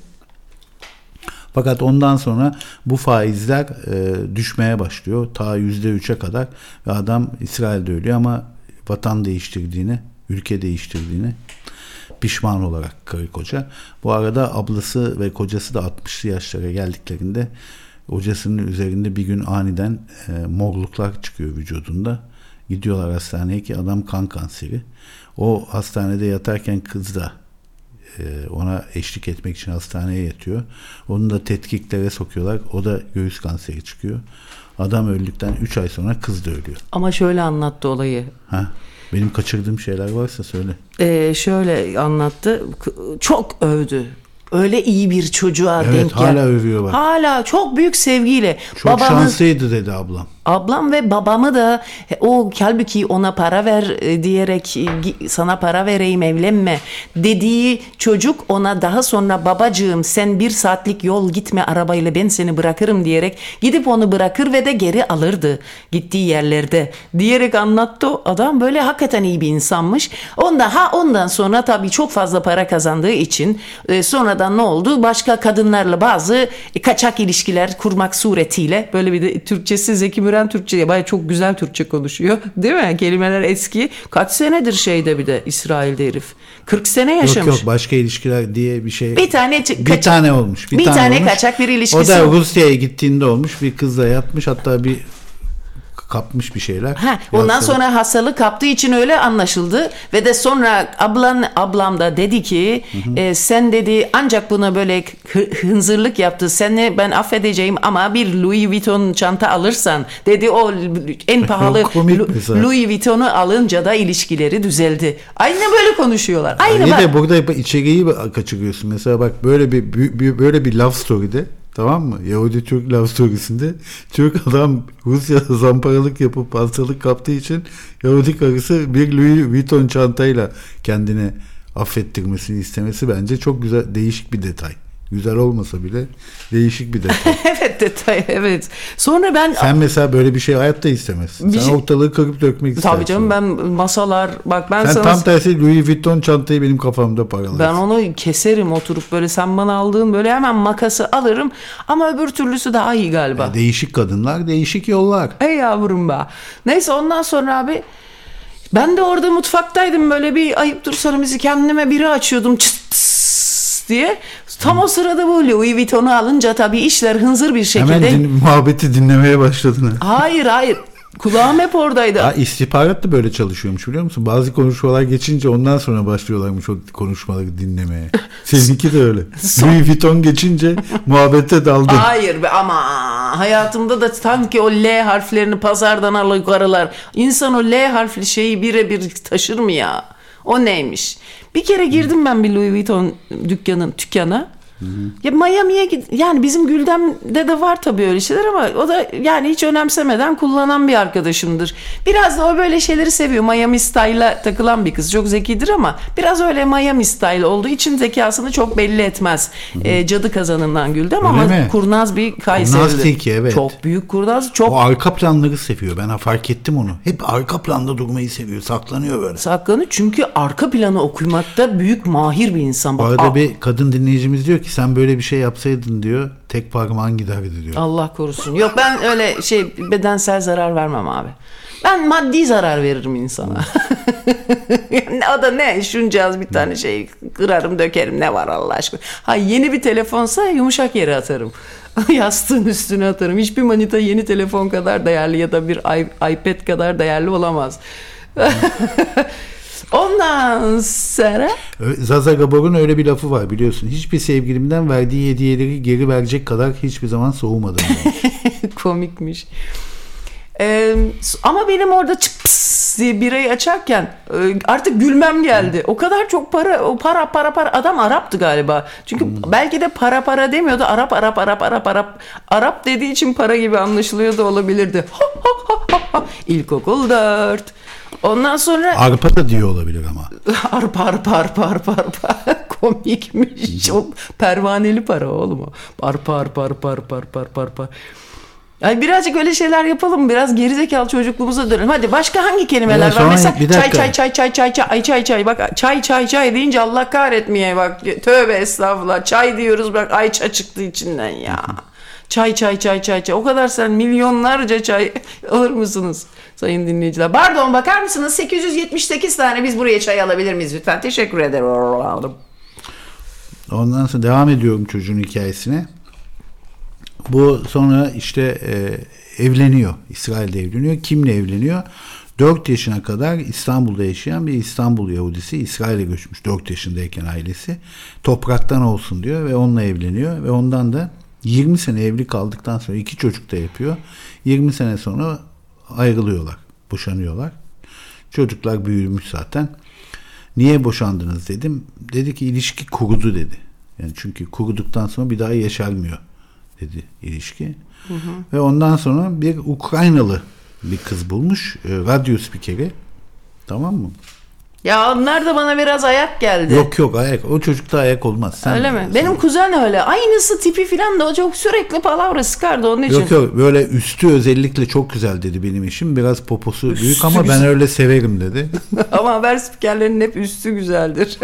Fakat ondan sonra bu faizler e, düşmeye başlıyor. Ta yüzde üçe kadar ve adam İsrail'de ölüyor ama vatan değiştirdiğine, ülke değiştirdiğine pişman olarak karı koca. Bu arada ablası ve kocası da altmışlı yaşlara geldiklerinde kocasının üzerinde bir gün aniden e, morluklar çıkıyor vücudunda. Gidiyorlar hastaneye ki adam kan kanseri. O hastanede yatarken kız da e, ona eşlik etmek için hastaneye yatıyor. Onu da tetkiklere sokuyorlar. O da göğüs kanseri çıkıyor. Adam öldükten üç ay sonra kız da ölüyor. Ama şöyle anlattı olayı. Ha, benim kaçırdığım şeyler varsa söyle. Ee, şöyle anlattı. Çok övdü. Öyle iyi bir çocuğa evet, denk geldi. Hala övüyor bak. Hala çok büyük sevgiyle. Çok Babamız, şanslıydı dedi ablam. Ablam ve babamı da o halbuki ona para ver diyerek sana para vereyim evlenme dediği çocuk ona daha sonra babacığım sen bir saatlik yol gitme arabayla ben seni bırakırım diyerek gidip onu bırakır ve de geri alırdı gittiği yerlerde diyerek anlattı. Adam böyle hakikaten iyi bir insanmış. Ondan, ha, ondan sonra tabii çok fazla para kazandığı için sonradan ne oldu? Başka kadınlarla bazı kaçak ilişkiler kurmak suretiyle böyle bir de Türkçesi Zeki Müren Türkçe, bayağı çok güzel Türkçe konuşuyor. Değil mi? Kelimeler eski. Kaç senedir şeyde bir de İsrail'de herif. kırk sene yaşamış. Yok yok başka ilişkiler diye bir şey. Bir tane bir kaçak, tane olmuş. Bir, bir tane, tane kaçak bir ilişkisi. O da Rusya'ya gittiğinde olmuş. Bir kızla yatmış hatta bir kapmış bir şeyler. Ha, ondan hastalık. Sonra hastalık kaptığı için öyle anlaşıldı ve de sonra ablan ablam da dedi ki hı hı. E, sen dedi ancak buna böyle hınzırlık yaptı. Seni ben affedeceğim ama bir Louis Vuitton çanta alırsan dedi o en pahalı Louis Vuitton'u alınca da ilişkileri düzeldi. Aynı böyle konuşuyorlar. Aynı İyi bak. de burada içeriği kaçırıyorsun. Mesela bak böyle bir, bir böyle bir love story'de tamam mı? Yahudi Türk love storiesinde Türk adam Rusya'da zamparalık yapıp hastalık kaptığı için Yahudi karısı bir Louis Vuitton çantayla kendini affettirmesini istemesi bence çok güzel değişik bir detay. Güzel olmasa bile değişik bir detay. Evet detay evet. Sonra ben... Sen mesela böyle bir şey hayatta istemezsin. Sen şey... ortalığı kırıp dökmek istersin. Tabii canım ben masalar... Bak ben sen sana... tam tersi Louis Vuitton çantayı benim kafamda paralarsın. Ben onu keserim oturup böyle sen bana aldığın böyle hemen makası alırım. Ama öbür türlüsü daha iyi galiba. Ya değişik kadınlar, değişik yollar. Ey yavrum be. Neyse ondan sonra abi... Ben de orada mutfaktaydım böyle bir ayıptır söylemesi kendime biri açıyordum çıt tıs diye. Tam o sırada bu Louis Vuitton'u alınca tabii işler hınzır bir şekilde. Hemen din, muhabbeti dinlemeye başladın. Hayır hayır. Kulağım hep oradaydı. Ha, istihbarat da böyle çalışıyormuş biliyor musun? Bazı konuşmalar geçince ondan sonra başlıyorlarmış o konuşmaları dinlemeye. Seninki de öyle. Louis Vuitton geçince muhabbete daldın. Hayır be ama hayatımda da sanki o L harflerini pazardan alırlar. İnsan o L harfli şeyi birebir taşır mı ya? O neymiş? Bir kere girdim ben bir Louis Vuitton dükkanın dükkana. Hı hı. Ya Miami'ye git yani bizim Güldem'de de var tabii öyle şeyler ama o da yani hiç önemsemeden kullanan bir arkadaşımdır. Biraz da o böyle şeyleri seviyor. Miami style'a takılan bir kız. Çok zekidir ama biraz öyle Miami style olduğu için zekasını çok belli etmez. E, cadı kazanından Güldem öyle ama mi? Kurnaz bir Kayseri'dir. Kurnaz teki evet. Çok büyük kurnaz. Çok... O arka planları seviyor. Ben fark ettim onu. Hep arka planda durmayı seviyor. Saklanıyor böyle. Saklanıyor çünkü arka planı okumakta büyük mahir bir insan. Bu arada Aa. bir kadın dinleyicimiz diyor ki sen böyle bir şey yapsaydın diyor tek parmağın giderdi diyor. Allah korusun. Yok ben öyle şey bedensel zarar vermem abi. Ben maddi zarar veririm insana. O da ne? Şuncağız bir tane şey kırarım dökerim ne var Allah aşkına. Ha yeni bir telefonsa yumuşak yere atarım. Yastığın üstüne atarım. Hiçbir manita yeni telefon kadar değerli ya da bir iPad kadar değerli olamaz. Ondan sonra Zaza Gabor'un öyle bir lafı var biliyorsun. Hiçbir sevgilimden verdiği hediyeleri geri verecek kadar hiçbir zaman soğumadım. Komikmiş. Ee, ama benim orada çık pıs diye birayı açarken e, artık gülmem geldi. O kadar çok para, o para para para adam Arap'tı galiba. Çünkü hmm. belki de para para demiyordu. Arap Arap Arap Arap Arap. Arap dediği için para gibi anlaşılıyor da olabilirdi. İlkokul dört. Ondan sonra... Arpa da diyor olabilir ama. Arpa arpa arpa arpa arpa. Komikmiş. Çok pervaneli para oğlum o. Arpa arpa arpa arpa arpa arpa arpa. Yani birazcık öyle şeyler yapalım. Biraz gerizekalı çocukluğumuza dönelim. Hadi başka hangi kelimeler var? Mesela çay çay çay çay çay çay ay çay çay. Bak çay çay çay deyince Allah kahretmeye bak. Tövbe estağfurullah. Çay diyoruz bak ayça çıktı içinden ya. Çay çay çay çay çay. O kadar sen milyonlarca çay alır mısınız sayın dinleyiciler? Pardon bakar mısınız? sekiz yüz yetmiş sekiz tane biz buraya çay alabilir miyiz lütfen? Teşekkür ederim. Ondan sonra devam ediyorum çocuğun hikayesine. Bu sonra işte e, evleniyor. İsrail'de evleniyor. Kimle evleniyor? dört yaşına kadar İstanbul'da yaşayan bir İstanbul Yahudisi İsrail'e göçmüş. dört yaşındayken ailesi. Topraktan olsun diyor ve onunla evleniyor ve ondan da yirmi sene evli kaldıktan sonra iki çocuk da yapıyor. yirmi sene sonra ayrılıyorlar. Boşanıyorlar. Çocuklar büyümüş zaten. Niye boşandınız dedim. Dedi ki ilişki kurudu dedi. Yani çünkü kuruduktan sonra bir daha yaşanmıyor dedi ilişki. Hı hı. Ve ondan sonra bir Ukraynalı bir kız bulmuş. Radyo spikeri. Tamam mı? Ya onlar da bana biraz ayak geldi. Yok yok ayak. O çocukta ayak olmaz. Sen öyle mi? Sen... Benim kuzen öyle. Aynısı tipi filan da o çok sürekli palavra sıkardı onun için. Yok yok böyle üstü özellikle çok güzel dedi benim işim. Biraz poposu üstü büyük ama güzel. Ben öyle severim dedi. Ama haber spikerlerinin hep üstü güzeldir.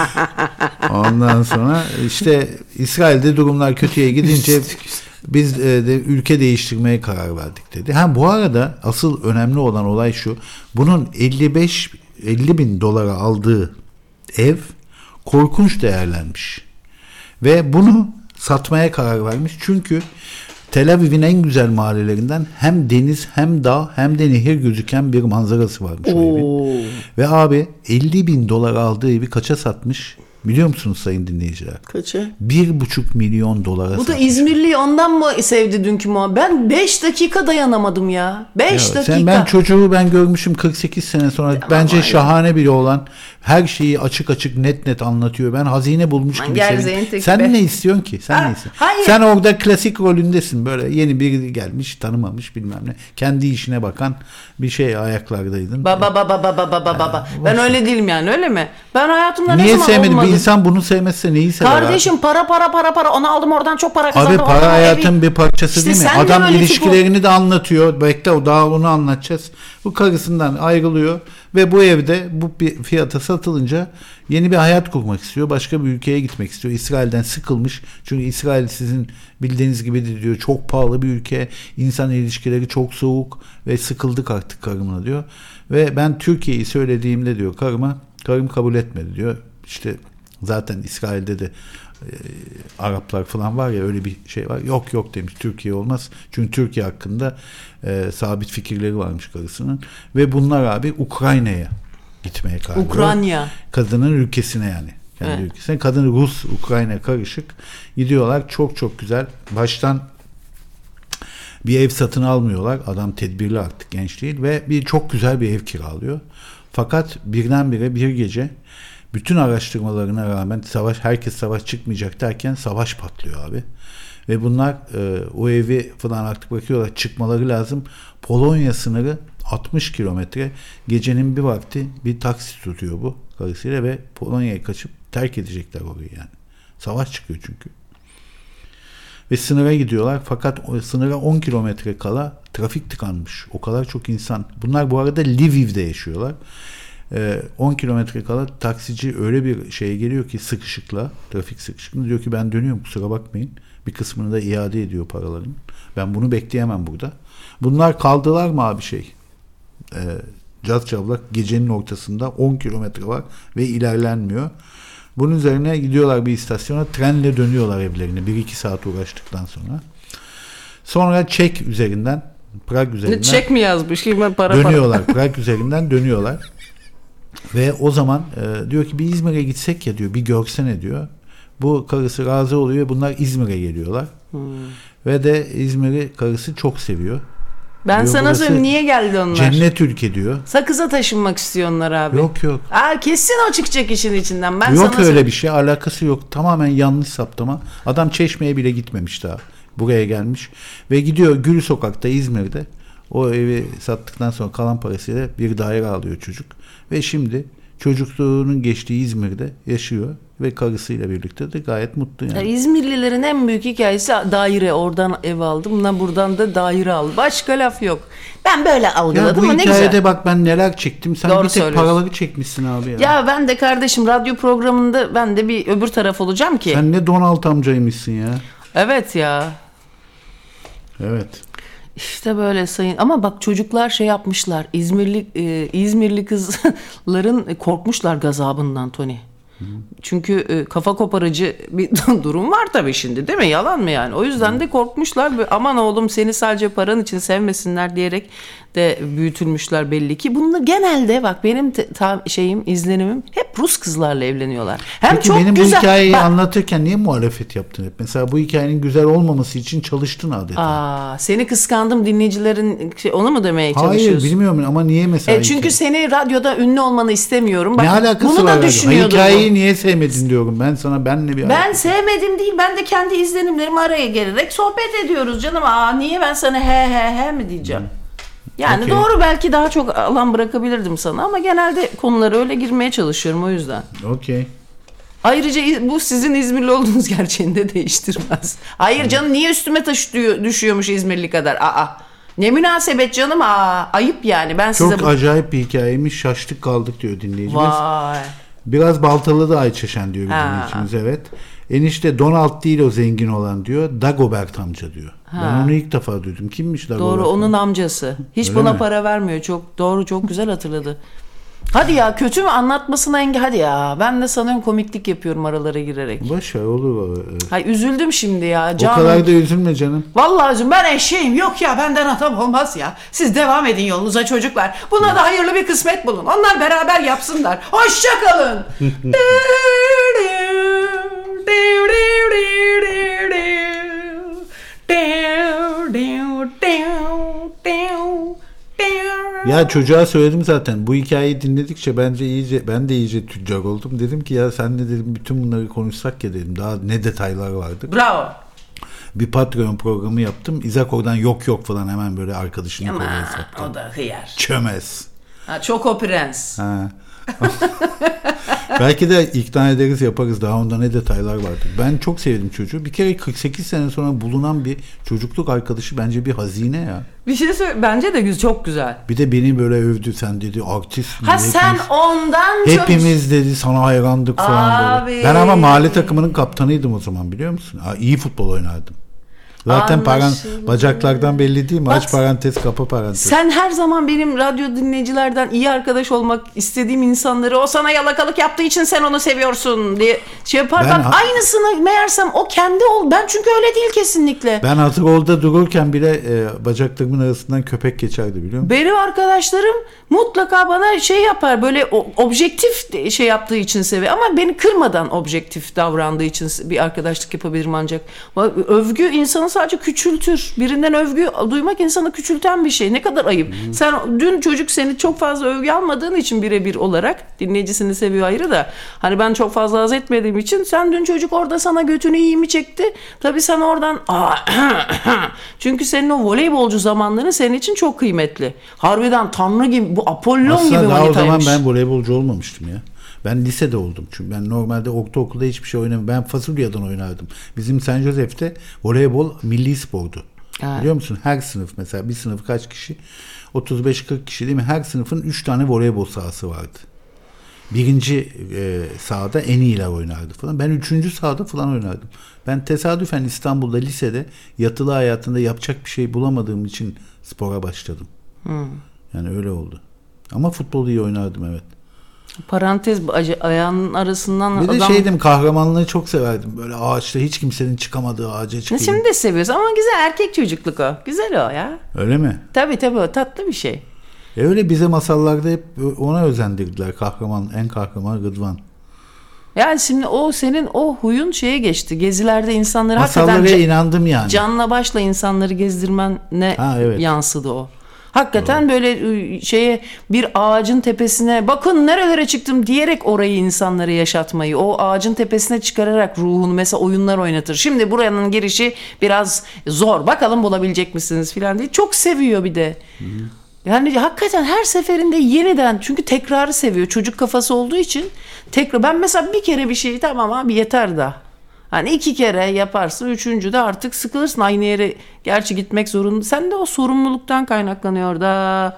Ondan sonra işte İsrail'de durumlar kötüye gidince biz de ülke değiştirmeye karar verdik dedi. Ha bu arada asıl önemli olan olay şu. Bunun elli beş elli bin dolara aldığı ev korkunç değerlenmiş. Ve bunu satmaya karar vermiş. Çünkü Tel Aviv'in en güzel mahallelerinden hem deniz hem dağ hem de nehir gözüken bir manzarası varmış o evin. Ve abi elli bin dolar aldığı evi kaça satmış? Biliyor musunuz sayın dinleyiciler? Kaça? Bir buçuk milyon dolara Bu da İzmirli ondan mı sevdi dünkü muhabbet? Ben beş dakika dayanamadım ya. Beş dakika. Sen, ben çocuğu ben görmüşüm kırk sekiz sene sonra. Tamam, bence aynen. Şahane biri olan. Her şeyi açık açık net net anlatıyor. Ben hazine bulmuş gibi sevindim. Sen be. Ne istiyorsun ki? Sen ha, ne istiyorsun? Hayır. Sen orada klasik rolündesin. Böyle yeni biri gelmiş, tanımamış bilmem ne. Kendi işine bakan bir şey ayaklardaydın. Baba baba baba baba baba baba. Ben öyle değilim yani öyle mi? Ben hayatımda niye ne zaman sevmedin? olmadım? insan bunu sevmezse neyi sever Kardeşim abi? para para para para onu aldım oradan çok para kazandım. Abi para hayatın evi... bir parçası işte değil mi? Adam de ilişkilerini bu... de anlatıyor. Bekle o daha onu anlatacağız. Bu karısından ayrılıyor ve bu evde bu bir fiyata satılınca yeni bir hayat kurmak istiyor. Başka bir ülkeye gitmek istiyor. İsrail'den sıkılmış. Çünkü İsrail sizin bildiğiniz gibi de diyor çok pahalı bir ülke. İnsan ilişkileri çok soğuk ve sıkıldık artık karımla diyor. Ve ben Türkiye'yi söylediğimde diyor karıma, karım kabul etmedi diyor. İşte zaten İsrail'de de e, Araplar falan var ya öyle bir şey var. Yok yok demiş Türkiye olmaz. Çünkü Türkiye hakkında e, sabit fikirleri varmış karısının. Ve bunlar abi Ukrayna'ya gitmeye karar veriyor. Ukrayna. Kadının ülkesine yani. Kendi evet. ülkesine. Kadın Rus, Ukrayna karışık. Gidiyorlar çok çok güzel. Baştan bir ev satın almıyorlar. Adam tedbirli artık genç değil ve bir çok güzel bir ev kiralıyor. Fakat birdenbire bir gece bütün araştırmalarına rağmen savaş herkes savaş çıkmayacak derken savaş patlıyor abi. Ve bunlar e, o evi falan artık bakıyorlar çıkmaları lazım. Polonya sınırı altmış kilometre. Gecenin bir vakti bir taksi tutuyor bu karısıyla ve Polonya'ya kaçıp terk edecekler orayı yani. Savaş çıkıyor çünkü. Ve sınıra gidiyorlar fakat o sınıra on kilometre kala trafik tıkanmış. O kadar çok insan. Bunlar bu arada Lviv'de yaşıyorlar. Ee, on kilometre kala taksici öyle bir şeye geliyor ki sıkışıkla, trafik sıkışıkla diyor ki ben dönüyorum kusura bakmayın. Bir kısmını da iade ediyor paralarının. Ben bunu bekleyemem burada. Bunlar kaldılar mı abi şey? Ee, caz çavlak gecenin ortasında on kilometre var ve ilerlenmiyor. Bunun üzerine gidiyorlar bir istasyona trenle dönüyorlar evlerine. bir iki saat uğraştıktan sonra. Sonra Çek üzerinden Prag üzerinden. Çek mi yazmış? Para dönüyorlar. Para. Prag üzerinden dönüyorlar. Ve o zaman e, diyor ki bir İzmir'e gitsek ya diyor. Bir görsene diyor. Bu karısı razı oluyor. Bunlar İzmir'e geliyorlar. Hmm. Ve de İzmir'i karısı çok seviyor. Ben diyor, sana söyleyeyim niye geldi onlar? Cennet ülke diyor. Sakız'a taşınmak istiyorlar abi. Yok yok. Aa, kesin o çıkacak işin içinden. Ben yok sana öyle söyleyeyim. Bir şey alakası yok. Tamamen yanlış saptama. Adam Çeşme'ye bile gitmemiş daha. Buraya gelmiş. Ve gidiyor Gül Sokak'ta İzmir'de. O evi sattıktan sonra kalan parasıyla bir daire alıyor çocuk. Ve şimdi çocukluğunun geçtiği İzmir'de yaşıyor. Ve karısıyla birlikte de gayet mutlu yani. Ya İzmirlilerin en büyük hikayesi daire. Oradan ev aldım. Buradan da daire aldım. Başka laf yok. Ben böyle algıladım ama ne güzel. Bu hikayede bak ben neler çektim. Sen doğru bir tek paraları çekmişsin abi ya. Ya ben de kardeşim radyo programında ben de bir öbür taraf olacağım ki. Sen ne Donald amcaymışsın ya. Evet ya. Evet. İşte böyle sayın ama bak çocuklar şey yapmışlar. İzmirli e, İzmirli kızların korkmuşlar gazabından Tony. Hı. Çünkü e, kafa koparıcı bir durum var tabii şimdi değil mi? Yalan mı yani? O yüzden Hı. de korkmuşlar. Aman oğlum seni sadece paran için sevmesinler diyerek de büyütülmüşler belli ki. Bunu genelde bak benim te, ta, şeyim izlenimim hep Rus kızlarla evleniyorlar. Hem peki çok benim güzel, bu hikayeyi bak, anlatırken niye muhalefet yaptın hep? Mesela bu hikayenin güzel olmaması için çalıştın adeta. Aa, seni kıskandım dinleyicilerin şey, onu mu demeye Hayır, çalışıyorsun? Hayır bilmiyorum ama niye mesela? E, çünkü hikaye? Seni radyoda ünlü olmanı istemiyorum. Bak, ne alakası bunu var? da düşünüyordum. Hikayeyi niye sevmedin diyorum ben sana benle bir Ben alakası. Sevmedim değil ben de kendi izlenimlerimi araya gelerek sohbet ediyoruz canım. Aa, niye ben sana he he he mi diyeceğim? Hmm. Yani okay. Doğru belki daha çok alan bırakabilirdim sana ama genelde konulara öyle girmeye çalışıyorum o yüzden. Okey. Ayrıca bu sizin İzmirli olduğunuz gerçeğini de değiştirmez. Hayır canım niye üstüme taş düşüyormuş İzmirli kadar? Aa. Ne münasebet canım aa. Ayıp yani ben çok size... Çok acayip bir hikayeymiş şaştık kaldık diyor dinleyicimiz. Vay. Biraz baltalı da Ayçeşen diyor bir dinleyicimiz evet. Enişte Donald değil o zengin olan diyor. Dagobert amca diyor. Ha. Ben onu ilk defa duydum. Kimmiş Dagobert? Doğru onun amcası. Hiç öyle buna mi? Para vermiyor. Çok doğru çok güzel hatırladı. Hadi ya kötü mü anlatmasına engel hadi ya. Ben de sanıyorum komiklik yapıyorum aralara girerek. Boş ver olur. Hay üzüldüm şimdi ya. Canım. O kadar da üzülme canım. Vallahi üzüm ben eşeğim yok ya benden adam olmaz ya. Siz devam edin yolunuza çocuklar. Buna da hayırlı bir kısmet bulun. Onlar beraber yapsınlar. Hoşça kalın. Ya çocuğa söyledim zaten. Bu hikayeyi dinledikçe bence iyice ben de iyice tüccar oldum. Dedim ki ya sen de dedim bütün bunları konuşsak ya dedim. Daha ne detaylar vardı. Bravo. Bir Patreon programı yaptım. İzak oradan yok yok falan hemen böyle arkadaşını koruya sattı. O da hıyar. Çömez. Ha, çok o prens. Ha. Belki de ikna ederiz, yaparız. Daha onda ne detaylar vardı. Ben çok sevdim çocuğu. Bir kere kırk sekiz sene sonra bulunan bir çocukluk arkadaşı bence bir hazine ya. Bir şey söyle. Bence de güzel, çok güzel. Bir de beni böyle övdü. Sen dedi artist. Ha sen ondan çok... Hepimiz dedi sana hayrandık falan Abi. böyle. Ben ama mahalle takımının kaptanıydım o zaman, biliyor musun? Ha, iyi futbol oynardım. Zaten paran, bacaklardan belli değil mi? Bak, aç parantez, kapa parantez. Sen her zaman benim radyo dinleyicilerden iyi arkadaş olmak istediğim insanları, o sana yalakalık yaptığı için sen onu seviyorsun diye şey yapar. Ben, bak aynısını meğersem o kendi ol. Ben çünkü öyle değil kesinlikle. Ben hazır orada dururken bile e, bacaklarımın arasından köpek geçerdi, biliyor musun? Benim arkadaşlarım mutlaka bana şey yapar, böyle o, objektif şey yaptığı için seviyor. Ama beni kırmadan objektif davrandığı için bir arkadaşlık yapabilirim ancak. Övgü insanı sadece küçültür. Birinden övgü duymak insanı küçülten bir şey. Ne kadar ayıp. Hmm. Sen dün çocuk seni çok fazla övgü almadığın için birebir olarak, dinleyicisini seviyor ayrı da, hani ben çok fazla haz etmediğim için, sen dün çocuk orada sana götünü iyi mi çekti? Tabii sen oradan çünkü senin o voleybolcu zamanların senin için çok kıymetli. Harbiden tanrı gibi, bu Apollon aslında gibi manitaymış. Aslında daha o zaman ben voleybolcu olmamıştım ya. Ben lisede oldum çünkü ben normalde ortaokulda hiçbir şey oynamadım. Ben fasulyadan oynardım. Bizim Saint Joseph'te voleybol milli spordu. Evet. Biliyor musun? Her sınıf, mesela bir sınıf kaç kişi? otuz beş kırk kişi değil mi? Her sınıfın üç tane voleybol sahası vardı. Birinci e, sahada en iyiler oynardı falan. Ben üçüncü sahada falan oynardım. Ben tesadüfen İstanbul'da lisede yatılı hayatında yapacak bir şey bulamadığım için spora başladım. Hmm. Yani öyle oldu. Ama futbolu iyi oynardım, evet. Parantez ayağının arasından bir adam... de şeydim, kahramanlığı çok severdim. Böyle ağaçta hiç kimsenin çıkamadığı ağaca çıkayım. Şimdi de seviyorsun ama güzel, erkek çocukluk o. Güzel o ya. Öyle mi? Tabii tabii, o tatlı bir şey. E öyle bize masallarda hep ona özendirdiler. Kahraman, en kahraman Rıdvan. Yani şimdi o senin o huyun şeye geçti. Gezilerde insanları masallara hakikaten inandım yani. Canla başla insanları gezdirmenle ha, evet. yansıdı o. Hakikaten doğru. Böyle şeye, bir ağacın tepesine bakın nerelere çıktım diyerek orayı insanlara yaşatmayı, o ağacın tepesine çıkararak ruhunu, mesela oyunlar oynatır. Şimdi buranın girişi biraz zor, bakalım bulabilecek misiniz filan diye çok seviyor bir de. Hı. Yani hakikaten her seferinde yeniden, çünkü tekrarı seviyor. Çocuk kafası olduğu için tekrar. Ben mesela bir kere bir şeyi tamam abi yeter da. Hani iki kere yaparsın, üçüncü de artık sıkılırsın, aynı yere gerçi gitmek zorunda. Sen de o sorumluluktan kaynaklanıyor da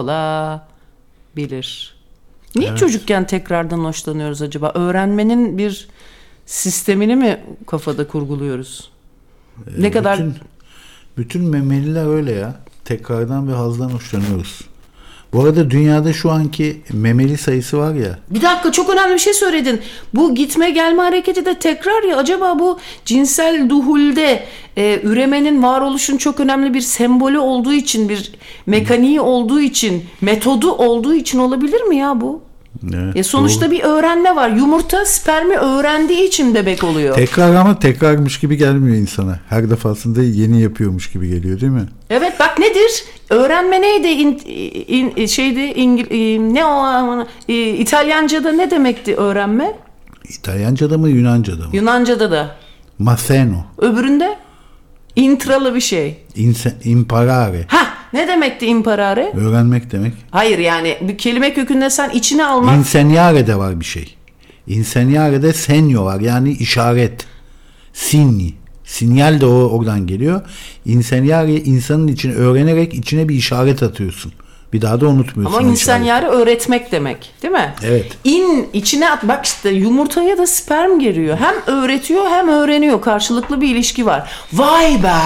olabilir. Niye evet. Çocukken tekrardan hoşlanıyoruz acaba? Öğrenmenin bir sistemini mi kafada kurguluyoruz? Ee, ne kadar... Bütün, bütün memeliler öyle ya. Tekrardan ve hazdan hoşlanıyoruz. Bu arada dünyada şu anki memeli sayısı var ya. Bir dakika, çok önemli bir şey söyledin. Bu gitme gelme hareketi de tekrar ya. Acaba bu cinsel duhulde e, üremenin, varoluşun çok önemli bir sembolü olduğu için, bir mekaniği olduğu için, metodu olduğu için olabilir mi ya bu? Evet, e sonuçta doğru. Bir öğrenme var. Yumurta spermi öğrendiği için bebek oluyor. Tekrar, ama tekrarmış gibi gelmiyor insana. Her defasında yeni yapıyormuş gibi geliyor, değil mi? Evet, bak nedir? Öğrenme neydi? İn, in, şeydi İngil, ne o İtalyanca'da ne demekti öğrenme? İtalyanca'da mı, Yunanca'da mı? Yunanca'da da. Maseno. Öbüründe intralı bir şey. İnse, imparare. Ha, ne demekti imparare? Öğrenmek demek. Hayır, yani bir kelime kökünde sen içine almak. Insegnare var bir şey. Insegnare'de segno var, yani işaret. Signi. Sinyal de o oradan geliyor. Insegnare, insanın için öğrenerek içine bir işaret atıyorsun. Bir daha da unutmuyorsun. Ama insegnare öğretmek demek, değil mi? Evet. İn içine at. Bak işte yumurtaya da sperm giriyor. Hem öğretiyor hem öğreniyor. Karşılıklı bir ilişki var. Vay be.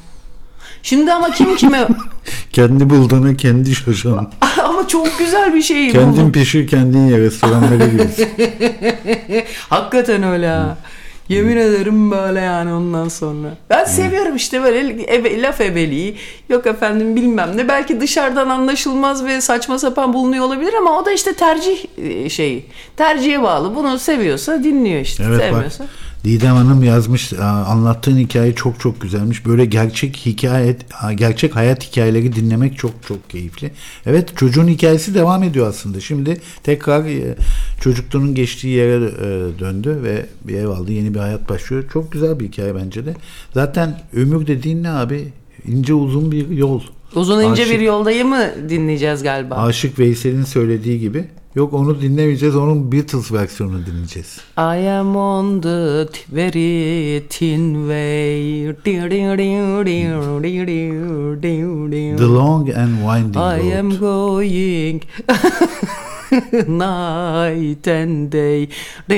Şimdi ama kim kime... Kendi bulduğuna kendi şaşan. Ama çok güzel bir şey. Kendin pişir kendin ye, restoranlara gidiyorsun. Hakikaten öyle ha. Yemin ederim böyle yani ondan sonra. Ben hmm. seviyorum işte böyle ebe, laf ebeliği. Yok efendim bilmem ne. Belki dışarıdan anlaşılmaz ve saçma sapan bulunuyor olabilir ama o da işte tercih şeyi. Tercihe bağlı. Bunu seviyorsa dinliyor işte. Evet, sevmiyorsa. Bak, Didem Hanım yazmış, anlattığın hikaye çok çok güzelmiş. Böyle gerçek hikaye, gerçek hayat hikayeleri dinlemek çok çok keyifli. Evet, çocuğun hikayesi devam ediyor aslında. Şimdi tekrar çocukluğunun geçtiği yere döndü ve bir ev aldı, yeni bir hayat başlıyor. Çok güzel bir hikaye bence de. Zaten ömür dediğin ne abi? İnce uzun bir yol. Uzun ince Aşık, bir yoldayı mı dinleyeceğiz galiba? Aşık Veysel'in söylediği gibi. Yok, onu dinlemeyeceğiz. Onun Beatles versiyonunu dinleyeceğiz. I am on the very thin way. The long and winding road. I am going night and day.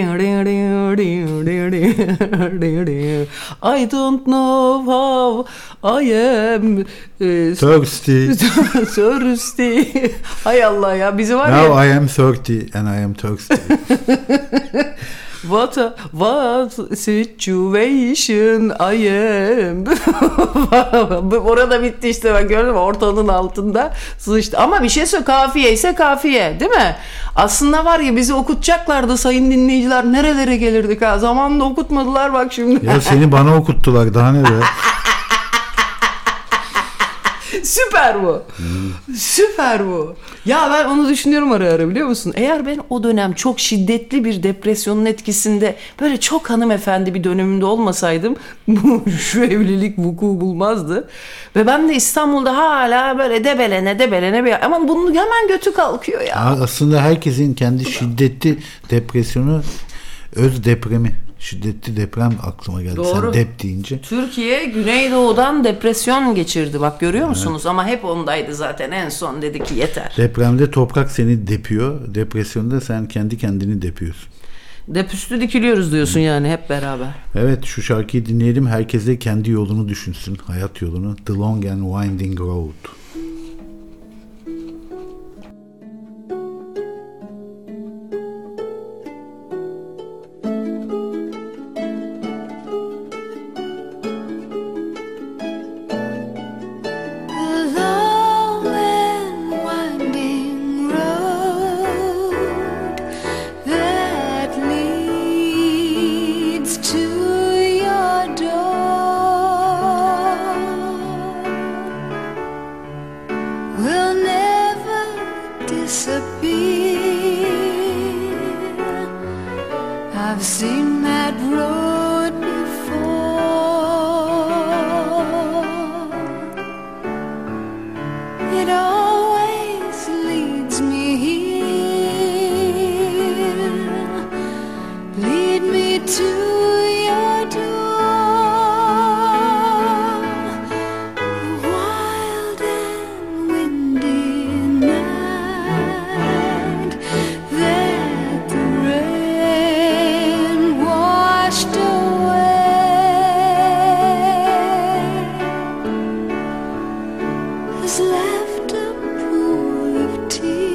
I don't know how I am uh, thirsty. thirsty. Hay Allah ya, bizi var Now ya. I am thirty and I am thirsty. What a, what situation I am. Orada bitti işte, ben gördüm ortanın altında sıçtı. Ama bir şey söyle, kafiye ise kafiye, değil mi? Aslında var ya, bizi okutacaklardı sayın dinleyiciler, nerelere gelirdik ha. Zamanında okutmadılar bak şimdi. Ya seni bana okuttular, daha ne be? Süper bu. Hmm. Süper bu. Ya ben onu düşünüyorum ara ara, biliyor musun? Eğer ben o dönem çok şiddetli bir depresyonun etkisinde, böyle çok hanımefendi bir dönemimde olmasaydım şu evlilik vuku bulmazdı. Ve ben de İstanbul'da hala böyle debelene debelene bir... Ama bunun hemen götü kalkıyor ya. Aslında herkesin kendi şiddetli depresyonu, öz depremi. Şiddetli deprem aklıma geldi. Doğru. Sen dep deyince. Türkiye Güneydoğu'dan depresyon geçirdi. Bak görüyor musunuz? Evet. Ama hep ondaydı zaten. En son dedi ki yeter. Depremde toprak seni depiyor. Depresyonda sen kendi kendini depiyorsun. Depüstü dikiliyoruz diyorsun yani hep beraber. Evet, şu şarkıyı dinleyelim. Herkes de kendi yolunu düşünsün. Hayat yolunu. The Long and Winding Road.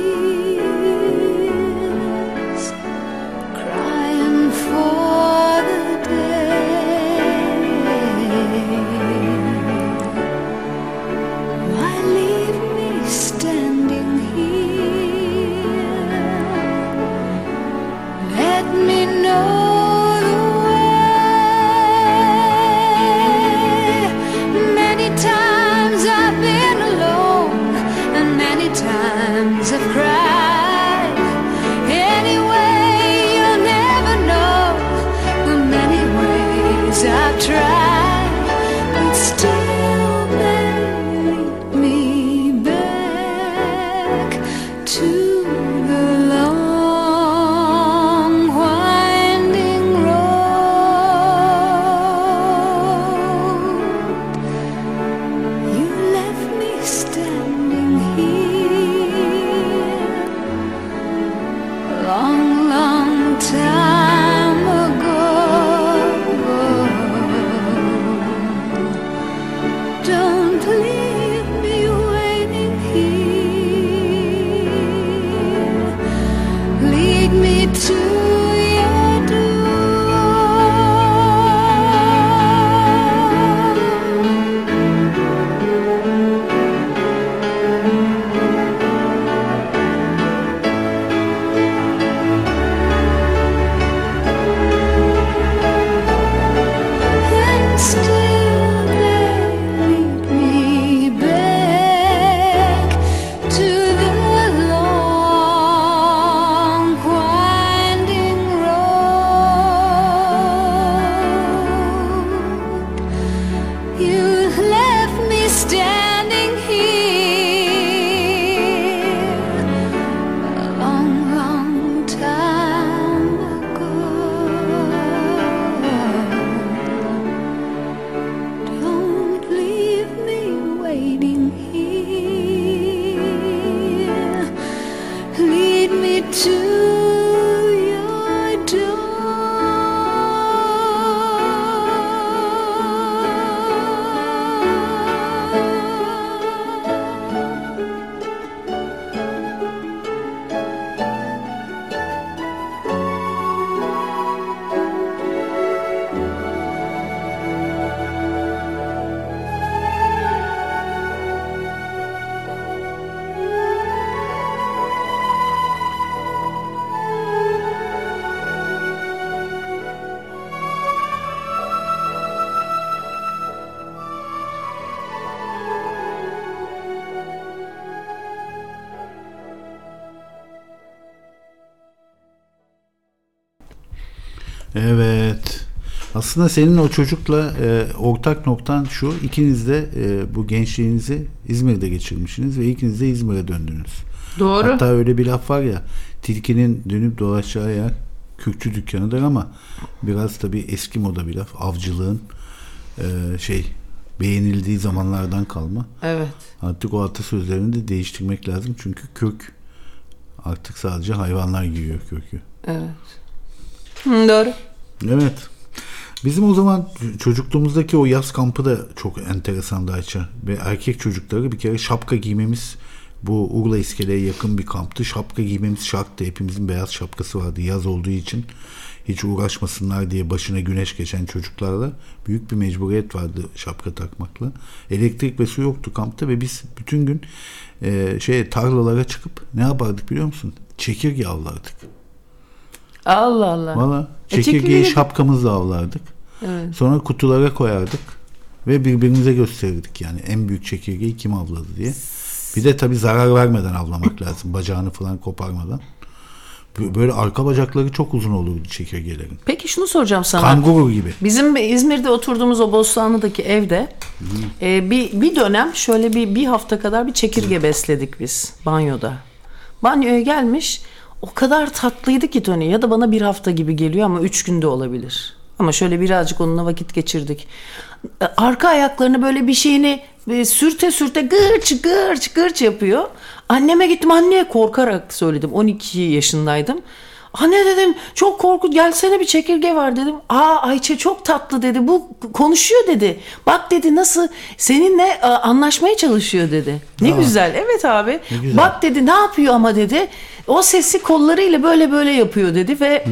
Crying for Evet. Aslında senin o çocukla e, ortak noktan şu. İkiniz de e, bu gençliğinizi İzmir'de geçirmişsiniz ve ikiniz de İzmir'e döndünüz. Doğru. Hatta öyle bir laf var ya, tilkinin dönüp dolaşacağı yer kürkçü dükkanıdır, ama biraz tabii eski moda bir laf. Avcılığın e, şey beğenildiği zamanlardan kalma. Evet. Artık o atasözlerini de değiştirmek lazım. Çünkü kürk artık sadece hayvanlar giyiyor kürkü. Evet. Hı, doğru. Evet. Bizim o zaman çocukluğumuzdaki o yaz kampı da çok enteresandı Ayça. Ve erkek çocukları bir kere şapka giymemiz, bu Urla İskele'ye yakın bir kamptı. Şapka giymemiz şarttı. Hepimizin beyaz şapkası vardı. Yaz olduğu için hiç uğraşmasınlar diye başına güneş geçen çocuklarla büyük bir mecburiyet vardı şapka takmakla. Elektrik ve su yoktu kampta ve biz bütün gün e, şey tarlalara çıkıp ne yapardık biliyor musun? Çekirge avlardık. Allah Allah. Valla E, çekirgeyi çekirge- şapkamızla avlardık. Evet. Sonra kutulara koyardık ve birbirimize gösterirdik yani en büyük çekirgeyi kim avladı diye. Bir de tabii zarar vermeden avlamak lazım. Bacağını falan koparmadan. Böyle arka bacakları çok uzun olurdu çekirgelerin. Peki şunu soracağım sana. Kanguru gibi. Bizim İzmir'de oturduğumuz o Bostanlı'daki evde e, bir bir dönem şöyle bir bir hafta kadar bir çekirge besledik biz banyoda. Banyoya gelmiş, o kadar tatlıydı ki Tony, ya da bana bir hafta gibi geliyor ama üç günde olabilir. Ama şöyle birazcık onunla vakit geçirdik. E, Arka ayaklarını böyle bir şeyini e, sürte sürte gırç gırç gırç yapıyor. Anneme gittim, anneye korkarak söyledim. on iki yaşındaydım. Anne dedim, çok korkut, gelsene bir çekirge var dedim. Aa Ayça çok tatlı dedi, bu konuşuyor dedi. Bak dedi, nasıl seninle a, anlaşmaya çalışıyor dedi. Ne Aa, güzel. Evet abi. güzel. Bak dedi, ne yapıyor ama dedi. O sesi kollarıyla böyle böyle yapıyor dedi ve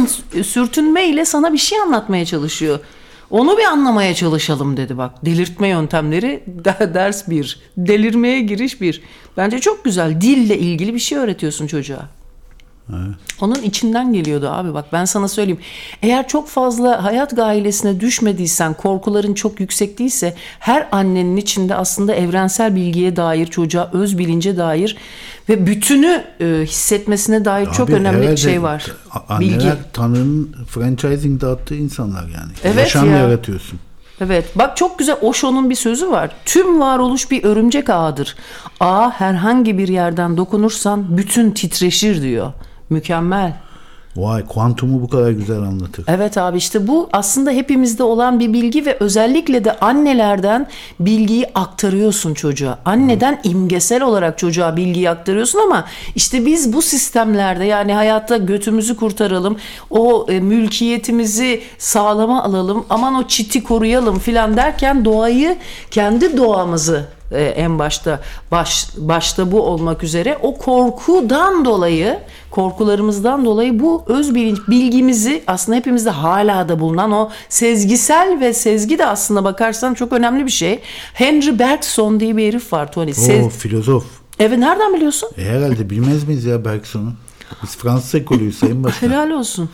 sürtünmeyle sana bir şey anlatmaya çalışıyor. Onu bir anlamaya çalışalım dedi bak. Delirtme yöntemleri ders bir. Delirmeye giriş bir. Bence çok güzel. Dille ilgili bir şey öğretiyorsun çocuğa. Evet. Onun içinden geliyordu abi, bak ben sana söyleyeyim. Eğer çok fazla hayat gailesine düşmediysen, korkuların çok yüksek değilse, her annenin içinde aslında evrensel bilgiye dair, çocuğa öz bilince dair ve bütünü e, hissetmesine dair Abi, çok önemli bir herhalde şey var. Anneler Bilgi. Tanrı'nın franchising dağıttığı insanlar yani. Evet Yaşam ya. yaratıyorsun. Evet, bak çok güzel, Osho'nun bir sözü var. Tüm varoluş bir örümcek ağıdır. Ağa herhangi bir yerden dokunursan bütün titreşir diyor. Mükemmel. Vay, kuantumu bu kadar güzel anlatır. Evet abi, işte bu aslında hepimizde olan bir bilgi ve özellikle de annelerden bilgiyi aktarıyorsun çocuğa. Anneden imgesel olarak çocuğa bilgiyi aktarıyorsun ama işte biz bu sistemlerde, yani hayatta götümüzü kurtaralım, o e, mülkiyetimizi sağlama alalım, aman o çiti koruyalım filan derken doğayı, kendi doğamızı e, en başta baş, başta bu olmak üzere o korkudan dolayı, korkularımızdan dolayı bu öz bilinç bilgimizi, aslında hepimizde hala da bulunan o sezgisel ve sezgi de aslında bakarsan çok önemli bir şey. Henry Bergson diye bir herif var Tony. O Sez- filozof. Evet, nereden biliyorsun? E, herhalde bilmez miyiz ya Bergson'u? Biz Fransız ekolüyüz Sayın Başkan. Helal olsun.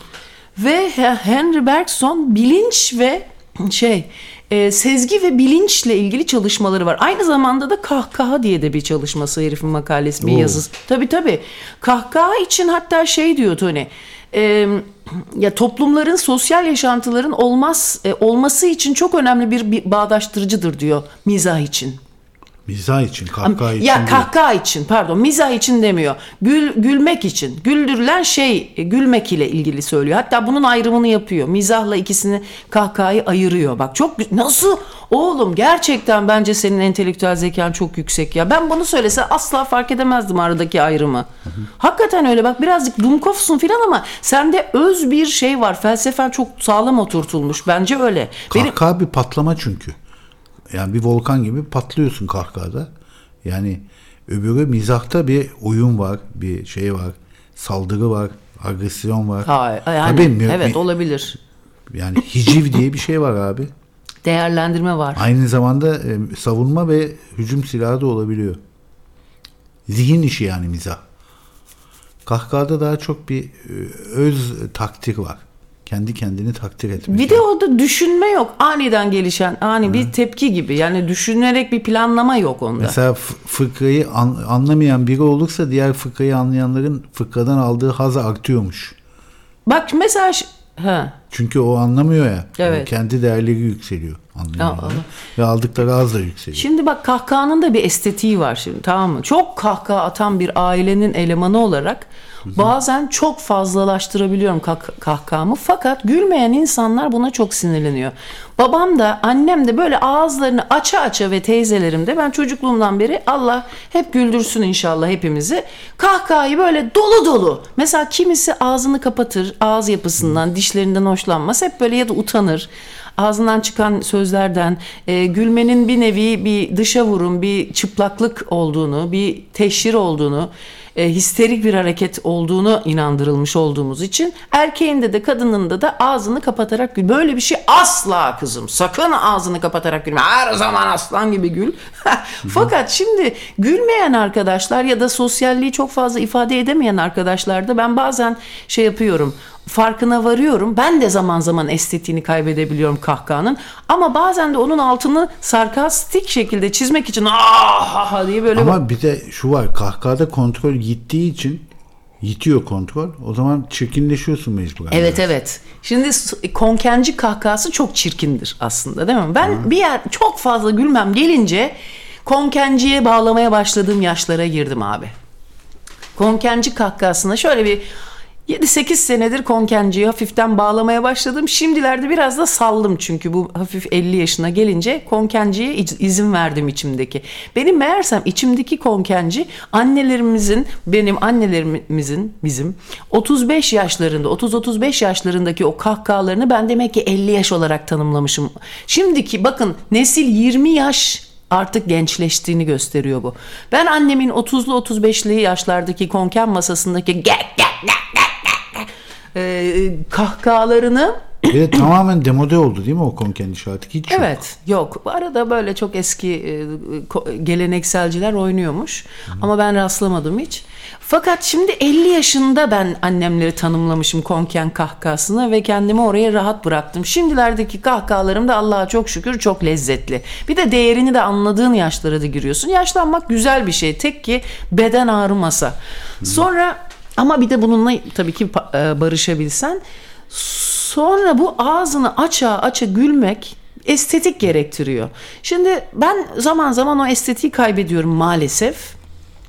Ve Henry Bergson bilinç ve şey e, sezgi ve bilinçle ilgili çalışmaları var. Aynı zamanda da kahkaha diye de bir çalışması, herifin makalesi, bir Oo. yazısı. Tabii tabii. Kahkaha için hatta şey diyor Tony. E, ya toplumların, sosyal yaşantıların olmaz e, olması için çok önemli bir, bir bağdaştırıcıdır diyor mizah için. Mizah için, kahkaha için Ya değil. kahkaha için, pardon, mizah için demiyor. Gül, gülmek için. Güldürülen şey e, gülmek ile ilgili söylüyor. Hatta bunun ayrımını yapıyor. Mizahla ikisini, kahkahayı ayırıyor. Bak çok gü- nasıl oğlum, gerçekten bence senin entelektüel zekan çok yüksek ya. Ben bunu söylese asla fark edemezdim aradaki ayrımı. Hı hı. Hakikaten öyle, bak birazcık dumkofsun filan ama sende öz bir şey var. Felsefen çok sağlam oturtulmuş. Bence öyle. Benim... Kahkaha bir patlama çünkü. Yani bir volkan gibi patlıyorsun kahkahada. Yani öbürü mizahta bir oyun var, bir şey var, saldırı var, agresyon var. Ha, yani, Tabii mi, evet mi, olabilir. Yani hiciv diye bir şey var abi. Değerlendirme var. Aynı zamanda e, savunma ve hücum silahı da olabiliyor. Zihin işi yani mizah. Kahkahada daha çok bir e, öz takdir var. Kendi kendini takdir etmek. Bir de orada düşünme yok. Aniden gelişen, ani Hı. bir tepki gibi. Yani düşünerek bir planlama yok onda. Mesela f- fıkrayı an- anlamayan biri olursa diğer fıkrayı anlayanların fıkradan aldığı haz artıyormuş. Bak mesela Ha. Çünkü o anlamıyor ya. Evet. Kendi değerleri yükseliyor. Anlıyor Aa, yani. Ve aldıkları az da yükseliyor. Şimdi bak kahkahanın da bir estetiği var şimdi, tamam mı? Çok kahkaha atan bir ailenin elemanı olarak bazen çok fazlalaştırabiliyorum kah- kahkahamı. Fakat gülmeyen insanlar buna çok sinirleniyor. Babam da annem de böyle ağızlarını aça aça ve teyzelerim de, ben çocukluğumdan beri Allah hep güldürsün inşallah hepimizi. Kahkahayı böyle dolu dolu. Mesela kimisi ağzını kapatır, ağız yapısından, dişlerinden hoşlanmaz. Hep böyle ya da utanır. Ağzından çıkan sözlerden e, gülmenin bir nevi bir dışa vurum, bir çıplaklık olduğunu, bir teşhir olduğunu, e, histerik bir hareket olduğunu inandırılmış olduğumuz için erkeğinde de kadınında da ağzını kapatarak gül. Böyle bir şey asla kızım. Sakın ağzını kapatarak gülme. Her zaman aslan gibi gül. Fakat şimdi gülmeyen arkadaşlar ya da sosyalliği çok fazla ifade edemeyen arkadaşlarda ben bazen şey yapıyorum. Farkına varıyorum. Ben de zaman zaman estetiğini kaybedebiliyorum kahkahanın. Ama bazen de onun altını sarkastik şekilde çizmek için ah, ah diye böyle... Ama bir de şu var. Kahkahada kontrol gittiği için yitiyor kontrol. O zaman çirkinleşiyorsun mecburen. Evet evet. Şimdi konkenci kahkahası çok çirkindir aslında, değil mi? Ben Hı. bir yer çok fazla gülmem gelince konkenciye bağlamaya başladığım yaşlara girdim abi. Konkenci kahkahasına şöyle bir yedi sekiz senedir konkenciyi hafiften bağlamaya başladım. Şimdilerde biraz da saldım çünkü bu hafif elli yaşına gelince konkenciye izin verdim içimdeki. Benim meğersem içimdeki konkenci annelerimizin, benim annelerimizin, bizim otuz beş yaşlarında, otuz otuz beş yaşlarındaki o kahkahalarını ben demek ki elli yaş olarak tanımlamışım. Şimdiki bakın nesil yirmi yaş artık gençleştiğini gösteriyor bu. Ben annemin otuzlu otuz beşli yaşlardaki konken masasındaki gek gek gek Ee, kahkahalarını ve tamamen demode oldu değil mi o konken işareti? Hiç yok. Evet, yok. Arada böyle çok eski e, gelenekselciler oynuyormuş. Hı. Ama ben rastlamadım hiç. Fakat şimdi elli yaşında ben annemleri tanımlamışım konken kahkahasına ve kendimi oraya rahat bıraktım. Şimdilerdeki kahkahalarım da Allah'a çok şükür çok lezzetli. Bir de değerini de anladığın yaşlara da giriyorsun. Yaşlanmak güzel bir şey. Tek ki beden ağrımasa. Hı. Sonra ama bir de bununla tabii ki barışabilsen. Sonra bu ağzını aça aça gülmek estetik gerektiriyor. Şimdi ben zaman zaman o estetiği kaybediyorum maalesef.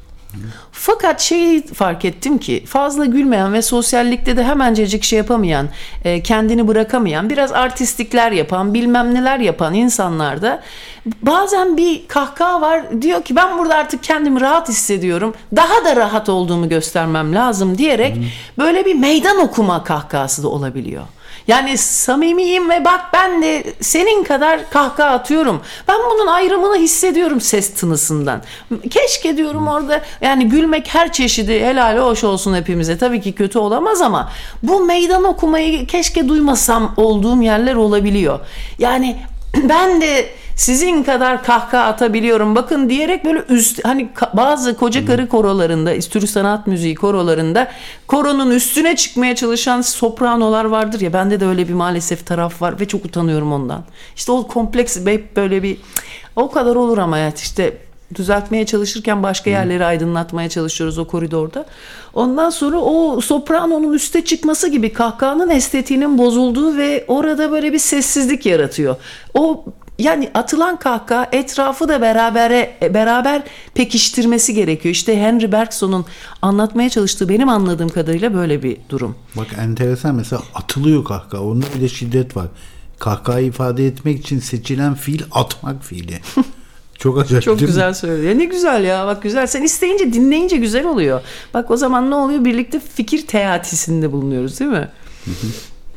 Fakat şeyi fark ettim ki fazla gülmeyen ve sosyallikte de hemencecik şey yapamayan, kendini bırakamayan, biraz artistlikler yapan, bilmem neler yapan insanlarda bazen bir kahkaha var, diyor ki ben burada artık kendimi rahat hissediyorum, daha da rahat olduğumu göstermem lazım diyerek hmm. böyle bir meydan okuma kahkahası da olabiliyor. Yani samimiyim ve bak ben de senin kadar kahkaha atıyorum. Ben bunun ayrımını hissediyorum ses tınısından. Keşke diyorum orada yani gülmek her çeşidi helal hoş olsun hepimize. Tabii ki kötü olamaz ama bu meydan okumayı keşke duymasam olduğum yerler olabiliyor. Yani ben de sizin kadar kahkaha atabiliyorum bakın diyerek böyle üst, hani bazı koca karı korolarında, Türk sanat müziği korolarında koronun üstüne çıkmaya çalışan sopranolar vardır ya, bende de öyle bir maalesef taraf var ve çok utanıyorum ondan. İşte o kompleks hep böyle bir o kadar olur ama ya işte düzeltmeye çalışırken başka yerleri aydınlatmaya çalışıyoruz o koridorda. Ondan sonra o sopranonun üste çıkması gibi kahkahanın estetiğinin bozulduğu ve orada böyle bir sessizlik yaratıyor. O yani atılan kahkaha etrafı da berabere, beraber pekiştirmesi gerekiyor. İşte Henry Bergson'un anlatmaya çalıştığı benim anladığım kadarıyla böyle bir durum. Bak enteresan, mesela atılıyor kahkaha. Onda bir de şiddet var. Kahkahayı ifade etmek için seçilen fiil atmak fiili. Çok acayip. Çok güzel söylüyor. Ne güzel ya, bak güzel. Sen isteyince dinleyince güzel oluyor. Bak o zaman ne oluyor? Birlikte fikir teatisinde bulunuyoruz değil mi? Hı hı.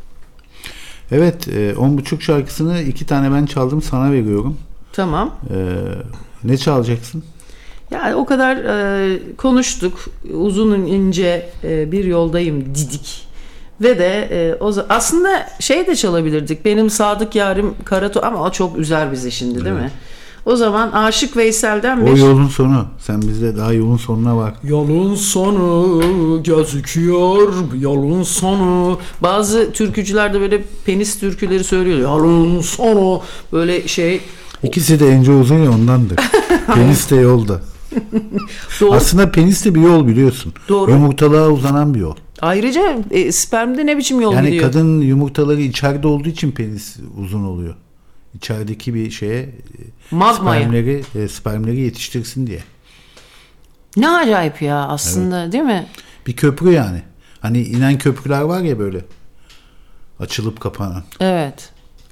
Evet, on buçuk şarkısını iki tane ben çaldım, sana veriyorum. Tamam. Ee, ne çalacaksın? Yani o kadar e, konuştuk. Uzun ince e, bir yoldayım dedik. Ve de e, o aslında şey de çalabilirdik. Benim sadık yarim Karato, ama o çok üzer bizi şimdi değil evet. mi? O zaman Aşık Veysel'den... O beş... yolun sonu. Sen bizde daha yolun sonuna bak. Yolun sonu gözüküyor, yolun sonu. Bazı türkücüler de böyle penis türküleri söylüyor. Yolun sonu böyle şey... İkisi de ence uzun ya, ondandır. Penis de yolda. Aslında penis de bir yol, biliyorsun. Doğru. Yumurtalığa uzanan bir yol. Ayrıca e, spermde ne biçim yol yani gidiyor? Yani kadın yumurtaları içeride olduğu için penis uzun oluyor. İçerideki bir şeye Magmaya. spermleri, e, spermleri yetiştirsin diye. Ne acayip ya aslında, evet. Değil mi? Bir köprü yani. Hani inen köprüler var ya böyle. Açılıp kapanan. Evet.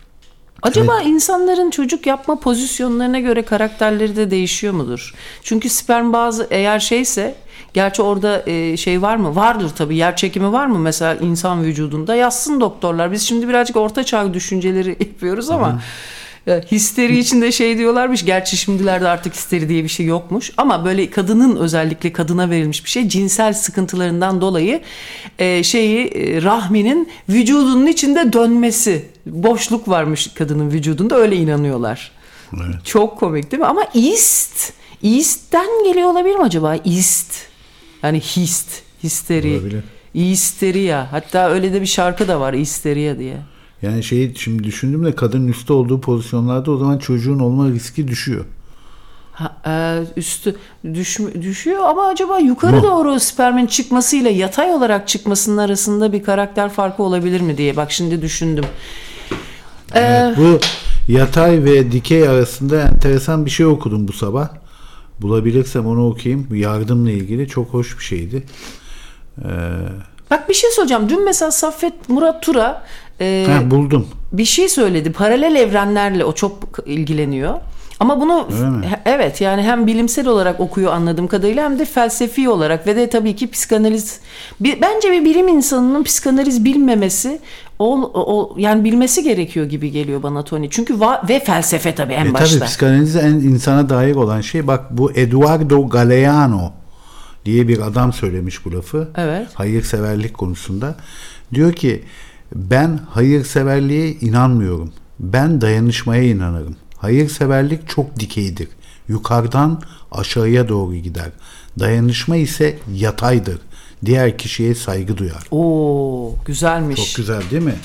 Acaba evet. insanların çocuk yapma pozisyonlarına göre karakterleri de değişiyor mudur? Çünkü sperm bazı eğer şeyse, gerçi orada e, şey var mı? Vardır tabii. Yer çekimi var mı mesela insan vücudunda? Yazsın doktorlar. Biz şimdi birazcık orta çağ düşünceleri yapıyoruz ama... Hı. Histeri içinde şey diyorlarmış. Gerçi şimdilerde artık histeri diye bir şey yokmuş. Ama böyle kadının, özellikle kadına verilmiş bir şey. Cinsel sıkıntılarından dolayı e, şeyi e, rahminin vücudunun içinde dönmesi. Boşluk varmış kadının vücudunda. Öyle inanıyorlar. Evet. Çok komik değil mi? Ama ist. Ist'ten geliyor olabilir mi acaba? Ist. Yani hist. Histeri. Olabilir. İsteriya. Hatta öyle de bir şarkı da var. İsteriya diye. Yani şeyi şimdi düşündüm de kadının üstte olduğu pozisyonlarda o zaman çocuğun olma riski düşüyor. Ha, e, üstü düş, düşüyor ama acaba yukarı no. doğru spermin çıkmasıyla yatay olarak çıkmasının arasında bir karakter farkı olabilir mi diye bak şimdi düşündüm. Evet, ee, bu yatay ve dikey arasında enteresan bir şey okudum bu sabah. Bulabilirsem onu okuyayım. Yardımla ilgili çok hoş bir şeydi. Ee, Bak bir şey soracağım. Dün mesela Saffet Murat Tura e, Heh, buldum. bir şey söyledi. Paralel evrenlerle o çok ilgileniyor. Ama bunu evet yani hem bilimsel olarak okuyor anladığım kadarıyla hem de felsefi olarak ve de tabii ki psikanaliz. Bir, bence bir bilim insanının psikanaliz bilmemesi o, o yani bilmesi gerekiyor gibi geliyor bana Tony. Çünkü va- ve felsefe tabii en e, başta. Tabii psikanaliz en insana dair olan şey. Bak bu Eduardo Galeano diye bir adam söylemiş bu lafı. Evet. Hayırseverlik konusunda. Diyor ki ben hayırseverliğe inanmıyorum. Ben dayanışmaya inanırım. Hayırseverlik çok dikeydir. Yukarıdan aşağıya doğru gider. Dayanışma ise yataydır. Diğer kişiye saygı duyar. Oo, güzelmiş. Çok güzel değil mi?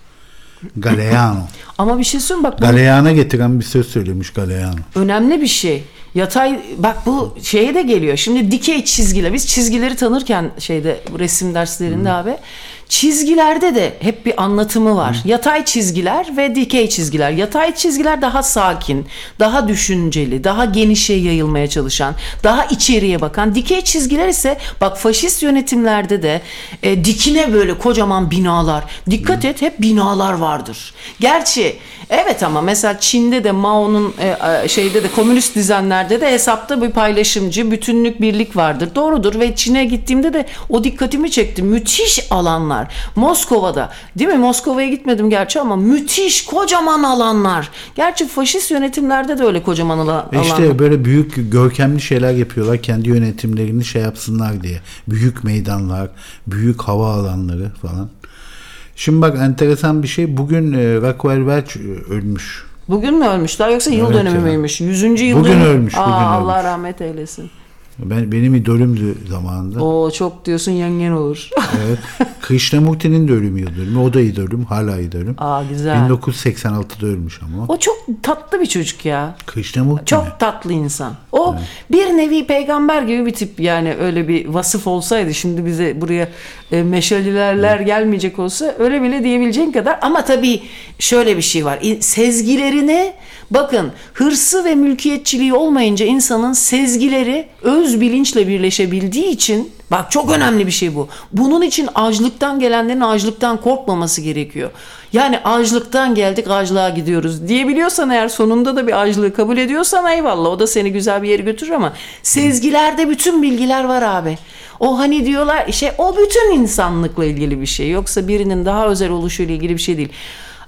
Galeano. Ama bir şey söyleyeyim bak. Galeana getiren bir söz söylemiş Galeano. Önemli bir şey. Yatay bak bu şeye de geliyor. Şimdi dikey çizgiler. Biz çizgileri tanırken şeyde resim derslerinde hmm. abi çizgilerde de hep bir anlatımı var. Hmm. Yatay çizgiler ve dikey çizgiler. Yatay çizgiler daha sakin, daha düşünceli, daha genişe yayılmaya çalışan, daha içeriye bakan. Dikey çizgiler ise bak faşist yönetimlerde de e, dikine böyle kocaman binalar. Dikkat hmm. et hep binalar vardır. Gerçi evet ama mesela Çin'de de Mao'nun e, şeyde de komünist düzenlerde de hesapta bir paylaşımcı, bütünlük, birlik vardır. Doğrudur ve Çin'e gittiğimde de o dikkatimi çekti. Müthiş alanlar. Moskova'da değil mi? Moskova'ya gitmedim gerçi ama müthiş kocaman alanlar. Gerçi faşist yönetimlerde de öyle kocaman alanlar. İşte böyle büyük görkemli şeyler yapıyorlar. Kendi yönetimlerini şey yapsınlar diye. Büyük meydanlar, büyük hava alanları falan. Şimdi bak enteresan bir şey. Bugün e, Raquel Welch ölmüş. Bugün mü ölmüşler yoksa yıl evet dönümü ya. müymüş? yüzüncü yıl bugün dönümü. ölmüş. Bugün Aa, ölmüş. Allah rahmet eylesin. Ben, benim idolümdü zamanında. Oo çok diyorsun yengen olur. Evet. Krishnamurti'nin de ölüm yıl dönümü. O da idolüm. Hala idolüm. Aa güzel. bin dokuz yüz seksen altıda ölmüş ama. O çok tatlı bir çocuk ya. Krishnamurti Çok mi? tatlı insan. O evet. Bir nevi peygamber gibi bir tip yani öyle bir vasıf olsaydı şimdi bize buraya e, meşalelerler evet. gelmeyecek olsa öyle bile diyebileceğin kadar. Ama tabii şöyle bir şey var. Sezgilerini bakın hırsı ve mülkiyetçiliği olmayınca insanın sezgileri öz bilinçle birleşebildiği için bak çok önemli bir şey bu. Bunun için açlıktan gelenlerin açlıktan korkmaması gerekiyor. Yani açlıktan geldik açlığa gidiyoruz diyebiliyorsan eğer sonunda da bir açlığı kabul ediyorsan eyvallah o da seni güzel bir yere götürür ama sezgilerde bütün bilgiler var abi. O hani diyorlar şey o bütün insanlıkla ilgili bir şey yoksa birinin daha özel oluşuyla ilgili bir şey değil.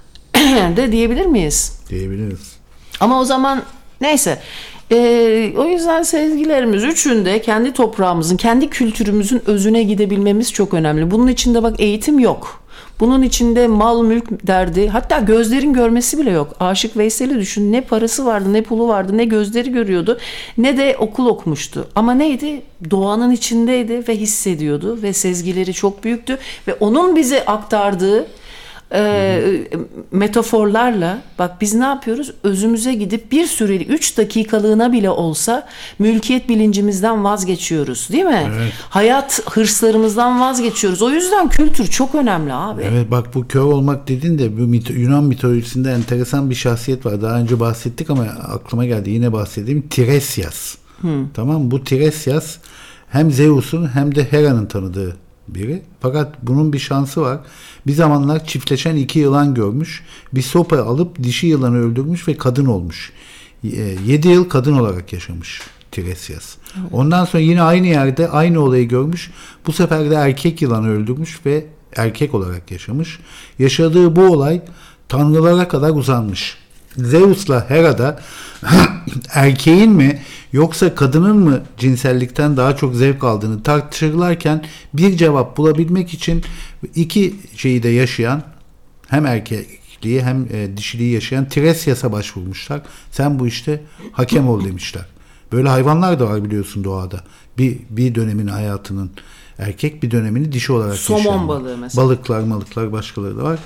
de diyebilir miyiz? Diyebiliriz. Ama o zaman neyse ee, o yüzden sezgilerimiz üçünde kendi toprağımızın, kendi kültürümüzün özüne gidebilmemiz çok önemli. Bunun içinde bak eğitim yok. Bunun içinde mal mülk derdi hatta gözlerin görmesi bile yok. Aşık Veysel'i düşün ne parası vardı ne pulu vardı ne gözleri görüyordu ne de okul okumuştu. Ama neydi? Doğanın içindeydi ve hissediyordu ve sezgileri çok büyüktü ve onun bize aktardığı e, metaforlarla bak biz ne yapıyoruz? Özümüze gidip bir süreli üç dakikalığına bile olsa mülkiyet bilincimizden vazgeçiyoruz, değil mi? Evet. Hayat hırslarımızdan vazgeçiyoruz. O yüzden kültür çok önemli abi. Evet, bak bu kör olmak dedin de bu mit- Yunan mitolojisinde enteresan bir şahsiyet var. Daha önce bahsettik ama aklıma geldi, yine bahsedeyim. Tiresias. Hmm. Tamam, bu Tiresias hem Zeus'un hem de Hera'nın tanıdığı biri. Fakat bunun bir şansı var. Bir zamanlar çiftleşen iki yılan görmüş. Bir sopa alıp dişi yılanı öldürmüş ve kadın olmuş. Yedi yıl kadın olarak yaşamış Tiresias. Evet. Ondan sonra yine aynı yerde aynı olayı görmüş. Bu sefer de erkek yılanı öldürmüş ve erkek olarak yaşamış. Yaşadığı bu olay tanrılara kadar uzanmış. Zeus'la Hera da erkeğin mi yoksa kadının mı cinsellikten daha çok zevk aldığını tartışırlarken bir cevap bulabilmek için iki şeyi de yaşayan, hem erkekliği hem e, dişiliği yaşayan Tiresias'a başvurmuşlar. Sen bu işte hakem ol demişler. Böyle hayvanlar da var biliyorsun doğada. Bir, bir dönemin hayatının erkek, bir dönemini dişi olarak yaşayan. Somon balığı mesela. Balıklar, malıklar, başkaları da var.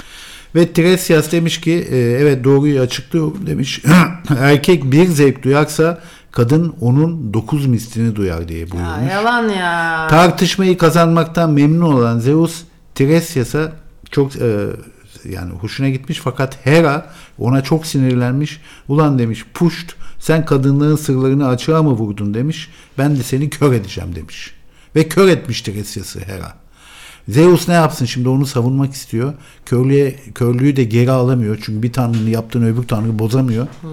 Ve Tiresias demiş ki e, evet doğruyu açıklıyorum demiş. Erkek bir zevk duyarsa kadın onun dokuz mislini duyar diye buyurmuş. Ya, yalan ya. Tartışmayı kazanmaktan memnun olan Zeus Tiresias'a çok e, yani hoşuna gitmiş, fakat Hera ona çok sinirlenmiş. Ulan demiş, puşt, sen kadınlığın sırlarını açığa mı vurdun demiş. Ben de seni kör edeceğim demiş. Ve kör etmiş Tiresias'ı Hera. Zeus ne yapsın şimdi, onu savunmak istiyor. Körlüğe, körlüğü de geri alamıyor. Çünkü bir tanrının yaptığını öbür tanrı bozamıyor. Hmm.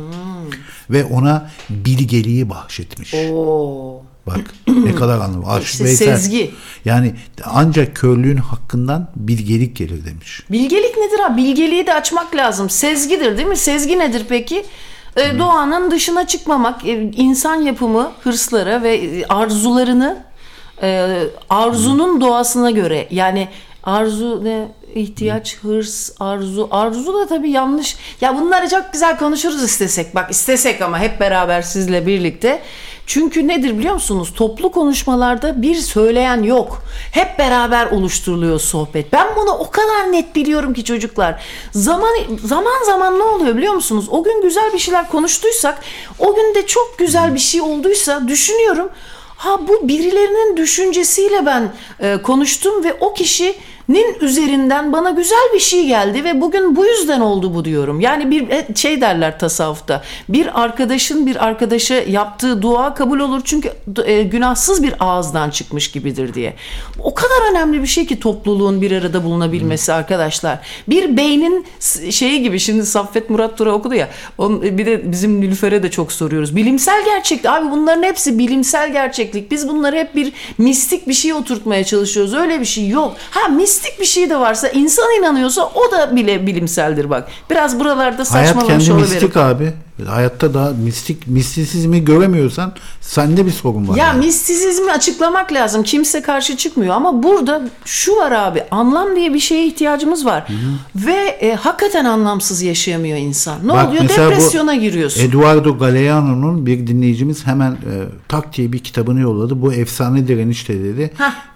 Ve ona bilgeliği bahşetmiş. Oo. Bak ne kadar anlamlı. Aşık İşte Veysel. Sezgi. Yani ancak körlüğün hakkından bilgelik gelir demiş. Bilgelik nedir ha? Bilgeliği de açmak lazım. Sezgidir değil mi? Sezgi nedir peki? Ee, doğanın dışına çıkmamak, insan yapımı hırslara ve arzularını Ee, arzunun hmm. doğasına göre, yani arzu ne, ihtiyaç, hmm. hırs, arzu, arzu da tabii yanlış. Ya bunları çok güzel konuşuruz istesek, bak istesek ama hep beraber sizle birlikte. Çünkü nedir biliyor musunuz? Toplu konuşmalarda bir söyleyen yok. Hep beraber oluşturuluyor sohbet. Ben bunu o kadar net biliyorum ki çocuklar. Zaman zaman zaman ne oluyor biliyor musunuz? O gün güzel bir şeyler konuştuysak, o gün de çok güzel bir şey olduysa düşünüyorum. Ha, bu birilerinin düşüncesiyle ben e, konuştum ve o kişinin üzerinden bana güzel bir şey geldi ve bugün bu yüzden oldu bu diyorum. Yani bir şey derler tasavvufta, bir arkadaşın bir arkadaşa yaptığı dua kabul olur çünkü e, günahsız bir ağızdan çıkmış gibidir diye. O kadar önemli bir şey ki topluluğun bir arada bulunabilmesi hmm. arkadaşlar. Bir beynin şeyi gibi, şimdi Saffet Murat Tura okudu ya, onun, bir de bizim Nilüfer'e de çok soruyoruz. Bilimsel gerçeklik abi, bunların hepsi bilimsel gerçeklik. Biz bunları hep bir mistik bir şeye oturtmaya çalışıyoruz. Öyle bir şey yok. Ha, mistik bir şey de varsa, insan inanıyorsa o da bile bilimseldir bak. Biraz buralarda saçmalamış olabilirim. Hayat kendi mistik abi. Hayatta da mistik, mistisizmi göremiyorsan sende bir sorun var. Ya yani. mistisizmi açıklamak lazım. Kimse karşı çıkmıyor ama burada şu var abi. Anlam diye bir şeye ihtiyacımız var. Hı-hı. Ve e, hakikaten anlamsız yaşayamıyor insan. Ne Bak, oluyor? Depresyona giriyorsun. Eduardo Galeano'nun bir dinleyicimiz hemen e, tak diye bir kitabını yolladı. Bu efsane direniş dedi.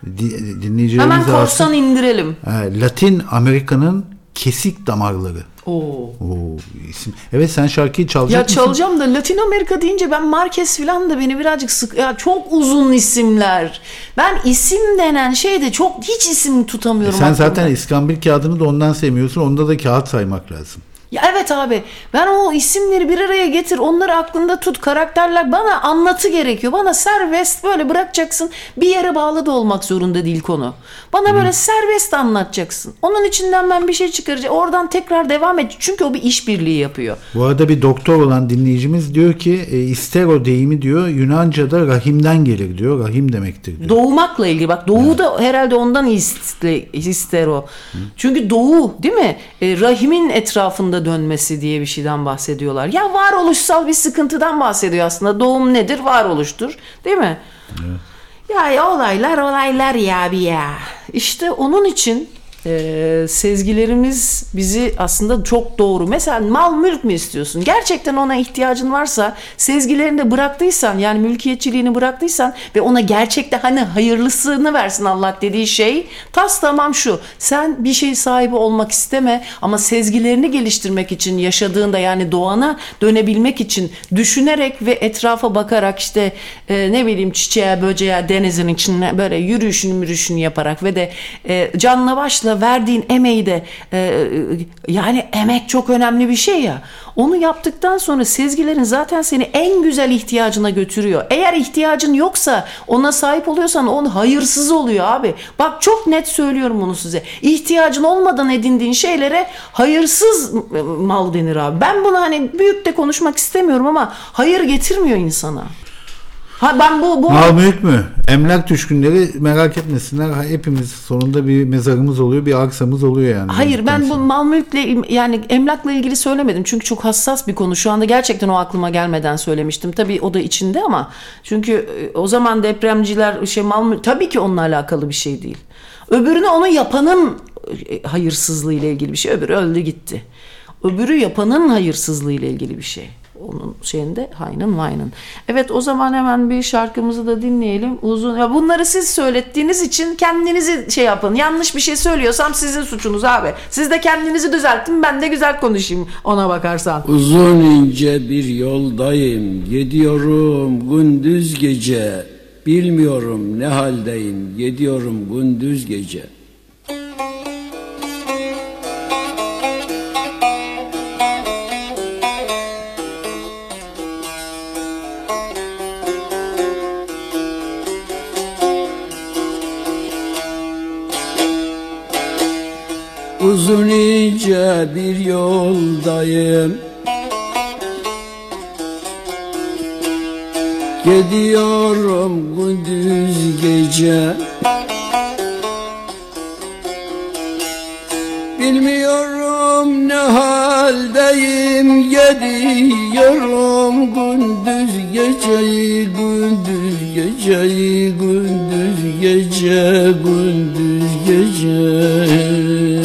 Di, dinleyicilerimize hemen korsan artık, indirelim. E, Latin Amerika'nın kesik damarları. Oo. Oo, isim. Evet, sen şarkıyı çalacak ya mısın? Ya çalacağım da Latin Amerika deyince ben Marquez falan da beni birazcık sık... Ya çok uzun isimler. Ben isim denen şeyde çok hiç isim tutamıyorum. E sen aklımda. Zaten iskambil kağıdını da ondan sevmiyorsun. Onda da kağıt saymak lazım. Ya evet abi, ben o isimleri bir araya getir, onları aklında tut, karakterler, bana anlatı gerekiyor. Bana serbest böyle bırakacaksın, bir yere bağlı da olmak zorunda değil konu. Bana hmm. böyle serbest anlatacaksın. Onun içinden ben bir şey çıkaracağım, oradan tekrar devam et. Çünkü o bir işbirliği yapıyor. Bu arada bir doktor olan dinleyicimiz diyor ki e, istero deyimi diyor Yunanca'da rahimden gelir diyor. Rahim demektir diyor. Doğmakla ilgili bak, doğu evet. da herhalde ondan istero. Hmm. Çünkü doğu değil mi? E, rahimin etrafında dönmesi diye bir şeyden bahsediyorlar. Ya varoluşsal bir sıkıntıdan bahsediyor aslında. Doğum nedir? Varoluştur. Değil mi? Evet. Ya, ya olaylar olaylar ya bir ya. İşte onun için Ee, sezgilerimiz bizi aslında çok doğru. Mesela mal mülk mü istiyorsun? Gerçekten ona ihtiyacın varsa, sezgilerini de bıraktıysan, yani mülkiyetçiliğini bıraktıysan ve ona gerçekten hani hayırlısını versin Allah dediği şey, tas tamam şu. Sen bir şey sahibi olmak isteme ama sezgilerini geliştirmek için yaşadığında, yani doğana dönebilmek için düşünerek ve etrafa bakarak, işte e, ne bileyim çiçeğe, böceğe, denizin içine böyle yürüyüşünü mürüyüşünü yaparak ve de e, canla başla verdiğin emeği de e, yani emek çok önemli bir şey ya. Onu yaptıktan sonra sezgilerin zaten seni en güzel ihtiyacına götürüyor. Eğer ihtiyacın yoksa, ona sahip oluyorsan onu hayırsız oluyor abi. Bak çok net söylüyorum bunu size. İhtiyacın olmadan edindiğin şeylere hayırsız mal denir abi. Ben bunu hani büyük de konuşmak istemiyorum ama hayır getirmiyor insana. Ha ben bu bu mal mülk mü? Emlak düşkünleri merak etmesinler. Hepimiz sonunda bir mezarımız oluyor, bir arsamız oluyor yani. Hayır, ben bu mal mülkle, yani emlakla ilgili söylemedim. Çünkü çok hassas bir konu. Şu anda gerçekten o aklıma gelmeden söylemiştim. Tabii o da içinde ama çünkü o zaman depremciler şey mal mülk, tabii ki onunla alakalı bir şey değil. Öbürünü onu yapanın hayırsızlığı ile ilgili bir şey. Öbürü öldü gitti. Öbürü yapanın hayırsızlığı ile ilgili bir şey. Onun şeyinde haynın vaynın. Evet, o zaman hemen bir şarkımızı da dinleyelim. Uzun. Ya bunları siz söylettiğiniz için kendinizi şey yapın. Yanlış bir şey söylüyorsam sizin suçunuz abi. Siz de kendinizi düzeltin, ben de güzel konuşayım ona bakarsan. Uzun ince bir yoldayım, gidiyorum gündüz gece. Bilmiyorum ne haldeyim, gidiyorum gündüz gece. Uzun ince bir yoldayım, gidiyorum gündüz gece. Bilmiyorum ne haldeyim, gidiyorum gündüz geceyi, gündüz geceyi, gündüz gece, gündüz gece.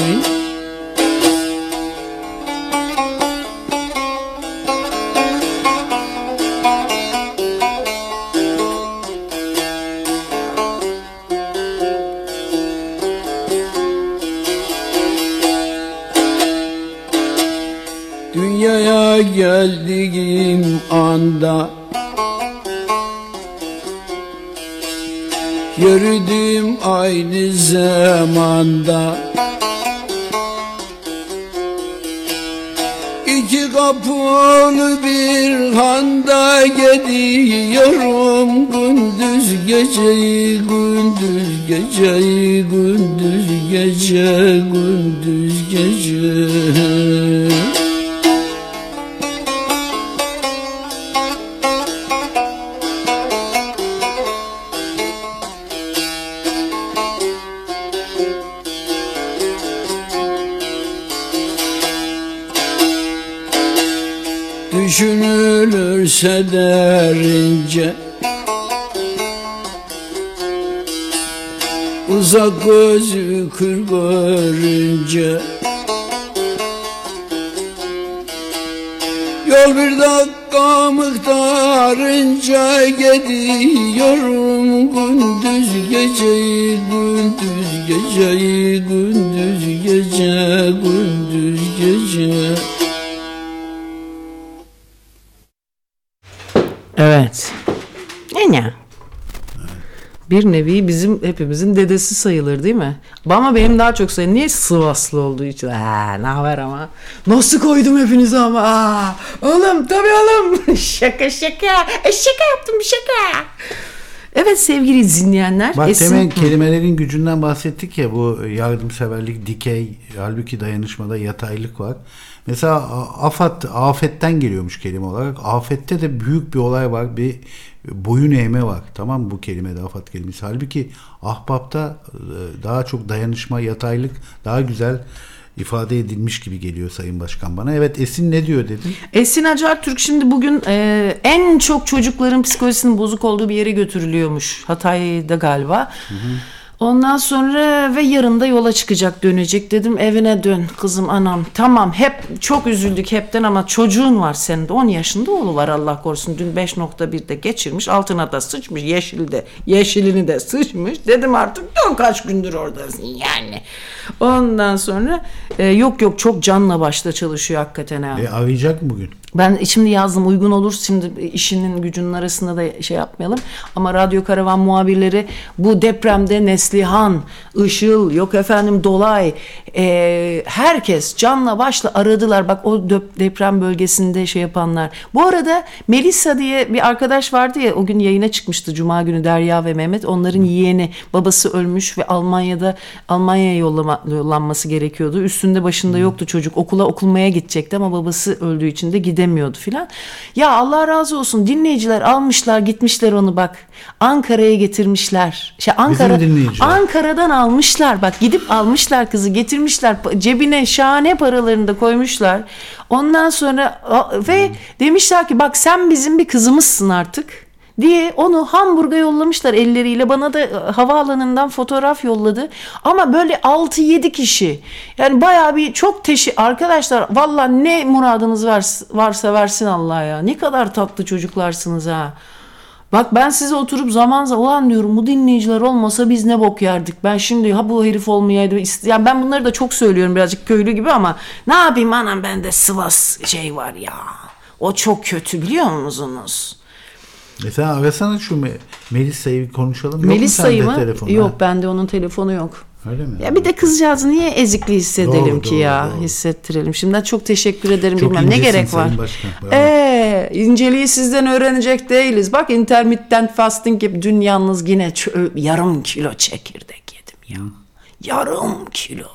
Dünyaya geldiğim anda yürüdüm aynı zamanda. İki kapılı bir handa gidiyorum gündüz geceyi, gündüz geceyi, gündüz gece, gündüz gece. Düşünülürse derince, uzak gözü kır görünce, yol bir dakika miktarınca gidiyorum gündüz geceyi, gündüz geceyi, gündüz gece, gündüz gece. Evet. Ne? Bir nevi bizim hepimizin dedesi sayılır değil mi? Ama benim daha çok sayılır. Niye Sivaslı olduğu için? Haa, ne haber ama? Nasıl koydum hepinizi ama? Aa, oğlum tabii oğlum. şaka şaka. E, şaka yaptım şaka. Evet sevgili dinleyenler. Bak Esin... demin kelimelerin gücünden bahsettik ya, bu yardımseverlik, dikey, halbuki dayanışmada yataylık var. Mesela afat, afetten geliyormuş kelime olarak. Afette de büyük bir olay var. Bir boyun eğme var. Tamam mı bu kelimede, afat kelimesi. Halbuki ahbapta daha çok dayanışma, yataylık daha güzel ifade edilmiş gibi geliyor Sayın Başkan bana. Evet, Esin ne diyor dedin? Esin Acar Türk şimdi bugün e, en çok çocukların psikolojisinin bozuk olduğu bir yere götürülüyormuş. Hatay'da galiba. Hı hı. Ondan sonra ve yarın da yola çıkacak, dönecek. Dedim evine dön kızım, anam. Tamam, hep çok üzüldük hepten ama çocuğun var senin de. on yaşında oğlu var Allah korusun. Dün beş nokta birde geçirmiş. Altına da sıçmış. Yeşilde. Yeşilini de sıçmış. Dedim artık dur, kaç gündür oradasın yani. Ondan sonra e, yok yok çok canla başla çalışıyor hakikaten ha. E, arayacak mı bugün? Ben şimdi yazdım, uygun olur. Şimdi işinin gücünün arasında da şey yapmayalım. Ama Radyo Karavan muhabirleri bu depremde Neslihan, Işıl, yok efendim Dolay, e, herkes canla başla aradılar. Bak o deprem bölgesinde şey yapanlar. Bu arada Melisa diye bir arkadaş vardı ya, o gün yayına çıkmıştı Cuma günü, Derya ve Mehmet. Onların yeğeni, babası ölmüş ve Almanya'da Almanya'ya yollama, yollanması gerekiyordu. Üstünde başında yoktu çocuk. Okula okulmaya gidecekti ama babası öldüğü için de gidemiyordu filan. Ya Allah razı olsun, dinleyiciler almışlar gitmişler onu, bak Ankara'ya getirmişler. Şey Ankara Ankara'dan almışlar. Bak gidip almışlar kızı, getirmişler. Cebine şahane paralarını da koymuşlar. Ondan sonra ve demişler ki bak sen bizim bir kızımızsın artık diye onu Hamburg'a yollamışlar elleriyle. Bana da havaalanından fotoğraf yolladı. Ama böyle altı yedi kişi. Yani bayağı bir çok teşi arkadaşlar, valla ne muradınız varsa, varsa versin Allah ya. Ne kadar tatlı çocuklarsınız ha. Bak ben size oturup zaman zaman ulan diyorum, bu dinleyiciler olmasa biz ne bok yerdik. Ben şimdi ha bu herif olmayaydı. Yani ben bunları da çok söylüyorum birazcık köylü gibi ama ne yapayım anam, bende Sivas şey var ya. O çok kötü, biliyor musunuz? Mesela arasana şu Melisa'yı bir konuşalım. Melisa'yı mı? Yok, bende onun telefonu yok. Öyle mi? Ya bir de kızcağızı niye ezikli hissedelim doğru, ki doğru, ya? Doğru. Hissettirelim. Şimdiden çok teşekkür ederim. Çok bilmem ne gerek var. Eee inceliği sizden öğrenecek değiliz. Bak intermittent fasting gibi dün yalnız yine çö- yarım kilo çekirdek yedim ya. Yarım kilo.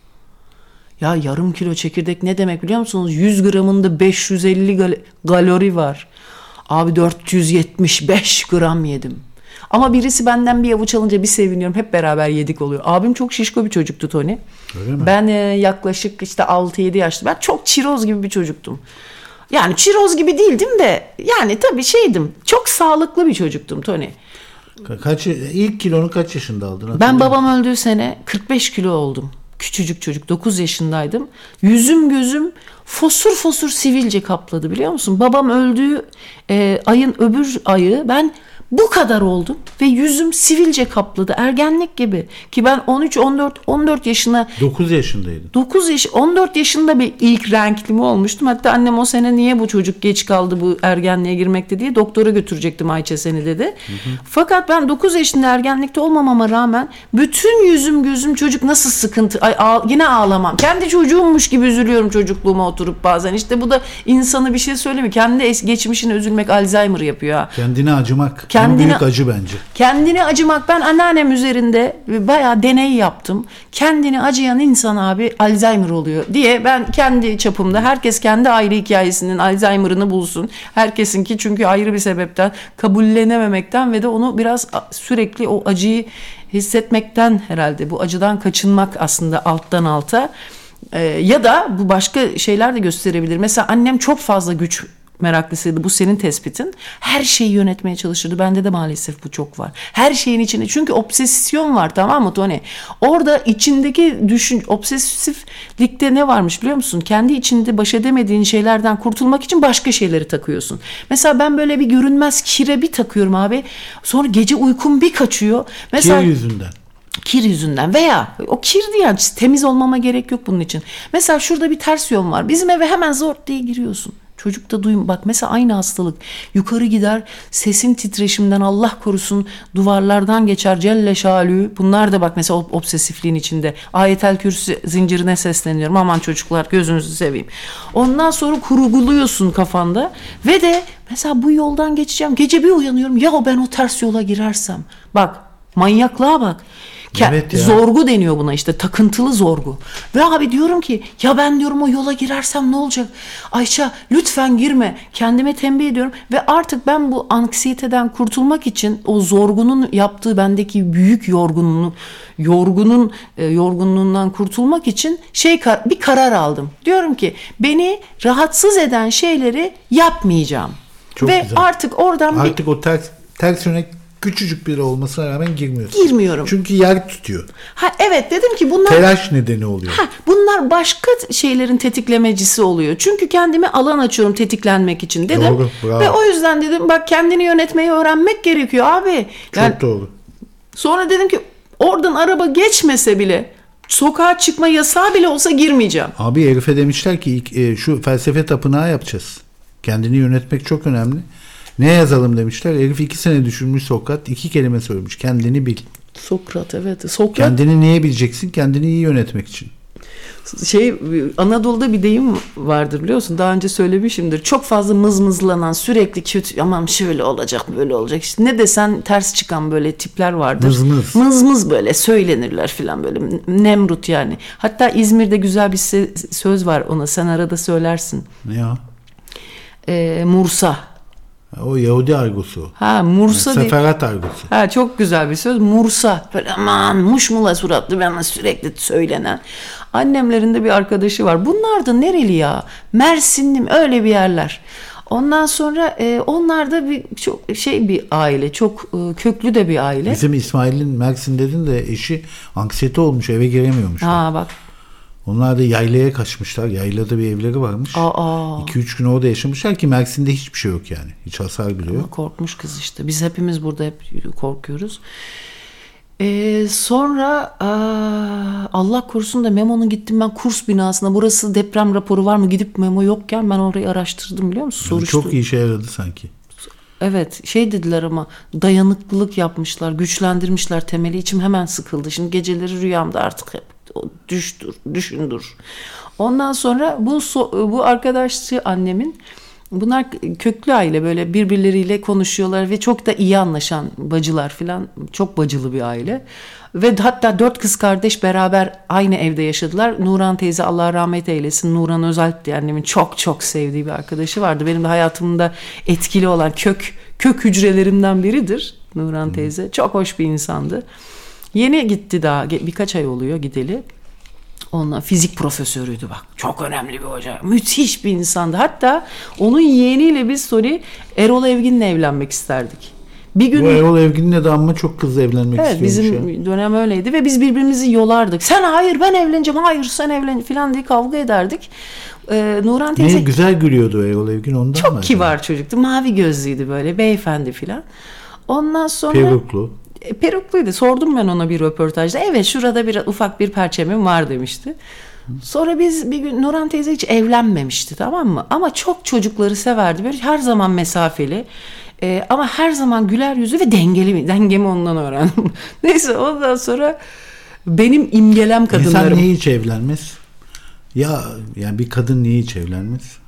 Ya yarım kilo çekirdek ne demek biliyor musunuz? yüz gramında beş yüz elli gal- kalori var. Abi dört yüz yetmiş beş gram yedim. Ama birisi benden bir avuç alınca bir seviniyorum. Hep beraber yedik oluyor. Abim çok şişko bir çocuktu Tony. Öyle mi? Ben e, yaklaşık işte altı yedi yaşlı. Ben çok çiroz gibi bir çocuktum. Yani çiroz gibi değildim de yani tabii şeydim. Çok sağlıklı bir çocuktum Tony. Kaç, ilk kilonu kaç yaşında aldın? Ben babam öldüğü sene kırk beş kilo oldum. Küçücük çocuk, dokuz yaşındaydım. Yüzüm gözüm fosur fosur sivilce kapladı, biliyor musun? Babam öldüğü e, ayın öbür ayı ben bu kadar oldum ve yüzüm sivilce kapladı, ergenlik gibi. Ki ben on üç on dört on dört yaşına dokuz yaşındaydın. dokuz yaş on dört yaşında bir ilk renklimi olmuştum. Hatta annem o sene niye bu çocuk geç kaldı bu ergenliğe girmekte diye doktora götürecektim Ayça seni dedi. Hı hı. Fakat ben dokuz yaşında ergenlikte olmamama rağmen bütün yüzüm gözüm çocuk nasıl sıkıntı. Ay, ağ, yine ağlamam. Kendi çocuğummuş gibi üzülüyorum çocukluğuma oturup bazen. İşte bu da insanı bir şey söylemiyor. Kendi es- geçmişine üzülmek Alzheimer yapıyor ha. Kendine acımak. Kendine, en büyük acı bence. Kendine acımak. Ben anneannem üzerinde bayağı deney yaptım. Kendine acıyan insan abi Alzheimer oluyor diye ben kendi çapımda, herkes kendi ayrı hikayesinin Alzheimer'ını bulsun. Herkesinki çünkü ayrı bir sebepten, kabullenememekten ve de onu biraz sürekli o acıyı hissetmekten, herhalde bu acıdan kaçınmak aslında alttan alta. Ee, ya da bu başka şeyler de gösterebilir. Mesela annem çok fazla güç meraklısıydı. Bu senin tespitin. Her şeyi yönetmeye çalışırdı. Bende de maalesef bu çok var. Her şeyin içinde. Çünkü obsesyon var, tamam mı Tony? Orada içindeki düşün, obsesiflikte ne varmış biliyor musun? Kendi içinde baş edemediğin şeylerden kurtulmak için başka şeyleri takıyorsun. Mesela ben böyle bir görünmez kire bir takıyorum abi. Sonra gece uykum bir kaçıyor. Mesela kir yüzünden. Kir yüzünden veya o kir diye temiz olmama gerek yok bunun için. Mesela şurada bir ters yol var. Bizim eve hemen zor diye giriyorsun. Çocuk da duyum. Bak mesela aynı hastalık. Yukarı gider, sesin titreşimden Allah korusun duvarlardan geçer Celle Şalü. Bunlar da bak mesela obsesifliğin içinde. Ayetel Kürsü zincirine sesleniyorum. Aman çocuklar gözünüzü seveyim. Ondan sonra kurguluyorsun kafanda ve de mesela bu yoldan geçeceğim. Gece bir uyanıyorum. Ya ben o ters yola girersem. Bak manyaklığa bak. Evet ya. Zorgu deniyor buna, işte takıntılı zorgu. Ve abi diyorum ki ya ben diyorum o yola girersem ne olacak? Ayça lütfen girme. Kendime tembih ediyorum ve artık ben bu anksiyeteden kurtulmak için o zorgunun yaptığı bendeki büyük yorgunluğu yorgunun e, yorgunluğundan kurtulmak için şey bir karar aldım. Diyorum ki beni rahatsız eden şeyleri yapmayacağım. Çok ve güzel. Artık oradan artık bir... o ters ters yöne küçücük biri olmasına rağmen girmiyorsun. Girmiyorum. Çünkü yer tutuyor. Ha evet, dedim ki bunlar telaş nedeni oluyor. Ha, bunlar başka şeylerin tetiklemecisi oluyor. Çünkü kendime alan açıyorum tetiklenmek için dedim. Doğru, bravo. Ve o yüzden dedim bak, kendini yönetmeyi öğrenmek gerekiyor abi. Yani, çok doğru. Sonra dedim ki oradan araba geçmese bile, sokağa çıkma yasağı bile olsa girmeyeceğim. Abi herife demişler ki ilk, e, şu felsefe tapınağı yapacağız. Kendini yönetmek çok önemli. Ne yazalım demişler. Herif iki sene düşünmüş Sokrat. iki kelime söylemiş. Kendini bil. Sokrat evet. Sokrat. Kendini niye bileceksin? Kendini iyi yönetmek için. Şey, Anadolu'da bir deyim vardır biliyorsun, daha önce söylemişimdir. Çok fazla mızmızlanan, sürekli kötü, aman şöyle olacak böyle olacak, işte ne desen ters çıkan böyle tipler vardır. Mızmız. Mızmız böyle söylenirler filan, böyle Nemrut yani. Hatta İzmir'de güzel bir söz var, ona sen arada söylersin. Ne ya? Ee, Mursa. O Yahudi argosu. Ha Mursa. Yani seferat argosu. Ha çok güzel bir söz. Mursa. Böyle aman muşmula suratlı, bana sürekli söylenen. Annemlerin de bir arkadaşı var. Bunlar da nereli ya? Mersinli mi? Öyle bir yerler. Ondan sonra e, onlar da bir çok şey bir aile, çok e, köklü de bir aile. Bizim İsmail'in Mersin dedin de eşi anksiyete olmuş, eve giremiyormuş. Ha bak. Onlar da yaylaya kaçmışlar. Yaylada bir evleri varmış. Aa. iki üç gün orada yaşamışlar ki Mersin'de hiçbir şey yok yani. Hiç hasar bile yok. Ama korkmuş kız işte. Biz hepimiz burada hep korkuyoruz. Ee, sonra aa, Allah korusun da Memo'nun gittim ben kurs binasına. Burası deprem raporu var mı? Gidip Memo yokken ben orayı araştırdım biliyor musun? Yani Soruştum. çok iyi işe yaradı sanki. Evet şey dediler ama dayanıklılık yapmışlar, güçlendirmişler temeli. İçim hemen sıkıldı. Şimdi geceleri rüyamda artık hep düştür, düşündür. Ondan sonra bu bu arkadaşçı annemin, bunlar köklü aile, böyle birbirleriyle konuşuyorlar ve çok da iyi anlaşan bacılar filan, çok bacılı bir aile. Ve hatta dört kız kardeş beraber aynı evde yaşadılar. Nuran teyze Allah rahmet eylesin. Nuran Özalp diye annemin çok çok sevdiği bir arkadaşı vardı. Benim de hayatımda etkili olan kök kök hücrelerimden biridir Nuran teyze. Çok hoş bir insandı. Yeni gitti daha, birkaç ay oluyor gideli. Onunla fizik profesörüydü bak. Çok önemli bir hoca. Müthiş bir insandı. Hatta onun yeğeniyle biz Soli Erol Evgin'le evlenmek isterdik. Bir gün, bu Erol Evgin'le de amma çok kızla evlenmek evet, istiyormuş bizim ya. dönem öyleydi ve biz birbirimizi yolardık. Sen hayır ben evleneceğim, hayır sen evlen falan diye kavga ederdik. Ee, Nuran teyze... Ne güzel gülüyordu Erol Evgin ondan çok mı? kibar acaba? çocuktu. Mavi gözlüydü böyle, beyefendi falan. Ondan sonra... Peruklu. E, perukluydu. Sordum ben ona bir röportajda. Evet şurada bir ufak bir perçemim var demişti. Sonra biz bir gün, Nurhan teyze hiç evlenmemişti tamam mı? Ama çok çocukları severdi. Böyle her zaman mesafeli. E, ama her zaman güler yüzlü ve dengeli mi? Dengemi ondan öğrendim. Neyse ondan sonra benim imgelem kadınlarım. İnsan niye hiç evlenmez? Ya yani bir kadın niye hiç evlenmez?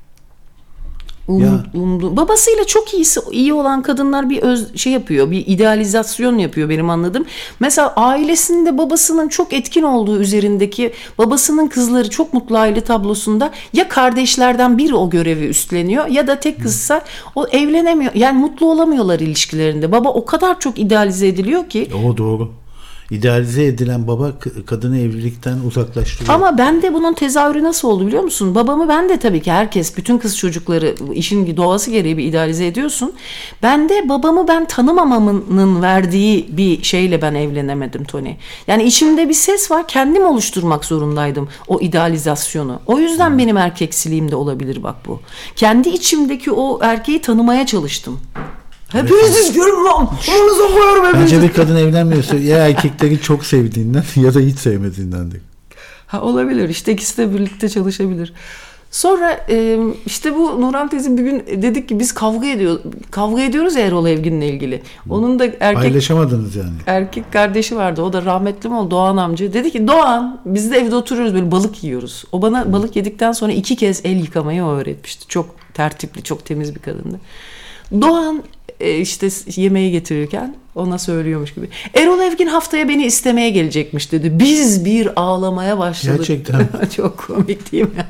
Um, umdu. Babasıyla çok iyisi iyi olan kadınlar bir öz şey yapıyor, bir idealizasyon yapıyor benim anladığım. Mesela ailesinde babasının çok etkin olduğu üzerindeki, babasının kızları çok mutlu aile tablosunda ya kardeşlerden biri o görevi üstleniyor ya da tek kızsa o evlenemiyor. Yani mutlu olamıyorlar ilişkilerinde. Baba o kadar çok idealize ediliyor ki. O doğru. İdealize edilen baba kadını evlilikten uzaklaştırıyor. Ama ben de bunun tezahürü nasıl oldu biliyor musun? Babamı ben de tabii ki herkes, bütün kız çocukları işin doğası gereği bir idealize ediyorsun. Ben de babamı ben tanımamamın verdiği bir şeyle ben evlenemedim Tony. Yani içimde bir ses var, kendim oluşturmak zorundaydım o idealizasyonu. O yüzden hmm. benim erkeksiliğim de olabilir bak bu. Kendi içimdeki o erkeği tanımaya çalıştım. Hepiniz istiyorum lan. Onunuza koyarım hepiniz. Bence bir kadın evlenmiyorsa ya erkekleri çok sevdiğinden ya da hiç sevmediğindendir. Ha olabilir. İşte ikisi de birlikte çalışabilir. Sonra işte bu Nurhan teyze bir gün dedik ki biz kavga ediyoruz. Kavga ediyoruz ya Erol Evgin'le ilgili. Onun da erkek paylaşamadınız yani. Erkek kardeşi vardı. O da rahmetli mi oldu? Doğan amca. Dedi ki Doğan biz de evde oturuyoruz böyle balık yiyoruz. O bana balık yedikten sonra iki kez el yıkamayı öğretmişti. Çok tertipli, çok temiz bir kadındı. Doğan işte yemeği getirirken ona söylüyormuş gibi. Erol Evgin haftaya beni istemeye gelecekmiş dedi. Biz bir ağlamaya başladık. Gerçekten. Çok komik değil mi?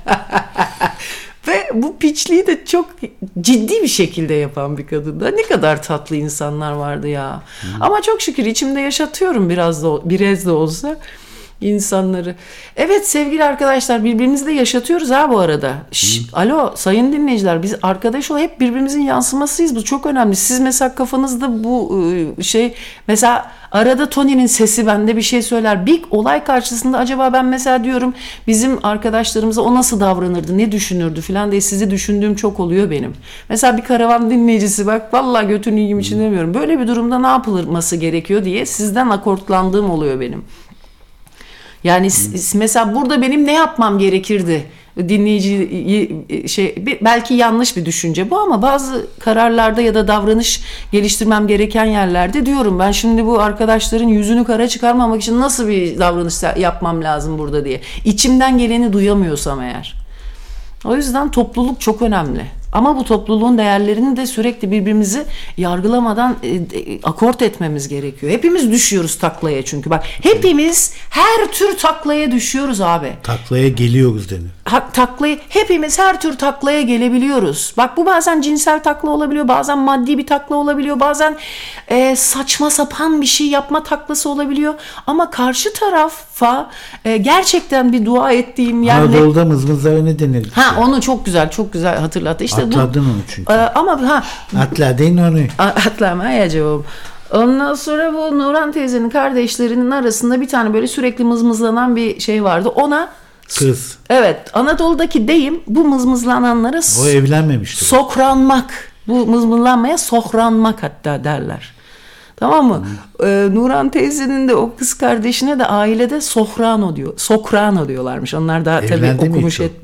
Ve bu piçliği de çok ciddi bir şekilde yapan bir kadında. Ne kadar tatlı insanlar vardı ya. Hmm. Ama çok şükür içimde yaşatıyorum biraz da biraz da olsa. insanları. Evet sevgili arkadaşlar, birbirimizi de yaşatıyoruz ha bu arada. Şş, alo sayın dinleyiciler, biz arkadaş ol, hep birbirimizin yansımasıyız, bu çok önemli. Siz mesela kafanızda bu şey, mesela arada Tony'nin sesi bende bir şey söyler. Bir olay karşısında acaba ben mesela diyorum bizim arkadaşlarımıza o nasıl davranırdı, ne düşünürdü falan diye sizi düşündüğüm çok oluyor benim. Mesela bir karavan dinleyicisi, bak vallahi götünü yiyeyim için demiyorum, böyle bir durumda ne yapılması gerekiyor diye sizden akortlandığım oluyor benim. Yani hmm. mesela burada benim ne yapmam gerekirdi? Dinleyici şey, belki yanlış bir düşünce bu ama bazı kararlarda ya da davranış geliştirmem gereken yerlerde diyorum ben şimdi bu arkadaşların yüzünü kara çıkarmamak için nasıl bir davranış yapmam lazım burada diye. İçimden geleni duyamıyorsam eğer. O yüzden topluluk çok önemli. Ama bu topluluğun değerlerini de sürekli birbirimizi yargılamadan e, e, akort etmemiz gerekiyor. Hepimiz düşüyoruz taklaya çünkü. Bak hepimiz her tür taklaya düşüyoruz abi. Taklaya geliyoruz denir. Ha, taklaya, hepimiz her tür taklaya gelebiliyoruz. Bak bu bazen cinsel takla olabiliyor, bazen maddi bir takla olabiliyor, bazen e, saçma sapan bir şey yapma taklası olabiliyor. Ama karşı tarafa e, gerçekten bir dua ettiğim yerle... Anadolu'da mızmızlara ne denir? Ha onu çok güzel, çok güzel hatırlattı. İşte atladın bu, onu çünkü. E, ama ha... Atladın onu. Atlamayacağım. Ondan sonra bu Nurhan teyzenin kardeşlerinin arasında bir tane böyle sürekli mızmızlanan bir şey vardı. Ona kız. Evet, Anadolu'daki deyim bu mızmızlananlara o evlenmemişti. Sokranmak. Bu mızmızlanmaya sokranmak hatta derler. Tamam mı? Hmm. Ee, Nurhan teyzenin de o kız kardeşine de ailede soprano diyor. Soprano diyorlarmış. Onlar daha evlendi tabii okumuş et.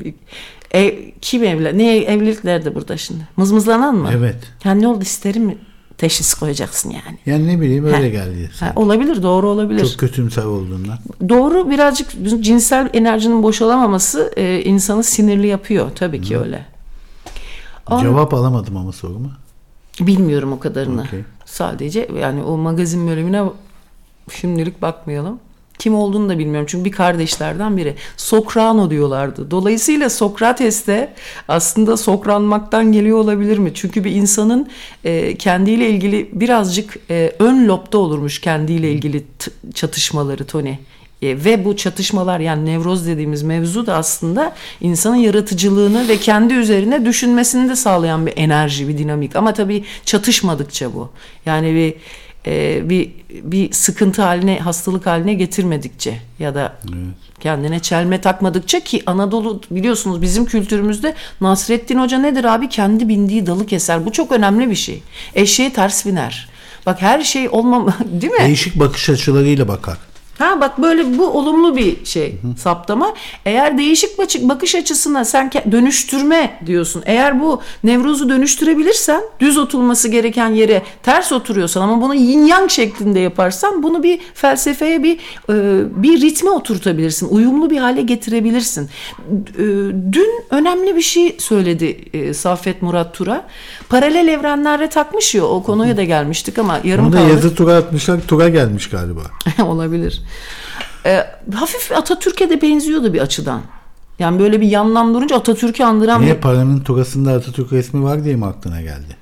E, kim evlen? Ne evlilikler de burada şimdi? Mızmızlanan mı? Evet. Yani ne oldu, isterim mi? Teşhis koyacaksın yani. Yani ne bileyim öyle ha. geldi. Ha, olabilir, doğru olabilir. Çok kötümser olduğundan. Doğru, birazcık cinsel enerjinin boşalamaması e, insanı sinirli yapıyor. Tabii ki hmm. öyle. Cevap Onu, alamadım ama soruma. Bilmiyorum o kadarını. Okay. Sadece yani o magazin bölümüne şimdilik bakmayalım. Kim olduğunu da bilmiyorum. Çünkü bir kardeşlerden biri. Sokrano diyorlardı. Dolayısıyla Sokrates de aslında sokranmaktan geliyor olabilir mi? Çünkü bir insanın e, kendiyle ilgili birazcık e, ön lobda olurmuş kendiyle ilgili t- çatışmaları Tony. E, ve bu çatışmalar, yani nevroz dediğimiz mevzu da aslında insanın yaratıcılığını ve kendi üzerine düşünmesini de sağlayan bir enerji, bir dinamik. Ama tabii çatışmadıkça bu. Yani bir Ee, bir bir sıkıntı haline, hastalık haline getirmedikçe ya da evet. kendine çelme takmadıkça, ki Anadolu biliyorsunuz bizim kültürümüzde Nasrettin Hoca nedir abi? Kendi bindiği dalı keser. Bu çok önemli bir şey. Eşeğe ters biner. Bak her şey olmam değil mi? Değişik bakış açılarıyla bakar. Ha bak böyle bu olumlu bir şey, hı. saptama. Eğer değişik bakış açısına sen dönüştürme diyorsun. Eğer bu nevrozu dönüştürebilirsen, düz oturması gereken yere ters oturuyorsan ama bunu yin yang şeklinde yaparsan, bunu bir felsefeye, bir bir ritme oturtabilirsin. Uyumlu bir hale getirebilirsin. Dün önemli bir şey söyledi Saffet Murat Tura. Paralel evrenlere takmış ya, o konuya da gelmiştik ama yarım kaldı. Onu da yazı tura atmışlar, tura gelmiş galiba. Olabilir. E, hafif Atatürk'e de benziyordu bir açıdan. Yani böyle bir yandan durunca Atatürk'ü andıran Niye bir... paranın turasında Atatürk resmi var diye mi aklına geldi?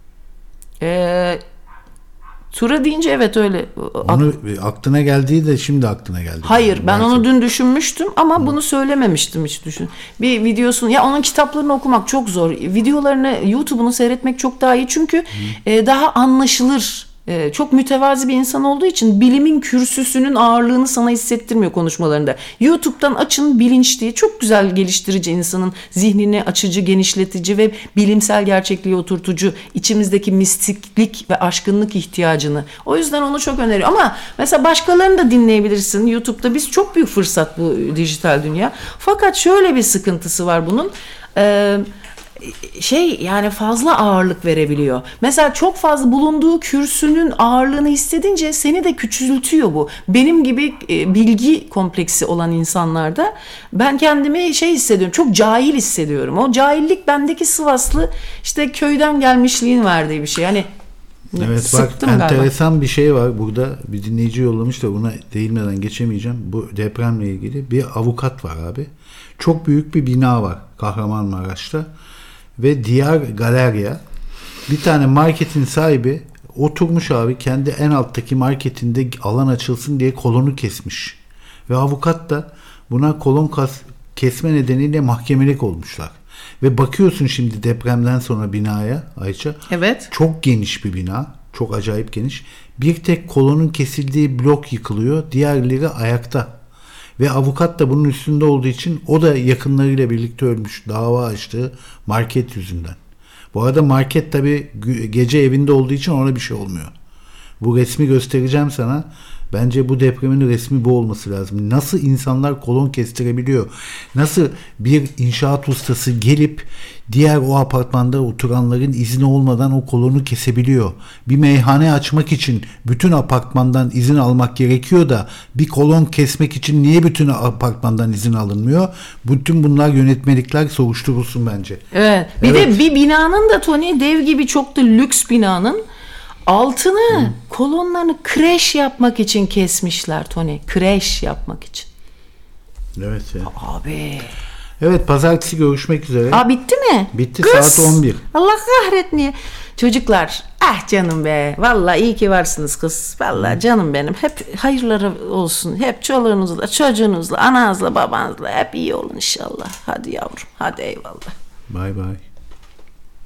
E, tura deyince evet öyle. Onu aklına geldiği de şimdi aklına geldi. Hayır ben Belki. onu dün düşünmüştüm ama Hı. bunu söylememiştim hiç düşün. Bir videosunu, ya onun kitaplarını okumak çok zor. Videolarını, YouTube'unu seyretmek çok daha iyi çünkü e, daha anlaşılır. Ee, çok mütevazi bir insan olduğu için bilimin kürsüsünün ağırlığını sana hissettirmiyor konuşmalarında. YouTube'dan açın, Bilinç diye çok güzel geliştirici, insanın zihnini açıcı, genişletici ve bilimsel gerçekliği oturtucu, içimizdeki mistiklik ve aşkınlık ihtiyacını. O yüzden onu çok öneriyorum. Ama mesela başkalarını da dinleyebilirsin. YouTube'da biz çok büyük fırsat bu dijital dünya. Fakat şöyle bir sıkıntısı var bunun. Eee şey yani fazla ağırlık verebiliyor. Mesela çok fazla bulunduğu kürsünün ağırlığını hissedince seni de küçültüyor bu. Benim gibi e, bilgi kompleksi olan insanlarda ben kendimi şey hissediyorum, çok cahil hissediyorum. O cahillik bendeki Sivaslı işte köyden gelmişliğin verdiği bir şey. Hani evet bak enteresan galiba. Bir şey var burada, bir dinleyici yollamış da buna değinmeden geçemeyeceğim. Bu depremle ilgili bir avukat var abi. Çok büyük bir bina var Kahramanmaraş'ta. Ve Diyar Galerya, bir tane marketin sahibi oturmuş abi, kendi en alttaki marketinde alan açılsın diye kolonu kesmiş. Ve avukat da buna kolon kas, kesme nedeniyle mahkemelik olmuşlar. Ve bakıyorsun şimdi depremden sonra binaya Ayça. Evet. Çok geniş bir bina. Çok acayip geniş. Bir tek kolonun kesildiği blok yıkılıyor. Diğerleri ayakta. Ve avukat da bunun üstünde olduğu için o da yakınlarıyla birlikte ölmüş. Dava açtığı market yüzünden. Bu arada market tabii gece evinde olduğu için ona bir şey olmuyor. Bu resmi göstereceğim sana. Bence bu depremin resmi bu olması lazım. Nasıl insanlar kolon kestirebiliyor? Nasıl bir inşaat ustası gelip diğer o apartmanda oturanların izni olmadan o kolonu kesebiliyor? Bir meyhane açmak için bütün apartmandan izin almak gerekiyor da bir kolon kesmek için niye bütün apartmandan izin alınmıyor? Bütün bunlar yönetmelikler soruşturulsun bence. Evet. Bir Evet. de bir binanın da Tony dev gibi çok da lüks binanın altını, Hı. kolonlarını kreş yapmak için kesmişler Tony. Kreş yapmak için. Evet ya. Abi. Evet, pazartesi görüşmek üzere. Aa, bitti mi? Bitti. Kız, saat on bir. Allah kahretmiyor. Çocuklar, ah canım be. Vallahi iyi ki varsınız kız. Vallahi canım benim. Hep hayırları olsun. Hep çoluğunuzla, çocuğunuzla, ananızla, babanızla hep iyi olun inşallah. Hadi yavrum. Hadi eyvallah. Bay bay.